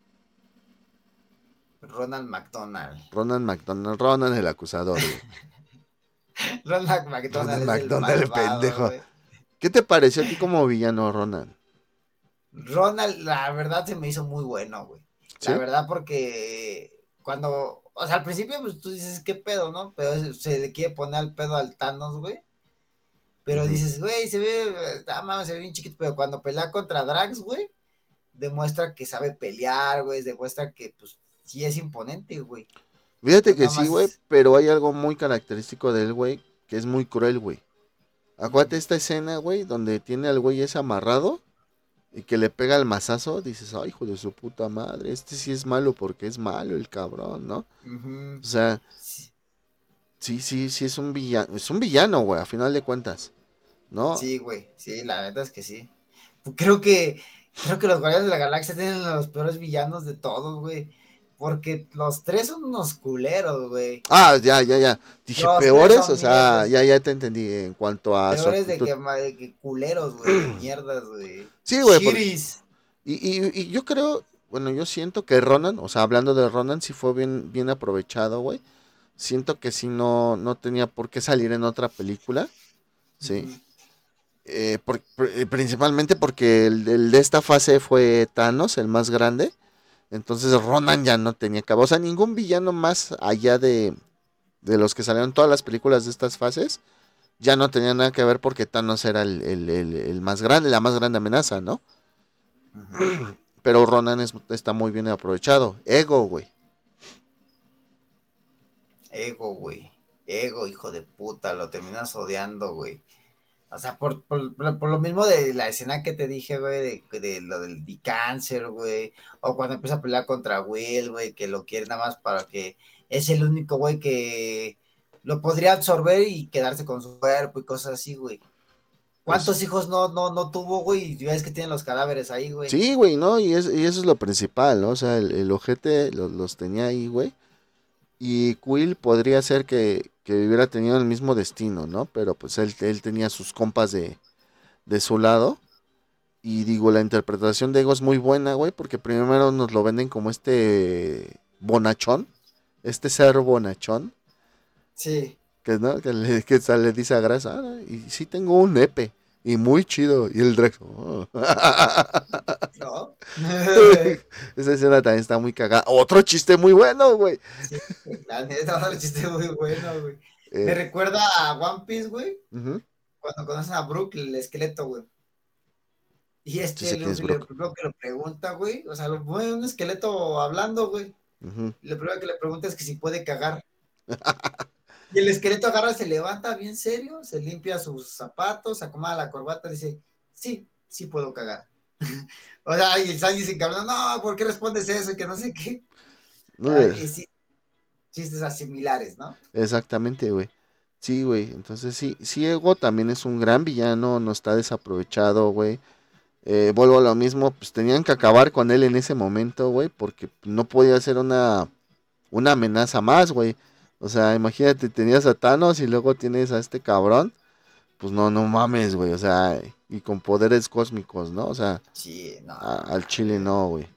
Speaker 2: Ronald McDonald.
Speaker 1: Ronan McDonald. Ronan el acusador, güey.
Speaker 2: Ronald
Speaker 1: Ronan
Speaker 2: McDonald es el
Speaker 1: McDonald, el
Speaker 2: malvado,
Speaker 1: pendejo.
Speaker 2: güey.
Speaker 1: ¿Qué te pareció a ti como villano, Ronan?
Speaker 2: Ronald, la verdad se me hizo muy bueno, güey. La
Speaker 1: ¿Sí?
Speaker 2: verdad, porque cuando, o sea, al principio, pues tú dices, ¿qué pedo, no? Pero se le quiere poner al pedo al Thanos, güey. Pero
Speaker 1: Ujú.
Speaker 2: dices, güey, se ve, ah, mames, se ve bien chiquito, pero cuando pelea contra Drax, güey, demuestra que sabe pelear, güey, demuestra que, pues, sí es imponente, güey.
Speaker 1: Fíjate
Speaker 2: No
Speaker 1: que
Speaker 2: nada
Speaker 1: sí, güey,
Speaker 2: más,
Speaker 1: pero hay algo muy característico de él, güey, que es muy cruel, güey. Acuérdate
Speaker 2: uh,
Speaker 1: esta escena, güey, donde tiene al güey ese amarrado y que le pega el mazazo. Dices, ay, hijo de su puta madre, este sí es malo porque es malo el cabrón, ¿no?
Speaker 2: uh,
Speaker 1: O sea,
Speaker 2: sí,
Speaker 1: sí, sí, sí es un villano, es un villano, güey, a final de cuentas, ¿no?
Speaker 2: sí, güey, sí, la verdad es que sí. Creo que, creo que los Guardianes de la Galaxia tienen los peores villanos de todos, güey. Porque los tres son unos culeros, güey.
Speaker 1: Ah, ya, ya, ya. Dije,
Speaker 2: Los tres
Speaker 1: peores, o
Speaker 2: son
Speaker 1: sea,
Speaker 2: mierdas.
Speaker 1: ya, ya te entendí en cuanto a su
Speaker 2: Peores de
Speaker 1: actitud.
Speaker 2: que, de que culeros, güey. De mierdas, güey.
Speaker 1: Sí, güey, porque...
Speaker 2: Shiris.
Speaker 1: Y, y, y yo creo, bueno, yo siento que Ronan, o sea, hablando de Ronan, sí fue bien, bien aprovechado, güey. Siento que sí no, no tenía por qué salir en otra película, ¿sí?
Speaker 2: Uh-huh.
Speaker 1: Eh, por- por- eh, principalmente porque el, el de esta fase fue Thanos, el más grande. Entonces Ronan ya no tenía cabo. O sea, ningún villano más allá de, de los que salieron en todas las películas de estas fases, ya no tenía nada que ver porque Thanos era el, el, el, el más grande, la más grande amenaza, ¿no?
Speaker 2: Uh-huh.
Speaker 1: Pero Ronan es- está muy bien aprovechado. Ego, güey.
Speaker 2: Ego, güey. Ego, hijo de puta, lo terminas odiando, güey. O sea, por, por, por lo mismo de la escena que te dije, güey, de, de lo del cáncer, güey. O cuando empieza a pelear contra Will, güey, que lo quiere nada más para que es el único, güey, que lo podría absorber y quedarse con su cuerpo y cosas así, güey.
Speaker 1: Pues
Speaker 2: ¿Cuántos hijos no, no, no tuvo, güey? Y ves que tienen los cadáveres ahí, güey.
Speaker 1: sí, güey, ¿no? Y, es, y eso es lo principal, ¿no? O sea, el, el ojete los, los tenía ahí, güey. Y Quill podría ser que, que hubiera tenido el mismo destino, ¿no? Pero pues él, él tenía sus compas de, de su lado. Y digo, la interpretación de Ego es muy buena, güey, porque primero nos lo venden como este bonachón, este ser bonachón,
Speaker 2: Sí.
Speaker 1: que, ¿no? que, le, que le dice a Gras, ah, y sí tengo un nepe, y muy chido, y el Drex, oh.
Speaker 2: ¿No?
Speaker 1: Esa escena también está muy cagada. Otro chiste muy bueno, güey.
Speaker 2: Sí, la neta, el chiste muy bueno, güey. Me
Speaker 1: Eh,
Speaker 2: recuerda a One Piece, güey,
Speaker 1: uh-huh.
Speaker 2: cuando conocen a Brook, el esqueleto, güey. Y
Speaker 1: Sí
Speaker 2: este,
Speaker 1: sé quién
Speaker 2: lo,
Speaker 1: es
Speaker 2: le,
Speaker 1: Brook.
Speaker 2: primero que lo pregunta, güey, o sea, lo pone un esqueleto hablando, güey.
Speaker 1: Uh-huh.
Speaker 2: Y lo primero que le pregunta es que si puede cagar. Y el esqueleto agarra, se levanta bien serio, se limpia sus zapatos, se acomoda la corbata, dice, sí, sí puedo cagar. O sea, y el Sanji se cabrón, no, ¿por qué respondes eso? Y que no sé qué.
Speaker 1: No,
Speaker 2: Ay,
Speaker 1: eh,
Speaker 2: y sí, chistes así similares, ¿no?
Speaker 1: exactamente, güey. Sí, güey. Entonces sí, sí, Ego también es un gran villano, no está desaprovechado, güey. Eh, vuelvo a lo mismo, pues tenían que acabar con él en ese momento, güey, porque no podía ser una, una amenaza más, güey. O sea, imagínate, tenías a Thanos y luego tienes a este cabrón. Pues no, no mames, güey. O sea, y con poderes cósmicos, ¿no? O sea,
Speaker 2: Sí, no,
Speaker 1: a- al chile
Speaker 2: mames.
Speaker 1: no, güey.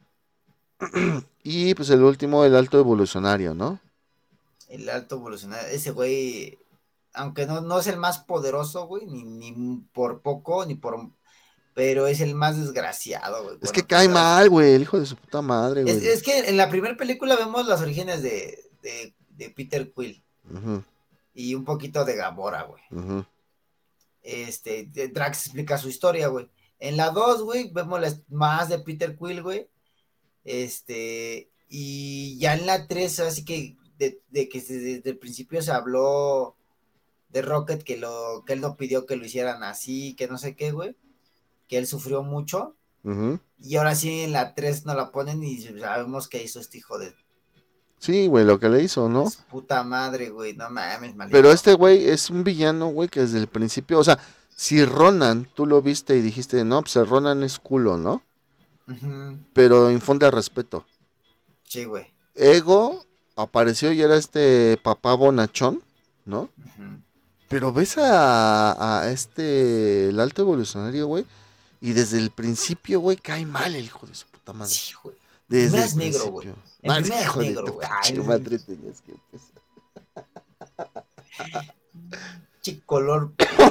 Speaker 1: Y pues el último, el alto evolucionario, ¿no?
Speaker 2: El alto evolucionario, ese güey, aunque no, no es el más poderoso, güey, ni, ni por poco, ni por, pero es el más desgraciado, güey,
Speaker 1: Es que
Speaker 2: cuando te
Speaker 1: cae
Speaker 2: enteras.
Speaker 1: mal, güey, el hijo de su puta madre,
Speaker 2: Es,
Speaker 1: güey.
Speaker 2: es que en la primera película vemos los orígenes de, de, de Peter Quill
Speaker 1: Ujú,
Speaker 2: y un poquito de Gamora, güey.
Speaker 1: ujú,
Speaker 2: Este, de- Drax explica su historia, güey. En la dos, güey, vemos las- más de Peter Quill, güey. Este, y ya en la tres, así que de, de que desde, desde el principio se habló de Rocket que lo que él no pidió que lo hicieran así, que no sé qué, güey, que él sufrió mucho.
Speaker 1: ujú.
Speaker 2: Y ahora sí en la tres nos la ponen y sabemos que hizo este hijo de,
Speaker 1: Sí, güey, lo que le hizo,
Speaker 2: de
Speaker 1: ¿no?
Speaker 2: su puta madre, güey. No mames,
Speaker 1: Pero
Speaker 2: malito.
Speaker 1: este güey es un villano, güey, que desde el principio, o sea, si Ronan, tú lo viste y dijiste, no, pues el Ronan es culo, ¿no?
Speaker 2: Ujú.
Speaker 1: Pero infunde respeto.
Speaker 2: Sí, güey.
Speaker 1: Ego apareció y era este papá bonachón, ¿no?
Speaker 2: Ujú.
Speaker 1: Pero ves a, a este, el alto evolucionario, güey, y desde el principio, güey, cae mal el hijo de su puta madre.
Speaker 2: Sí, güey. En
Speaker 1: Desde
Speaker 2: primera
Speaker 1: el
Speaker 2: es negro, güey.
Speaker 1: principio.
Speaker 2: En
Speaker 1: Madre,
Speaker 2: primera es
Speaker 1: hijo de tu
Speaker 2: negro, güey.
Speaker 1: pinche
Speaker 2: Ay,
Speaker 1: madre tenías que empezar.
Speaker 2: che color,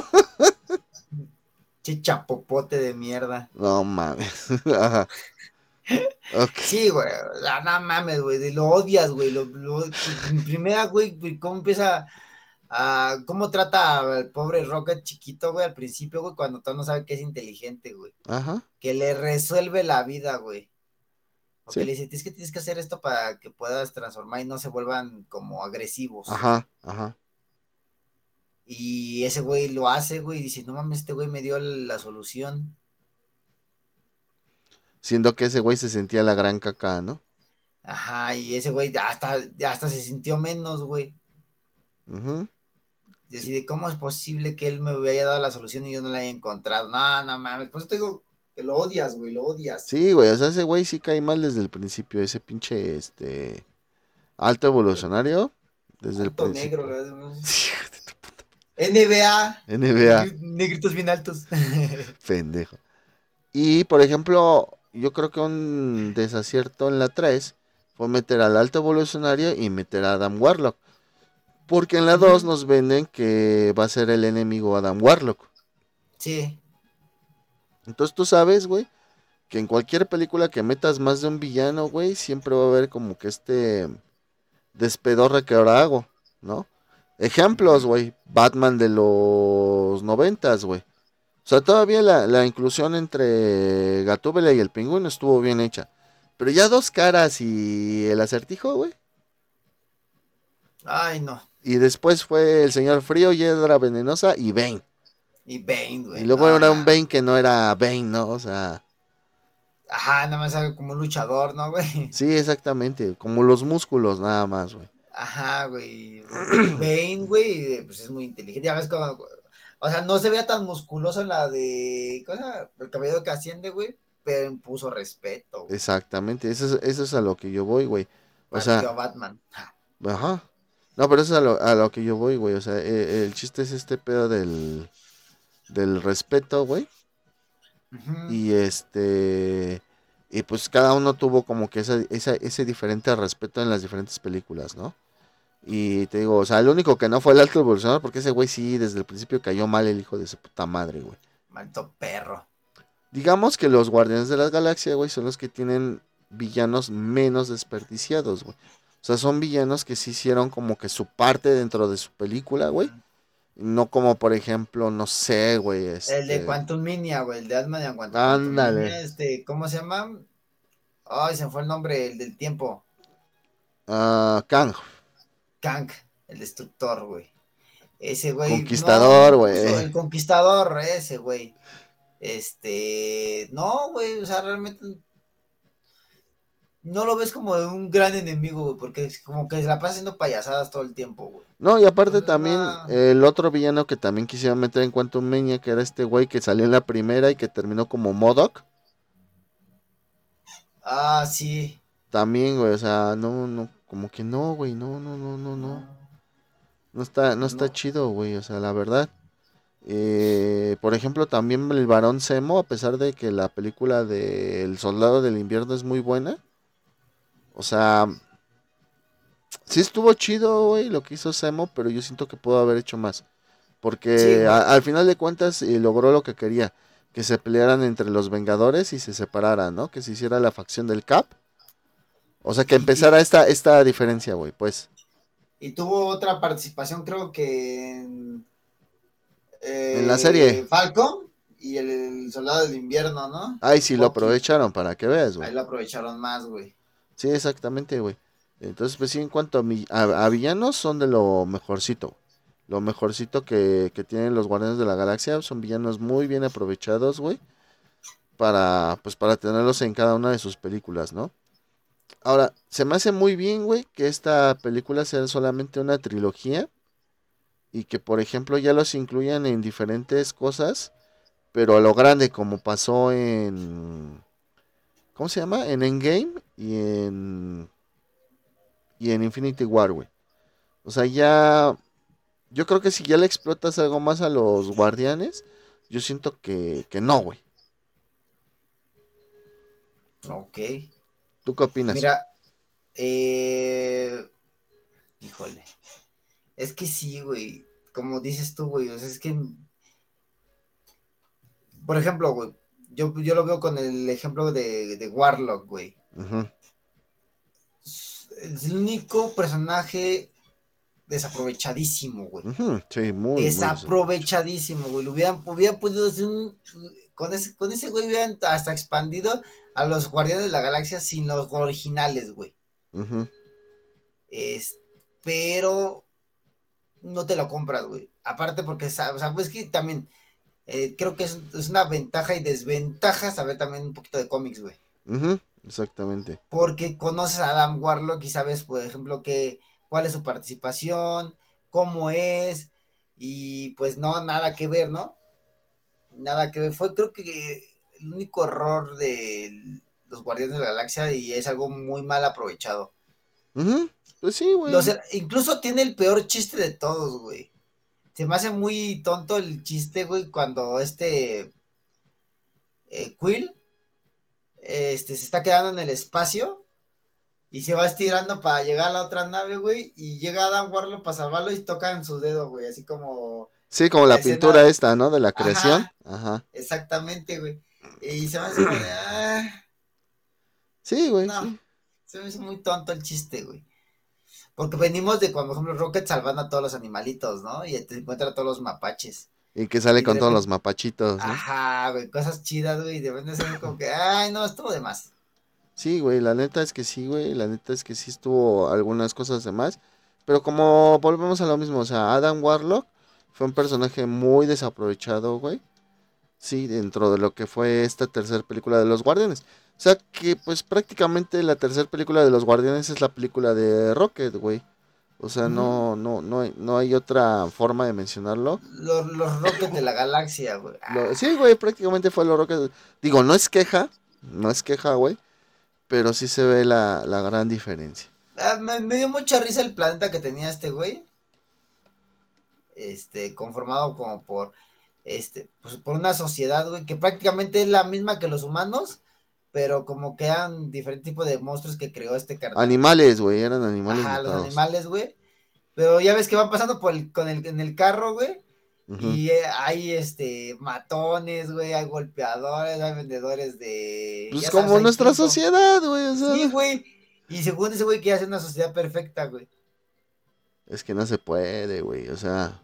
Speaker 2: che chapopote de mierda.
Speaker 1: No mames. Ajá. Ok.
Speaker 2: Sí, güey. Ah, no mames, güey. Lo odias, güey. Lo, lo- en primera, güey, güey, cómo empieza a. Cómo trata al pobre Rocket chiquito, güey, al principio, güey, cuando todo no sabe que es inteligente, güey.
Speaker 1: Ajá.
Speaker 2: Que le resuelve la vida, güey. Porque
Speaker 1: Sí.
Speaker 2: le dice, es que tienes que hacer esto para que puedas transformar y no se vuelvan como agresivos.
Speaker 1: Ajá. Ajá.
Speaker 2: Y ese güey lo hace, güey, y dice, no mames, este güey me dio la solución.
Speaker 1: Siendo que ese güey se sentía la gran caca, ¿no?
Speaker 2: Ajá, y ese güey hasta, hasta se sintió menos, güey.
Speaker 1: Ujú. Sí,
Speaker 2: Decide, ¿cómo es posible que él me haya dado la solución y yo no la haya encontrado? No, no mames, por eso te digo que lo odias, güey, lo odias.
Speaker 1: sí, güey, o sea, ese güey sí cae mal desde el principio, ese pinche, este, alto evolucionario, desde el
Speaker 2: Alto negro,
Speaker 1: principio.
Speaker 2: ¿verdad?
Speaker 1: Sí,
Speaker 2: N B A,
Speaker 1: N B A,
Speaker 2: negri- negritos bien altos.
Speaker 1: pendejo. Y, por ejemplo, yo creo que un desacierto en la tres fue meter al alto evolucionario y meter a Adam Warlock. Porque en la dos
Speaker 2: Ujú.
Speaker 1: nos venden que va a ser el enemigo Adam Warlock.
Speaker 2: Sí,
Speaker 1: Entonces tú sabes, güey, que en cualquier película que metas más de un villano, güey, siempre va a haber como que este despedorre que ahora hago, ¿no? Ejemplos,
Speaker 2: ujú.
Speaker 1: güey, Batman de los noventas, güey. O sea, todavía la, la inclusión entre Gatúbela y el pingüino estuvo bien hecha. Pero ya dos caras y el acertijo, güey.
Speaker 2: Ay, no.
Speaker 1: Y después fue el Señor Frío, Hiedra Venenosa y Bane.
Speaker 2: Y Bane,
Speaker 1: Y
Speaker 2: güey.
Speaker 1: luego
Speaker 2: No,
Speaker 1: era
Speaker 2: no.
Speaker 1: un Bane que no era Bane, ¿no? O sea,
Speaker 2: Ajá, nada más sabe como un luchador, ¿no, güey?
Speaker 1: sí, exactamente, como los músculos nada más, güey.
Speaker 2: Ajá, güey. Bane, güey, pues es muy inteligente. Ya ves como. O sea, no se veía tan musculoso en la de. Cosa, el caballero que asciende, güey. Pero impuso respeto, güey.
Speaker 1: Exactamente, eso es, eso es a lo que yo voy, güey. O
Speaker 2: Partió
Speaker 1: sea,
Speaker 2: a Batman. Ja.
Speaker 1: ajá. No, pero eso es a lo, a lo que yo voy, güey. O sea, e- el chiste es este pedo del, del respeto, güey.
Speaker 2: Ujú.
Speaker 1: Y este. Y pues cada uno tuvo como que esa, esa- ese diferente respeto en las diferentes películas, ¿no? Y te digo, o sea, el único que no fue el alto evolucionador, porque ese güey sí, desde el principio cayó mal el hijo de su puta madre, güey.
Speaker 2: Malto perro.
Speaker 1: Digamos que los Guardianes de la Galaxia, güey, son los que tienen villanos menos desperdiciados, güey. O sea, son villanos que sí hicieron como que su parte dentro de su película, güey.
Speaker 2: Ujú.
Speaker 1: No como, por ejemplo, no sé, güey,
Speaker 2: El de
Speaker 1: este...
Speaker 2: Quantum Minia, güey. El de Ant-Man y Quantum Quantum
Speaker 1: Ándale.
Speaker 2: Minia, este, ¿cómo se llama? Ay, se me fue el nombre, el del tiempo.
Speaker 1: Ah, Kang,
Speaker 2: Kang, el destructor, güey. Ese güey, no,
Speaker 1: Conquistador,
Speaker 2: no puso
Speaker 1: güey.
Speaker 2: el conquistador, ese güey. Este, no, güey, o sea, realmente no lo ves como de un gran enemigo, güey, porque es como que se la pasa haciendo payasadas todo el tiempo, güey.
Speaker 1: No, y aparte
Speaker 2: Entonces,
Speaker 1: también
Speaker 2: no.
Speaker 1: el otro villano que también quisiera meter en Quantum Mania, que era este güey que salió en la primera y que terminó como MODOK.
Speaker 2: Ah, sí.
Speaker 1: También, güey, o sea, no, no, como que no, güey, no, no, no, no,
Speaker 2: No,
Speaker 1: no. No está, no
Speaker 2: pues
Speaker 1: está
Speaker 2: no.
Speaker 1: chido, güey, o sea, la verdad. Eh, por ejemplo, también el Barón Zemo, a pesar de que la película de El Soldado del Invierno es muy buena. O sea, sí estuvo chido, güey, lo que hizo Zemo, pero yo siento que pudo haber hecho más.
Speaker 2: Sí,
Speaker 1: Porque
Speaker 2: güey.
Speaker 1: a- al final de cuentas eh, logró lo que quería. Que se pelearan entre los Vengadores y se separaran, ¿no? Que se hiciera la facción del Cap. O sea, que empezara
Speaker 2: Y,
Speaker 1: esta, esta diferencia, güey, pues.
Speaker 2: y tuvo otra participación, creo que en
Speaker 1: En la serie,
Speaker 2: eh, Falcon y el, el Soldado del Invierno, ¿no?
Speaker 1: ahí sí lo
Speaker 2: Bucky.
Speaker 1: aprovecharon para que veas, güey.
Speaker 2: Ahí lo aprovecharon más, güey.
Speaker 1: Sí, exactamente, güey. Entonces, pues sí, en cuanto a, mi- a, a villanos, son de lo mejorcito. Lo mejorcito que, que tienen los Guardianes de la Galaxia. Son villanos muy bien aprovechados, güey. Para, pues, para tenerlos en cada una de sus películas, ¿no? Ahora, se me hace muy bien, güey, que esta película sea solamente una trilogía. Y que, por ejemplo, ya los incluyan en diferentes cosas. Pero a lo grande, como pasó en... ¿Cómo se llama? En Endgame y en... Y en Infinity War, güey. O sea, ya yo creo que si ya le explotas algo más a los guardianes, yo siento que, que no, güey.
Speaker 2: Ok.
Speaker 1: ¿Tú qué opinas?
Speaker 2: Mira, eh, híjole. Es que sí, güey. Como dices tú, güey. O sea, es que, por ejemplo, güey. Yo, yo lo veo con el ejemplo de, de Warlock, güey.
Speaker 1: Ujú,
Speaker 2: Es el único personaje desaprovechadísimo, güey.
Speaker 1: ujú, sí, muy, muy desaprovechado.
Speaker 2: Desaprovechadísimo, güey. Lo hubieran, hubieran podido hacer un. Con ese, con ese güey hubieran hasta expandido a los Guardianes de la Galaxia sin los originales, güey.
Speaker 1: Ujú,
Speaker 2: Es, pero no te lo compras, güey. Aparte porque, o sea, pues que también eh, creo que es, es, una ventaja y desventaja saber también un poquito de cómics, güey.
Speaker 1: ujú, exactamente.
Speaker 2: Porque conoces a Adam Warlock y sabes, por ejemplo, que, cuál es su participación, cómo es, y pues no, nada que ver, ¿no? Nada que ver. Fue creo que el único error de los Guardianes de la Galaxia y es algo muy mal aprovechado.
Speaker 1: Ujú, pues sí,
Speaker 2: Los,
Speaker 1: güey.
Speaker 2: incluso tiene el peor chiste de todos, güey. Se me hace muy tonto el chiste, güey, cuando este eh, Quill este, se está quedando en el espacio y se va estirando para llegar a la otra nave, güey, y llega Adam Warlock para salvarlo y toca en su dedo, güey, así como
Speaker 1: Sí, como
Speaker 2: la
Speaker 1: la pintura
Speaker 2: escena,
Speaker 1: esta, ¿no? De la creación.
Speaker 2: ajá,
Speaker 1: Ajá.
Speaker 2: exactamente, güey. Y se me hace como de, ah,
Speaker 1: Sí, güey,
Speaker 2: no,
Speaker 1: sí.
Speaker 2: se me hizo muy tonto el chiste, güey. Porque venimos de cuando, por ejemplo, Rocket salvando a todos los animalitos, ¿no? Y te encuentra a todos los mapaches.
Speaker 1: Y que sale
Speaker 2: Y de
Speaker 1: con todos los
Speaker 2: repente,
Speaker 1: mapachitos, ¿no?
Speaker 2: ajá, güey, cosas chidas, güey, y de repente se ve como que, ay, no, estuvo de más.
Speaker 1: Sí, güey, la neta es que sí, güey. La neta es que sí estuvo algunas cosas de más. Pero como volvemos a lo mismo, o sea, Adam Warlock fue un personaje muy desaprovechado, güey. Sí, dentro de lo que fue esta tercera película de los Guardianes. O sea que pues prácticamente la tercera película de los Guardianes es la película de Rocket, güey. O sea,
Speaker 2: Ujú.
Speaker 1: no, no, no hay, no hay otra forma de mencionarlo.
Speaker 2: Los, los Rockets de la galaxia, güey.
Speaker 1: Lo,
Speaker 2: Ah,
Speaker 1: sí, güey, prácticamente fue lo Rocket. Digo, no es queja, no es queja, güey, pero sí se ve la, la gran diferencia.
Speaker 2: ah, me, me dio mucha risa el planeta que tenía este güey. Este, conformado como por, este, pues por una sociedad, güey, que prácticamente es la misma que los humanos, pero como que eran diferente tipo de monstruos que creó este carnal.
Speaker 1: Animales, güey, eran animales
Speaker 2: Ajá, los
Speaker 1: mutados.
Speaker 2: animales, güey. Pero ya ves que van pasando por el, con el, en el carro, güey.
Speaker 1: Ujú.
Speaker 2: Y eh, hay este matones, güey, hay golpeadores, hay vendedores de,
Speaker 1: Pues
Speaker 2: ya sabes,
Speaker 1: como
Speaker 2: hay
Speaker 1: nuestra
Speaker 2: punto.
Speaker 1: sociedad, güey, o
Speaker 2: Sí,
Speaker 1: sea.
Speaker 2: güey. Y según ese güey quiere hacer una sociedad perfecta, güey.
Speaker 1: Es que no se puede, güey, o sea.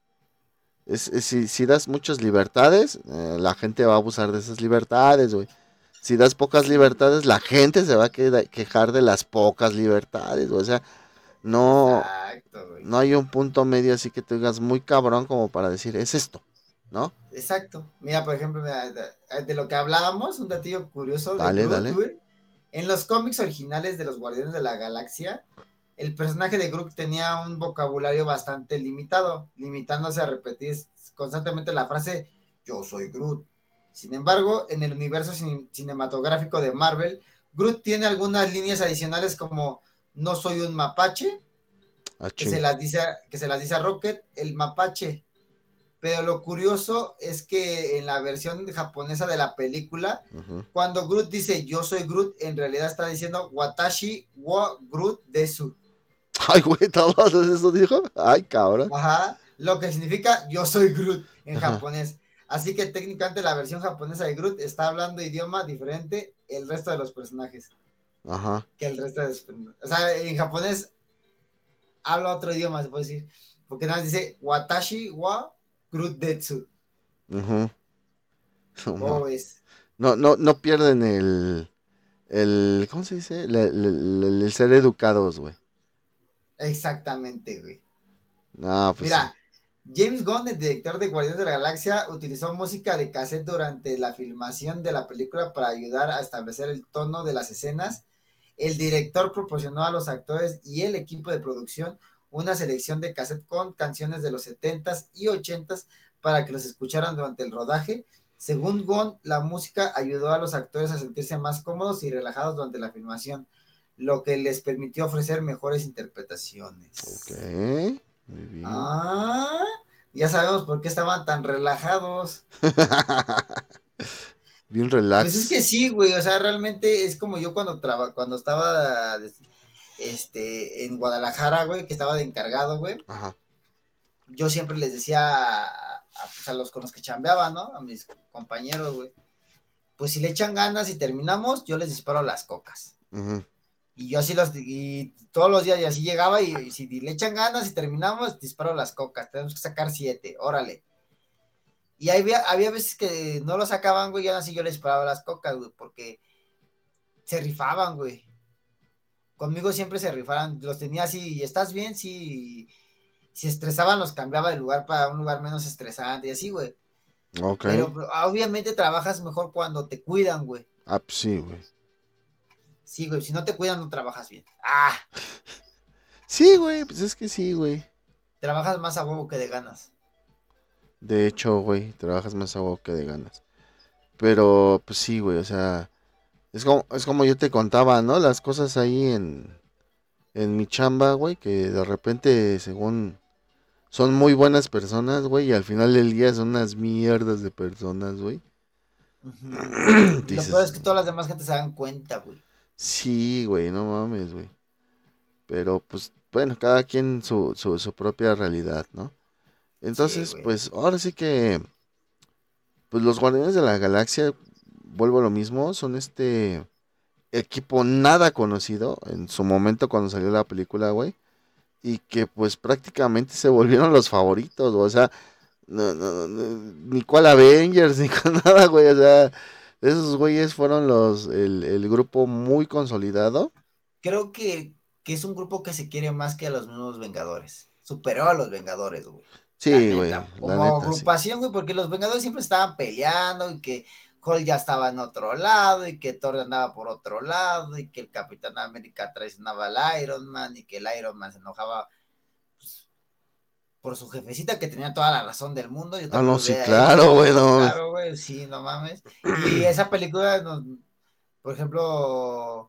Speaker 1: Es, es- si, si das muchas libertades, eh, la gente va a abusar de esas libertades, güey. Si das pocas
Speaker 2: Sí,
Speaker 1: libertades, la gente se va a queda- quejar de las pocas libertades, güey. O sea, no,
Speaker 2: exacto, güey.
Speaker 1: no hay un punto medio así que te digas muy cabrón como para decir, es esto, ¿no?
Speaker 2: Exacto. Mira, por ejemplo, mira, de, de lo que hablábamos, un datillo curioso de
Speaker 1: Dale,
Speaker 2: Groot,
Speaker 1: dale.
Speaker 2: güey. En los cómics originales de los Guardianes de la Galaxia, el personaje de Groot tenía un vocabulario bastante limitado, limitándose a repetir constantemente la frase yo soy Groot. Sin embargo, en el universo cin cinematográfico de Marvel, Groot tiene algunas líneas adicionales como no soy un mapache,
Speaker 1: Ah,
Speaker 2: que se
Speaker 1: chinga.
Speaker 2: las dice, que se las dice a Rocket, el mapache. Pero lo curioso es que en la versión japonesa de la película,
Speaker 1: Ujú.
Speaker 2: cuando Groot dice yo soy Groot, en realidad está diciendo Watashi wa Groot desu.
Speaker 1: Ay, güey, todo eso dijo. Ay, cabrón.
Speaker 2: Ajá, lo que significa yo soy Groot en
Speaker 1: Ajá,
Speaker 2: japonés. Así que técnicamente la versión japonesa de Groot está hablando idioma diferente el resto de los personajes
Speaker 1: ajá.
Speaker 2: que el resto de los, o sea, en japonés habla otro idioma, se puede decir, porque nada más dice Watashi wa Groot detsu.
Speaker 1: Ujú. No,
Speaker 2: ¿Cómo
Speaker 1: ma.
Speaker 2: ves?
Speaker 1: no, no, no pierden el, el, ¿cómo se dice? El, el- el- el ser educados, güey.
Speaker 2: Exactamente, güey.
Speaker 1: Ah, pues sí.
Speaker 2: Mira, James Gunn, el director de Guardianes de la Galaxia, utilizó música de cassette durante la filmación de la película para ayudar a establecer el tono de las escenas. El director proporcionó a los actores y el equipo de producción una selección de cassette con canciones de los setentas y ochentas para que los escucharan durante el rodaje. Según Gunn, la música ayudó a los actores a sentirse más cómodos y relajados durante la filmación, lo que les permitió ofrecer mejores
Speaker 1: Ok,
Speaker 2: interpretaciones.
Speaker 1: muy bien.
Speaker 2: Ah, ya sabemos por qué estaban tan relajados.
Speaker 1: Bien
Speaker 2: Pues es que
Speaker 1: relax.
Speaker 2: sí, güey, o sea, realmente es como yo cuando traba, cuando estaba este en Guadalajara, güey, que estaba de encargado, güey.
Speaker 1: Ajá.
Speaker 2: Yo siempre les decía a, a, pues, a los con los que chambeaba, ¿no? A mis compañeros, güey. Pues si le echan ganas y terminamos, yo les disparo las cocas.
Speaker 1: Ujú.
Speaker 2: Y yo así los, y todos los días, y así llegaba, y, y si le echan ganas y terminamos, disparo las cocas. Tenemos que sacar siete, órale. Y había, había veces que no lo sacaban, güey, y aún así yo les paraba las cocas, güey, porque se rifaban, güey. Conmigo siempre se rifaban, los tenía así, y estás bien, sí. Si estresaban, los cambiaba de lugar para un lugar menos estresante y así, güey.
Speaker 1: Ok.
Speaker 2: Pero pero, obviamente trabajas mejor cuando te cuidan, güey.
Speaker 1: Ah, pues sí, güey.
Speaker 2: Sí, güey, si no te cuidan, no trabajas bien. Ah,
Speaker 1: Sí, güey, pues es que sí, güey.
Speaker 2: trabajas más a huevo que de ganas.
Speaker 1: De hecho, güey, trabajas más a huevo que de ganas. Pero, pues sí, güey, o sea, es como, es como yo te contaba, ¿no? Las cosas ahí en, en mi chamba, güey, que de repente, según son muy buenas personas, güey, y al final del día son unas mierdas de personas, güey.
Speaker 2: Ujú. Y lo peor
Speaker 1: Dices,
Speaker 2: es que todas las demás gente se dan cuenta, güey.
Speaker 1: sí, güey, no mames, güey. Pero, pues, bueno, cada quien su, su, su propia realidad, ¿no?
Speaker 2: Sí,
Speaker 1: Entonces,
Speaker 2: güey.
Speaker 1: pues, ahora sí que, pues los Guardianes de la Galaxia, vuelvo a lo mismo, son este equipo nada conocido en su momento cuando salió la película, güey. Y que pues prácticamente se volvieron los favoritos, o sea, no, no, no, ni cual Avengers, ni con nada, güey, o sea, esos güeyes fueron los, el, el grupo muy consolidado.
Speaker 2: Creo que que es un grupo que se quiere más que a los mismos Vengadores. Superó a los Vengadores, güey. La
Speaker 1: Sí, güey,
Speaker 2: neta,
Speaker 1: la
Speaker 2: como
Speaker 1: neta, sí.
Speaker 2: agrupación, güey, porque los Vengadores siempre estaban peleando y que Hulk ya estaba en otro lado y que Thor andaba por otro lado y que el Capitán América traicionaba al Iron Man y que el Iron Man se enojaba pues, por su jefecita que tenía toda la razón del mundo. Yo
Speaker 1: Ah,
Speaker 2: también
Speaker 1: no,
Speaker 2: lo
Speaker 1: sí,
Speaker 2: hubiera
Speaker 1: claro,
Speaker 2: hecho,
Speaker 1: güey, no mames.
Speaker 2: claro, güey, sí, no mames. Y esa película nos, por ejemplo,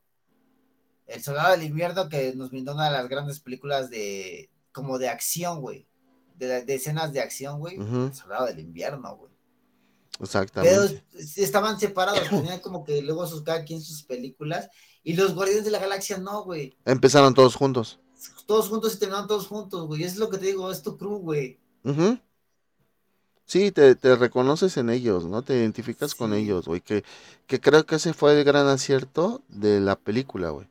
Speaker 2: El Soldado del Invierno, que nos brindó una de las grandes películas de, como de acción, güey. De, de escenas de acción, güey.
Speaker 1: Ujú,
Speaker 2: El Soldado del Invierno, güey. Pero
Speaker 1: exactamente.
Speaker 2: estaban separados, tenían como que luego sus, cada quien sus películas. Y los Guardianes de la Galaxia no, güey.
Speaker 1: Empezaron todos juntos.
Speaker 2: Todos juntos y terminaron todos juntos, güey. Eso es lo que te digo, es tu crew, güey.
Speaker 1: Ujú. Sí, te, te reconoces en ellos, ¿no? Te identificas con
Speaker 2: Sí,
Speaker 1: ellos, güey. Que, que creo que ese fue el gran acierto de la película, güey.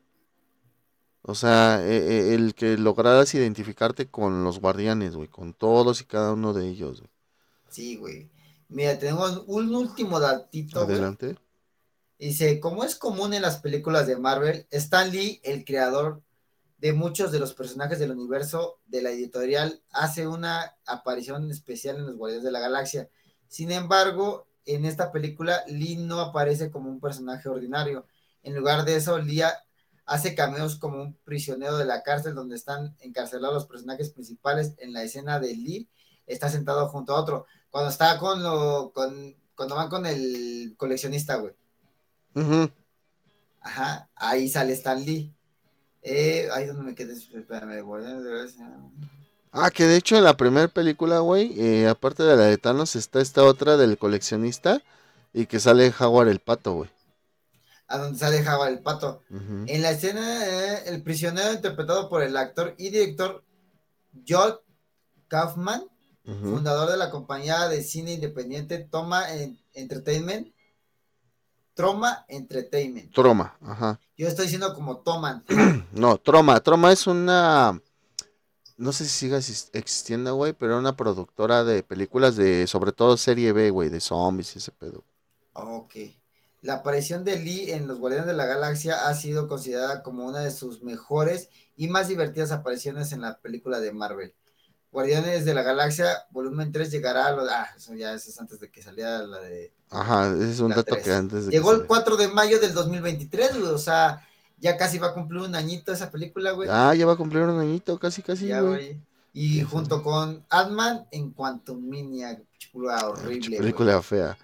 Speaker 1: O sea, e- e- el que lograras identificarte con los guardianes, güey. Con todos y cada uno de ellos, güey.
Speaker 2: sí, güey. Mira, tenemos un último datito, güey.
Speaker 1: Adelante.
Speaker 2: Dice, como es común en las películas de Marvel, Stan Lee, el creador de muchos de los personajes del universo de la editorial, hace una aparición especial en los Guardianes de la Galaxia. Sin embargo, en esta película, Lee no aparece como un personaje ordinario. En lugar de eso, Lee hace cameos como un prisionero de la cárcel donde están encarcelados los personajes principales. En la escena de Lee, está sentado junto a otro. Cuando está con lo, con, cuando van con el coleccionista, güey.
Speaker 1: Ujú.
Speaker 2: Ajá, ahí sale Stan Lee. Eh, ahí donde me quedé, espérame, Guardianes de la Galaxia.
Speaker 1: Ah, que de hecho en la primera película, güey, eh, aparte de la de Thanos, está esta otra del coleccionista y que sale Howard el pato, güey.
Speaker 2: A donde sale Java el pato.
Speaker 1: Ujú,
Speaker 2: En la escena, eh, el prisionero interpretado por el actor y director Joel Kaufman,
Speaker 1: ujú.
Speaker 2: fundador de la compañía de cine independiente Toma Entertainment, Troma Entertainment.
Speaker 1: Troma, ajá.
Speaker 2: Yo estoy diciendo como Toman.
Speaker 1: No, Troma. Troma es una, no sé si siga exis- existiendo, güey, pero era una productora de películas de, sobre todo serie B, güey, de zombies y ese pedo.
Speaker 2: Ok. La aparición de Lee en Los Guardianes de la Galaxia ha sido considerada como una de sus mejores y más divertidas apariciones en la película de Marvel. Guardianes de la Galaxia, volumen tres llegará a los... Ah, eso ya eso es antes de que saliera la de
Speaker 1: Ajá, ese es un
Speaker 2: la
Speaker 1: dato que
Speaker 2: tres.
Speaker 1: antes de que
Speaker 2: Llegó el
Speaker 1: saliera.
Speaker 2: cuatro de mayo del dos mil veintitrés, güey, o sea, ya casi va a cumplir un añito esa película, güey.
Speaker 1: Ah, ya va a cumplir un añito, casi, casi,
Speaker 2: Ya,
Speaker 1: güey.
Speaker 2: güey. Y
Speaker 1: Que sale.
Speaker 2: junto con Ant-Man en Quantumania, película
Speaker 1: Ah, pinche
Speaker 2: horrible, güey.
Speaker 1: película fea.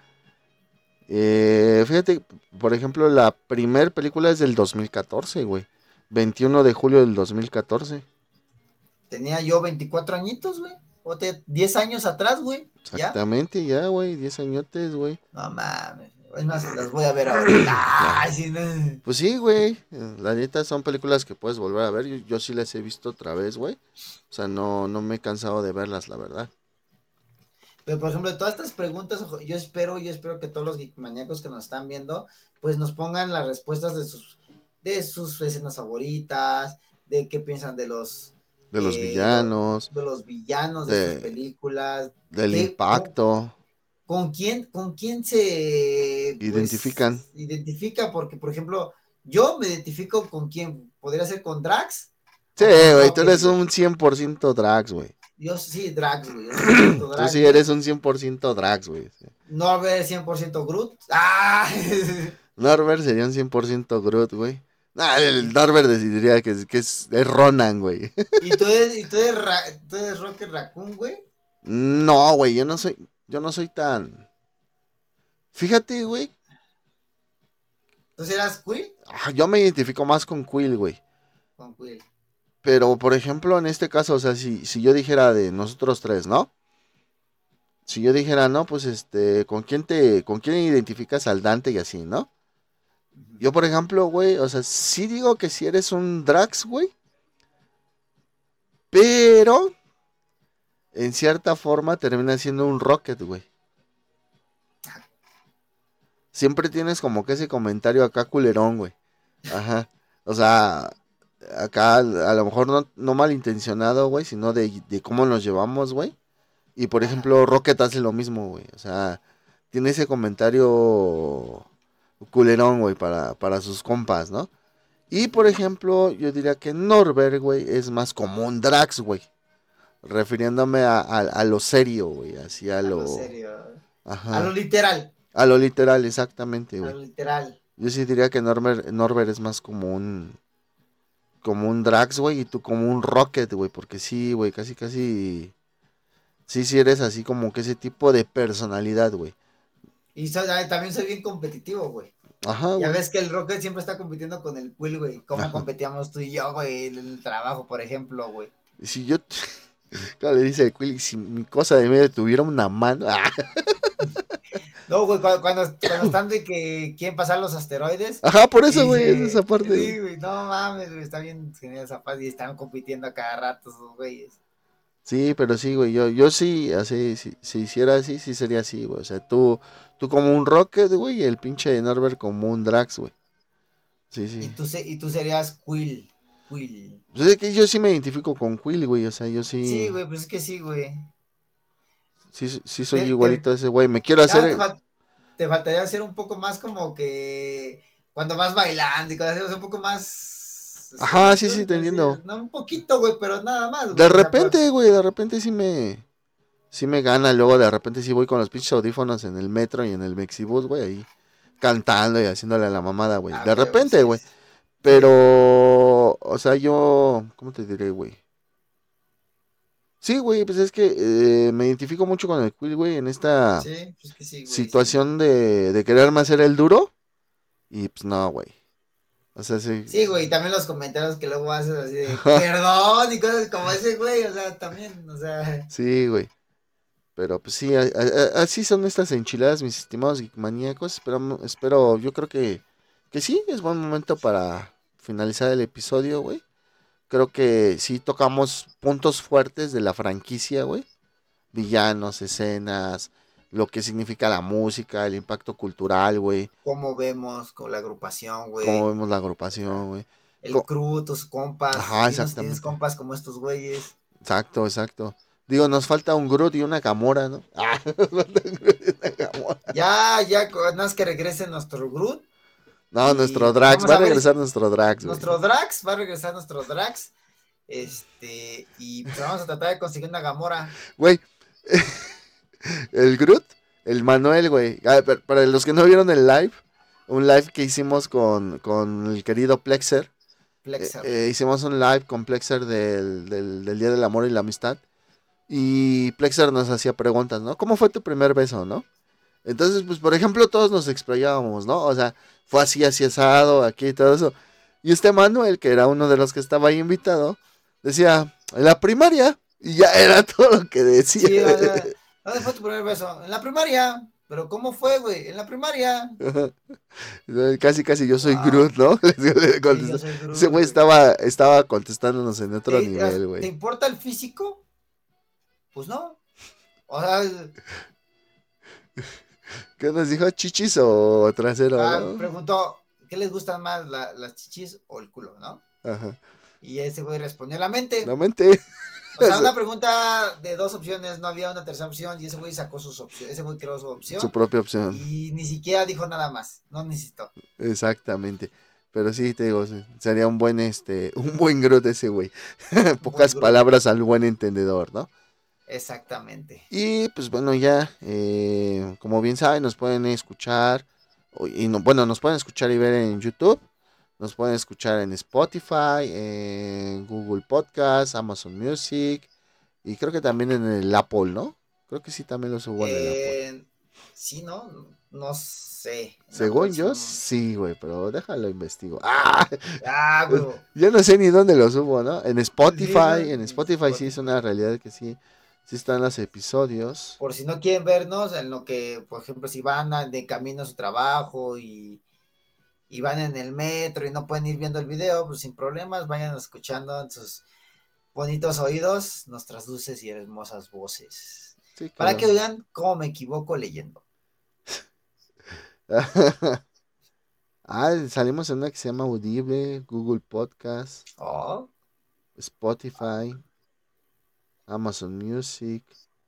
Speaker 1: Eh, fíjate, por ejemplo, la primer película es del dos mil catorce, güey. Veintiuno de julio del dos mil catorce.
Speaker 2: Tenía yo veinticuatro añitos, güey. O te, diez años atrás, güey. ¿Ya?
Speaker 1: Exactamente, ya, güey, diez añotes, güey.
Speaker 2: No mames. Es más, las voy a ver ahorita.
Speaker 1: Ah,
Speaker 2: Ay, sí, no.
Speaker 1: pues sí, güey. eh, La neta son películas que puedes volver a ver. Yo, yo sí las he visto otra vez, güey. O sea, no, no me he cansado de verlas, la verdad.
Speaker 2: Pero, por ejemplo, de todas estas preguntas, ojo, yo espero, yo espero que todos los geekmaníacos que nos están viendo, pues nos pongan las respuestas de sus, de sus escenas favoritas, de qué piensan de los,
Speaker 1: De los
Speaker 2: eh, lo-
Speaker 1: villanos,
Speaker 2: de los villanos de sus
Speaker 1: de,
Speaker 2: películas,
Speaker 1: del
Speaker 2: qué, con,
Speaker 1: impacto.
Speaker 2: con quién, con quién se,
Speaker 1: Identifican.
Speaker 2: pues, identifica, porque, por ejemplo, yo me identifico con quién, podría ser con Drax
Speaker 1: Sí,
Speaker 2: o con
Speaker 1: güey, tú
Speaker 2: Rocket,
Speaker 1: eres
Speaker 2: güey.
Speaker 1: un cien por ciento Drax, güey.
Speaker 2: Yo sí, Drax, güey, yo cien por ciento
Speaker 1: Tú
Speaker 2: Drax,
Speaker 1: sí eres
Speaker 2: güey.
Speaker 1: un cien por ciento Drax, güey. Sí.
Speaker 2: Norbert cien por ciento Groot. ¡Ah!
Speaker 1: Norbert sería un cien por ciento Groot, güey. Nah, el
Speaker 2: y,
Speaker 1: Norbert decidiría que, es- que es, es Ronan, güey.
Speaker 2: y tú eres, y tú eres, Ra- tú eres Rocket Raccoon, güey.
Speaker 1: No, güey, yo no soy, yo no soy tan... Fíjate, güey,
Speaker 2: ¿Tú serás Quill?
Speaker 1: ah, yo me identifico más con Quill, güey.
Speaker 2: Con Quill.
Speaker 1: Pero, por ejemplo, en este caso, o sea, si, si yo dijera de nosotros tres, ¿no? Si yo dijera, no, pues, este, ¿con quién te, con quién identificas al Dante y así, ¿no?
Speaker 2: Ujú.
Speaker 1: Yo, por ejemplo, güey, o sea, sí digo que si eres un Drax, güey, pero en cierta forma termina siendo un Rocket, güey. Siempre tienes como que ese comentario acá culerón, güey. Ajá. O sea, acá a lo mejor no, no malintencionado, güey, sino de, de cómo nos llevamos, güey. Y por
Speaker 2: Ajá.
Speaker 1: ejemplo, Rocket hace lo mismo, güey. O sea, tiene ese comentario culerón, güey, para, para sus compas, ¿no? Y por ejemplo, yo diría que Norbert, güey, es más como un Drax, güey. Refiriéndome a, a, a lo serio, güey, así a
Speaker 2: A lo
Speaker 1: lo...
Speaker 2: serio. A lo
Speaker 1: Ajá.
Speaker 2: literal.
Speaker 1: A lo literal, exactamente,
Speaker 2: A
Speaker 1: güey.
Speaker 2: lo literal.
Speaker 1: Yo sí diría que Norbert, Norbert es más como un... Como un Drax, güey, y tú como un Rocket, güey. Porque sí, güey, casi, casi... Sí, sí eres así como que ese tipo de personalidad, güey.
Speaker 2: Y soy- ay, también soy bien competitivo, güey.
Speaker 1: Ajá,
Speaker 2: Ya
Speaker 1: güey.
Speaker 2: ves que el Rocket siempre está compitiendo con el Quill, güey. ¿Cómo
Speaker 1: Ajá.
Speaker 2: competíamos tú y yo, güey, en el trabajo, por ejemplo, güey?
Speaker 1: Y si yo... Claro, le dice el Quill, si mi cosa de medio tuviera una mano... Ah.
Speaker 2: No, güey, cuando, cuando, cuando están de que quieren pasar los asteroides
Speaker 1: Ajá, por
Speaker 2: y
Speaker 1: eso, güey, es esa
Speaker 2: dice,
Speaker 1: parte, güey.
Speaker 2: sí, güey, no mames, güey, está bien genial esa paz y están compitiendo a cada rato esos güeyes.
Speaker 1: Sí, pero sí, güey, yo, yo sí, así, si, si hiciera así, sí sería así, güey. O sea, tú, tú como un Rocket, güey, y el pinche Norbert como un Drax, güey. Sí,
Speaker 2: Y
Speaker 1: sí.
Speaker 2: tú, se, y tú serías Quill, Quill.
Speaker 1: Pues es que yo sí me identifico con Quill, güey, o sea, yo
Speaker 2: Sí,
Speaker 1: sí,
Speaker 2: güey, pues es que sí, güey.
Speaker 1: sí, sí soy
Speaker 2: Te, te,
Speaker 1: igualito a ese güey. Me quiero
Speaker 2: ah, te,
Speaker 1: hacer,
Speaker 2: fal- te faltaría hacer un poco más como que cuando vas bailando y cosas así, o sea, un poco más,
Speaker 1: ajá,
Speaker 2: este,
Speaker 1: sí,
Speaker 2: ¿qué
Speaker 1: sí,
Speaker 2: vas a
Speaker 1: te entiendo.
Speaker 2: decir? No, un poquito, güey, pero nada más,
Speaker 1: De
Speaker 2: güey, o sea, pues,
Speaker 1: repente, güey, de repente sí me, sí me gana, luego de repente sí voy con los pinches audífonos en el metro y en el Mexibus, güey, ahí cantando y haciéndole a la mamada, güey.
Speaker 2: ah,
Speaker 1: De
Speaker 2: güey,
Speaker 1: repente,
Speaker 2: sí,
Speaker 1: güey.
Speaker 2: sí,
Speaker 1: Pero, o sea, yo, ¿cómo te diré, güey? Sí, güey, pues es que eh, me identifico mucho con el Quill, güey, en esta
Speaker 2: sí, pues que sí, güey, sí.
Speaker 1: situación de, de quererme hacer el duro. Y pues no, güey. O sea, sí.
Speaker 2: Sí, güey, y también los comentarios que luego haces así de, perdón, y cosas como ese, güey, o sea, también, o sea,
Speaker 1: Sí, güey. Pero pues sí, a- a- a- así son estas enchiladas, mis estimados geekmaníacos. Espero, espero, yo creo que, que sí, es buen momento para finalizar el episodio, güey. Creo que sí tocamos puntos fuertes de la franquicia, güey. Villanos, escenas, lo que significa la música, el impacto cultural, güey.
Speaker 2: cómo vemos con la agrupación,
Speaker 1: Cómo
Speaker 2: güey,
Speaker 1: vemos la agrupación, güey.
Speaker 2: el
Speaker 1: Co-
Speaker 2: crew, tus compas,
Speaker 1: Ajá,
Speaker 2: dinos si tienes
Speaker 1: exactamente.
Speaker 2: compas como estos güeyes.
Speaker 1: Exacto, exacto. Digo, nos falta un Groot y una Gamora, ¿no? Ah, nos falta un Groot y una Gamora.
Speaker 2: Ya, ya, nada más que regrese nuestro Groot.
Speaker 1: No,
Speaker 2: Y
Speaker 1: nuestro
Speaker 2: pues
Speaker 1: Drax,
Speaker 2: vamos
Speaker 1: va a
Speaker 2: a ver,
Speaker 1: regresar nuestro Drax, güey.
Speaker 2: nuestro Drax, va a regresar nuestro Drax. Este, y pues vamos a tratar de conseguir una Gamora.
Speaker 1: Güey, el Groot, el Manuel, güey. Ah, pa- para los que no vieron el live, un live que hicimos con, con el querido Plexer. eh,
Speaker 2: Plexer.
Speaker 1: eh, hicimos un live con Plexer del, del, del Día del Amor y la Amistad. Y Plexer nos hacía preguntas, ¿no? ¿Cómo fue tu primer beso, no? Entonces, pues, por ejemplo, todos nos explayábamos, ¿no? O sea, fue así, así asado, aquí y todo eso. Y este Manuel, que era uno de los que estaba ahí invitado, decía, en la primaria. Y ya era todo lo que decía.
Speaker 2: Sí, o sea, ¿dónde fue tu primer beso? En la primaria. Pero ¿cómo fue, güey? En la primaria.
Speaker 1: Casi, casi yo soy
Speaker 2: Wow.
Speaker 1: Groot, ¿no? Le
Speaker 2: Sí, yo
Speaker 1: contestó.
Speaker 2: soy
Speaker 1: Ese
Speaker 2: Groot,
Speaker 1: güey
Speaker 2: güey.
Speaker 1: estaba, estaba contestándonos en otro
Speaker 2: ¿Te,
Speaker 1: nivel,
Speaker 2: ¿Te
Speaker 1: güey.
Speaker 2: importa el físico? Pues no. O sea,
Speaker 1: ¿Qué nos dijo? ¿Chichis o trasero,
Speaker 2: ah,
Speaker 1: no?
Speaker 2: preguntó, ¿qué les gustan más, la- las chichis o el culo, no?
Speaker 1: Ajá.
Speaker 2: Y ese güey respondió la
Speaker 1: La
Speaker 2: mente.
Speaker 1: mente.
Speaker 2: O sea, una pregunta de dos opciones, no había una tercera opción y ese güey sacó sus opciones, ese güey creó su
Speaker 1: Su
Speaker 2: opción
Speaker 1: propia opción.
Speaker 2: y ni siquiera dijo nada más, no necesitó.
Speaker 1: Exactamente. Pero sí, te digo, sí, sería un buen, este, un buen Groot ese güey.
Speaker 2: Un buen
Speaker 1: Pocas
Speaker 2: Groot,
Speaker 1: palabras al buen entendedor, ¿no?
Speaker 2: exactamente.
Speaker 1: Y pues bueno, ya, eh, como bien saben, nos pueden escuchar, o- y no, bueno, nos pueden escuchar y ver en YouTube, nos pueden escuchar en Spotify, en Google Podcast, Amazon Music, y creo que también en el Apple, ¿no? Creo que sí, también lo subo en el Apple.
Speaker 2: Eh, sí, ¿no? No sé. En la
Speaker 1: Según yo,
Speaker 2: próxima.
Speaker 1: sí, güey, pero déjalo investigo. ¡Ah!
Speaker 2: Ah, güey.
Speaker 1: Yo no sé ni dónde lo subo, ¿no? En
Speaker 2: Sí, no,
Speaker 1: Spotify, en
Speaker 2: en
Speaker 1: Spotify sí es una
Speaker 2: Spotify.
Speaker 1: realidad que sí, sí están los episodios.
Speaker 2: Por si no quieren vernos, en lo que, por ejemplo, si van a- de camino a su trabajo y, y van en el metro y no pueden ir viendo el video, pues sin problemas, vayan escuchando en sus bonitos oídos nuestras dulces y hermosas voces.
Speaker 1: Sí,
Speaker 2: Para que
Speaker 1: claro.
Speaker 2: oigan cómo me equivoco leyendo.
Speaker 1: Ah, salimos en una que se llama Audible, Google Podcast,
Speaker 2: Oh,
Speaker 1: Spotify, Amazon Music,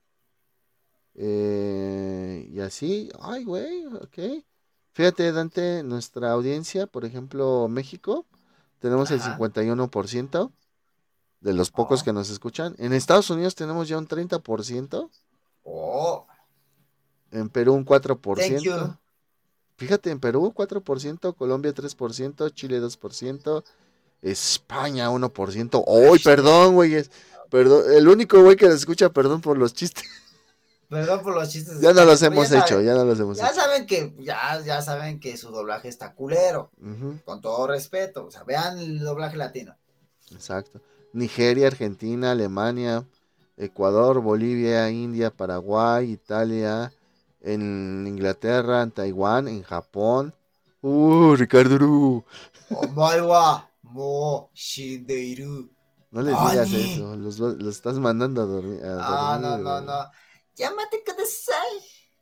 Speaker 1: eh, y así. Ay, güey, ok. Fíjate, Dante, nuestra audiencia, por ejemplo, México, tenemos el
Speaker 2: Ajá.
Speaker 1: cincuenta y uno por ciento de los pocos
Speaker 2: Oh,
Speaker 1: que nos escuchan. En Estados Unidos tenemos ya un treinta por ciento.
Speaker 2: oh,
Speaker 1: En Perú un cuatro por
Speaker 2: thank you.
Speaker 1: ciento. Fíjate, en Perú cuatro por ciento, Colombia tres por ciento, Chile dos por ciento, España uno por ciento. ¡Uy,
Speaker 2: Hashtag.
Speaker 1: perdón, güey! Perdón, el único güey que nos escucha, perdón por los chistes.
Speaker 2: Perdón por los chistes de
Speaker 1: Ya no
Speaker 2: España,
Speaker 1: los
Speaker 2: pero ya
Speaker 1: hemos hecho,
Speaker 2: saben,
Speaker 1: ya no los hemos
Speaker 2: ya
Speaker 1: hecho.
Speaker 2: saben que, ya, ya saben que su doblaje está culero,
Speaker 1: Ujú,
Speaker 2: con todo respeto, o sea, vean el doblaje latino.
Speaker 1: exacto. Nigeria, Argentina, Alemania, Ecuador, Bolivia, India, Paraguay, Italia, en Inglaterra, en Taiwán, en Japón. ¡Uh, Ricardo! Uru.
Speaker 2: Omae wa mo shindeiru.
Speaker 1: No les digas
Speaker 2: Nani.
Speaker 1: eso, los, los estás mandando a dormir, a
Speaker 2: Ah, no,
Speaker 1: dormir,
Speaker 2: no,
Speaker 1: güey.
Speaker 2: no. Llámate Kudasai.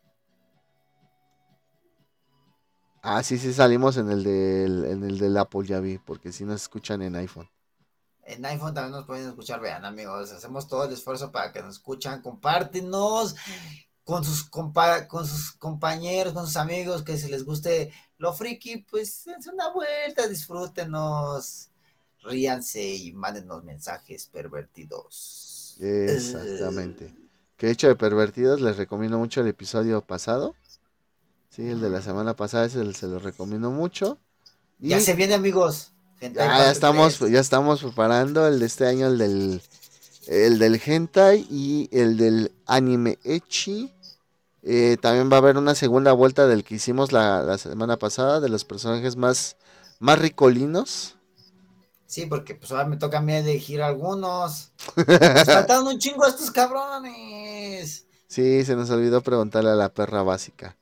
Speaker 1: Ah, sí, sí, salimos en el del, en el del Apple, ya vi, porque si nos escuchan en iPhone.
Speaker 2: En iPhone también nos pueden escuchar, vean amigos, hacemos todo el esfuerzo para que nos escuchan, compártenos con sus, compa con sus compañeros, con sus amigos, que si les guste lo friki, pues dense una vuelta, disfrútenos, ríanse y mándenos mensajes pervertidos.
Speaker 1: Exactamente.
Speaker 2: Uh,
Speaker 1: Que hecho de pervertidos, les recomiendo mucho el episodio pasado. Sí, el de la
Speaker 2: uh.
Speaker 1: semana pasada, ese se los recomiendo mucho.
Speaker 2: Ya
Speaker 1: Y
Speaker 2: se viene amigos, Hentai
Speaker 1: ya, ya
Speaker 2: parte
Speaker 1: estamos,
Speaker 2: tres.
Speaker 1: ya estamos preparando el de este año, el del, el del hentai y el del anime ecchi. Eh, también va a haber una segunda vuelta del que hicimos la, la semana pasada, de los personajes más, más ricolinos.
Speaker 2: Sí, porque pues ahora me toca a mí elegir algunos. Les faltaron un chingo a estos cabrones.
Speaker 1: Sí, se nos olvidó preguntarle a la perra básica.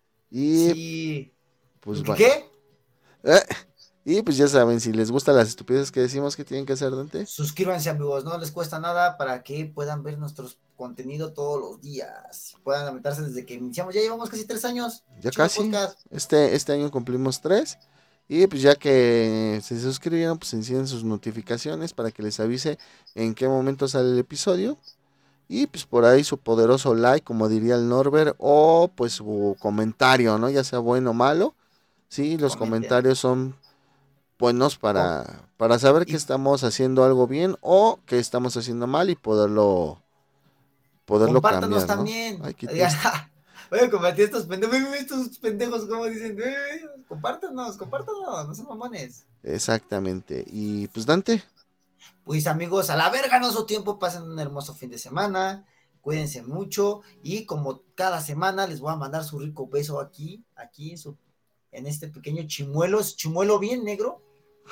Speaker 1: Y
Speaker 2: Sí.
Speaker 1: pues bueno.
Speaker 2: ¿Qué?
Speaker 1: Eh, y pues ya saben, si les gustan las estupideces que decimos que tienen que hacer, Dante.
Speaker 2: Suscríbanse amigos, no les cuesta nada para que puedan ver nuestro contenido todos los días. Puedan lamentarse desde que iniciamos. Ya llevamos casi tres años.
Speaker 1: Ya
Speaker 2: Chido
Speaker 1: casi.
Speaker 2: podcast.
Speaker 1: Este, este año cumplimos tres. Y pues ya que se suscribieron, pues encienden sus notificaciones para que les avise en qué momento sale el episodio. Y pues por ahí su poderoso like, como diría el Norbert, o pues su comentario, ¿no? Ya sea bueno o malo. Sí, los
Speaker 2: Comenten.
Speaker 1: comentarios son buenos
Speaker 2: Com
Speaker 1: para, para saber que
Speaker 2: y
Speaker 1: estamos haciendo algo bien o que estamos haciendo mal y poderlo, poderlo
Speaker 2: compártanos
Speaker 1: cambiar, ¿no?
Speaker 2: también.
Speaker 1: Ay, qué
Speaker 2: Digan,
Speaker 1: triste.
Speaker 2: voy a compartir estos pendejos. Estos pendejos, como dicen, compártanos, compártanos, no son mamones.
Speaker 1: Exactamente. Y pues Dante,
Speaker 2: Pues amigos, a la verga no su tiempo, pasen un hermoso fin de semana, cuídense mucho y como cada semana les voy a mandar su rico beso aquí, aquí en, su, en este pequeño chimuelo, es chimuelo bien negro.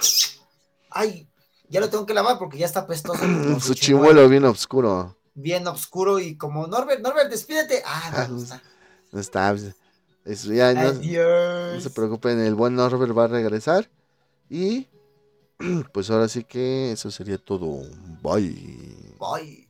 Speaker 2: Ay, ya lo tengo que lavar porque ya está pestoso como su
Speaker 1: su chimuelo
Speaker 2: chimuelo,
Speaker 1: bien oscuro.
Speaker 2: bien oscuro y como Norbert, Norbert, despídete. Ah, no, no
Speaker 1: no
Speaker 2: está.
Speaker 1: está, pues, eso ya no, no se
Speaker 2: Adiós.
Speaker 1: preocupen, el buen Norbert va a regresar. Y pues ahora sí que eso sería todo. Bye.
Speaker 2: Bye.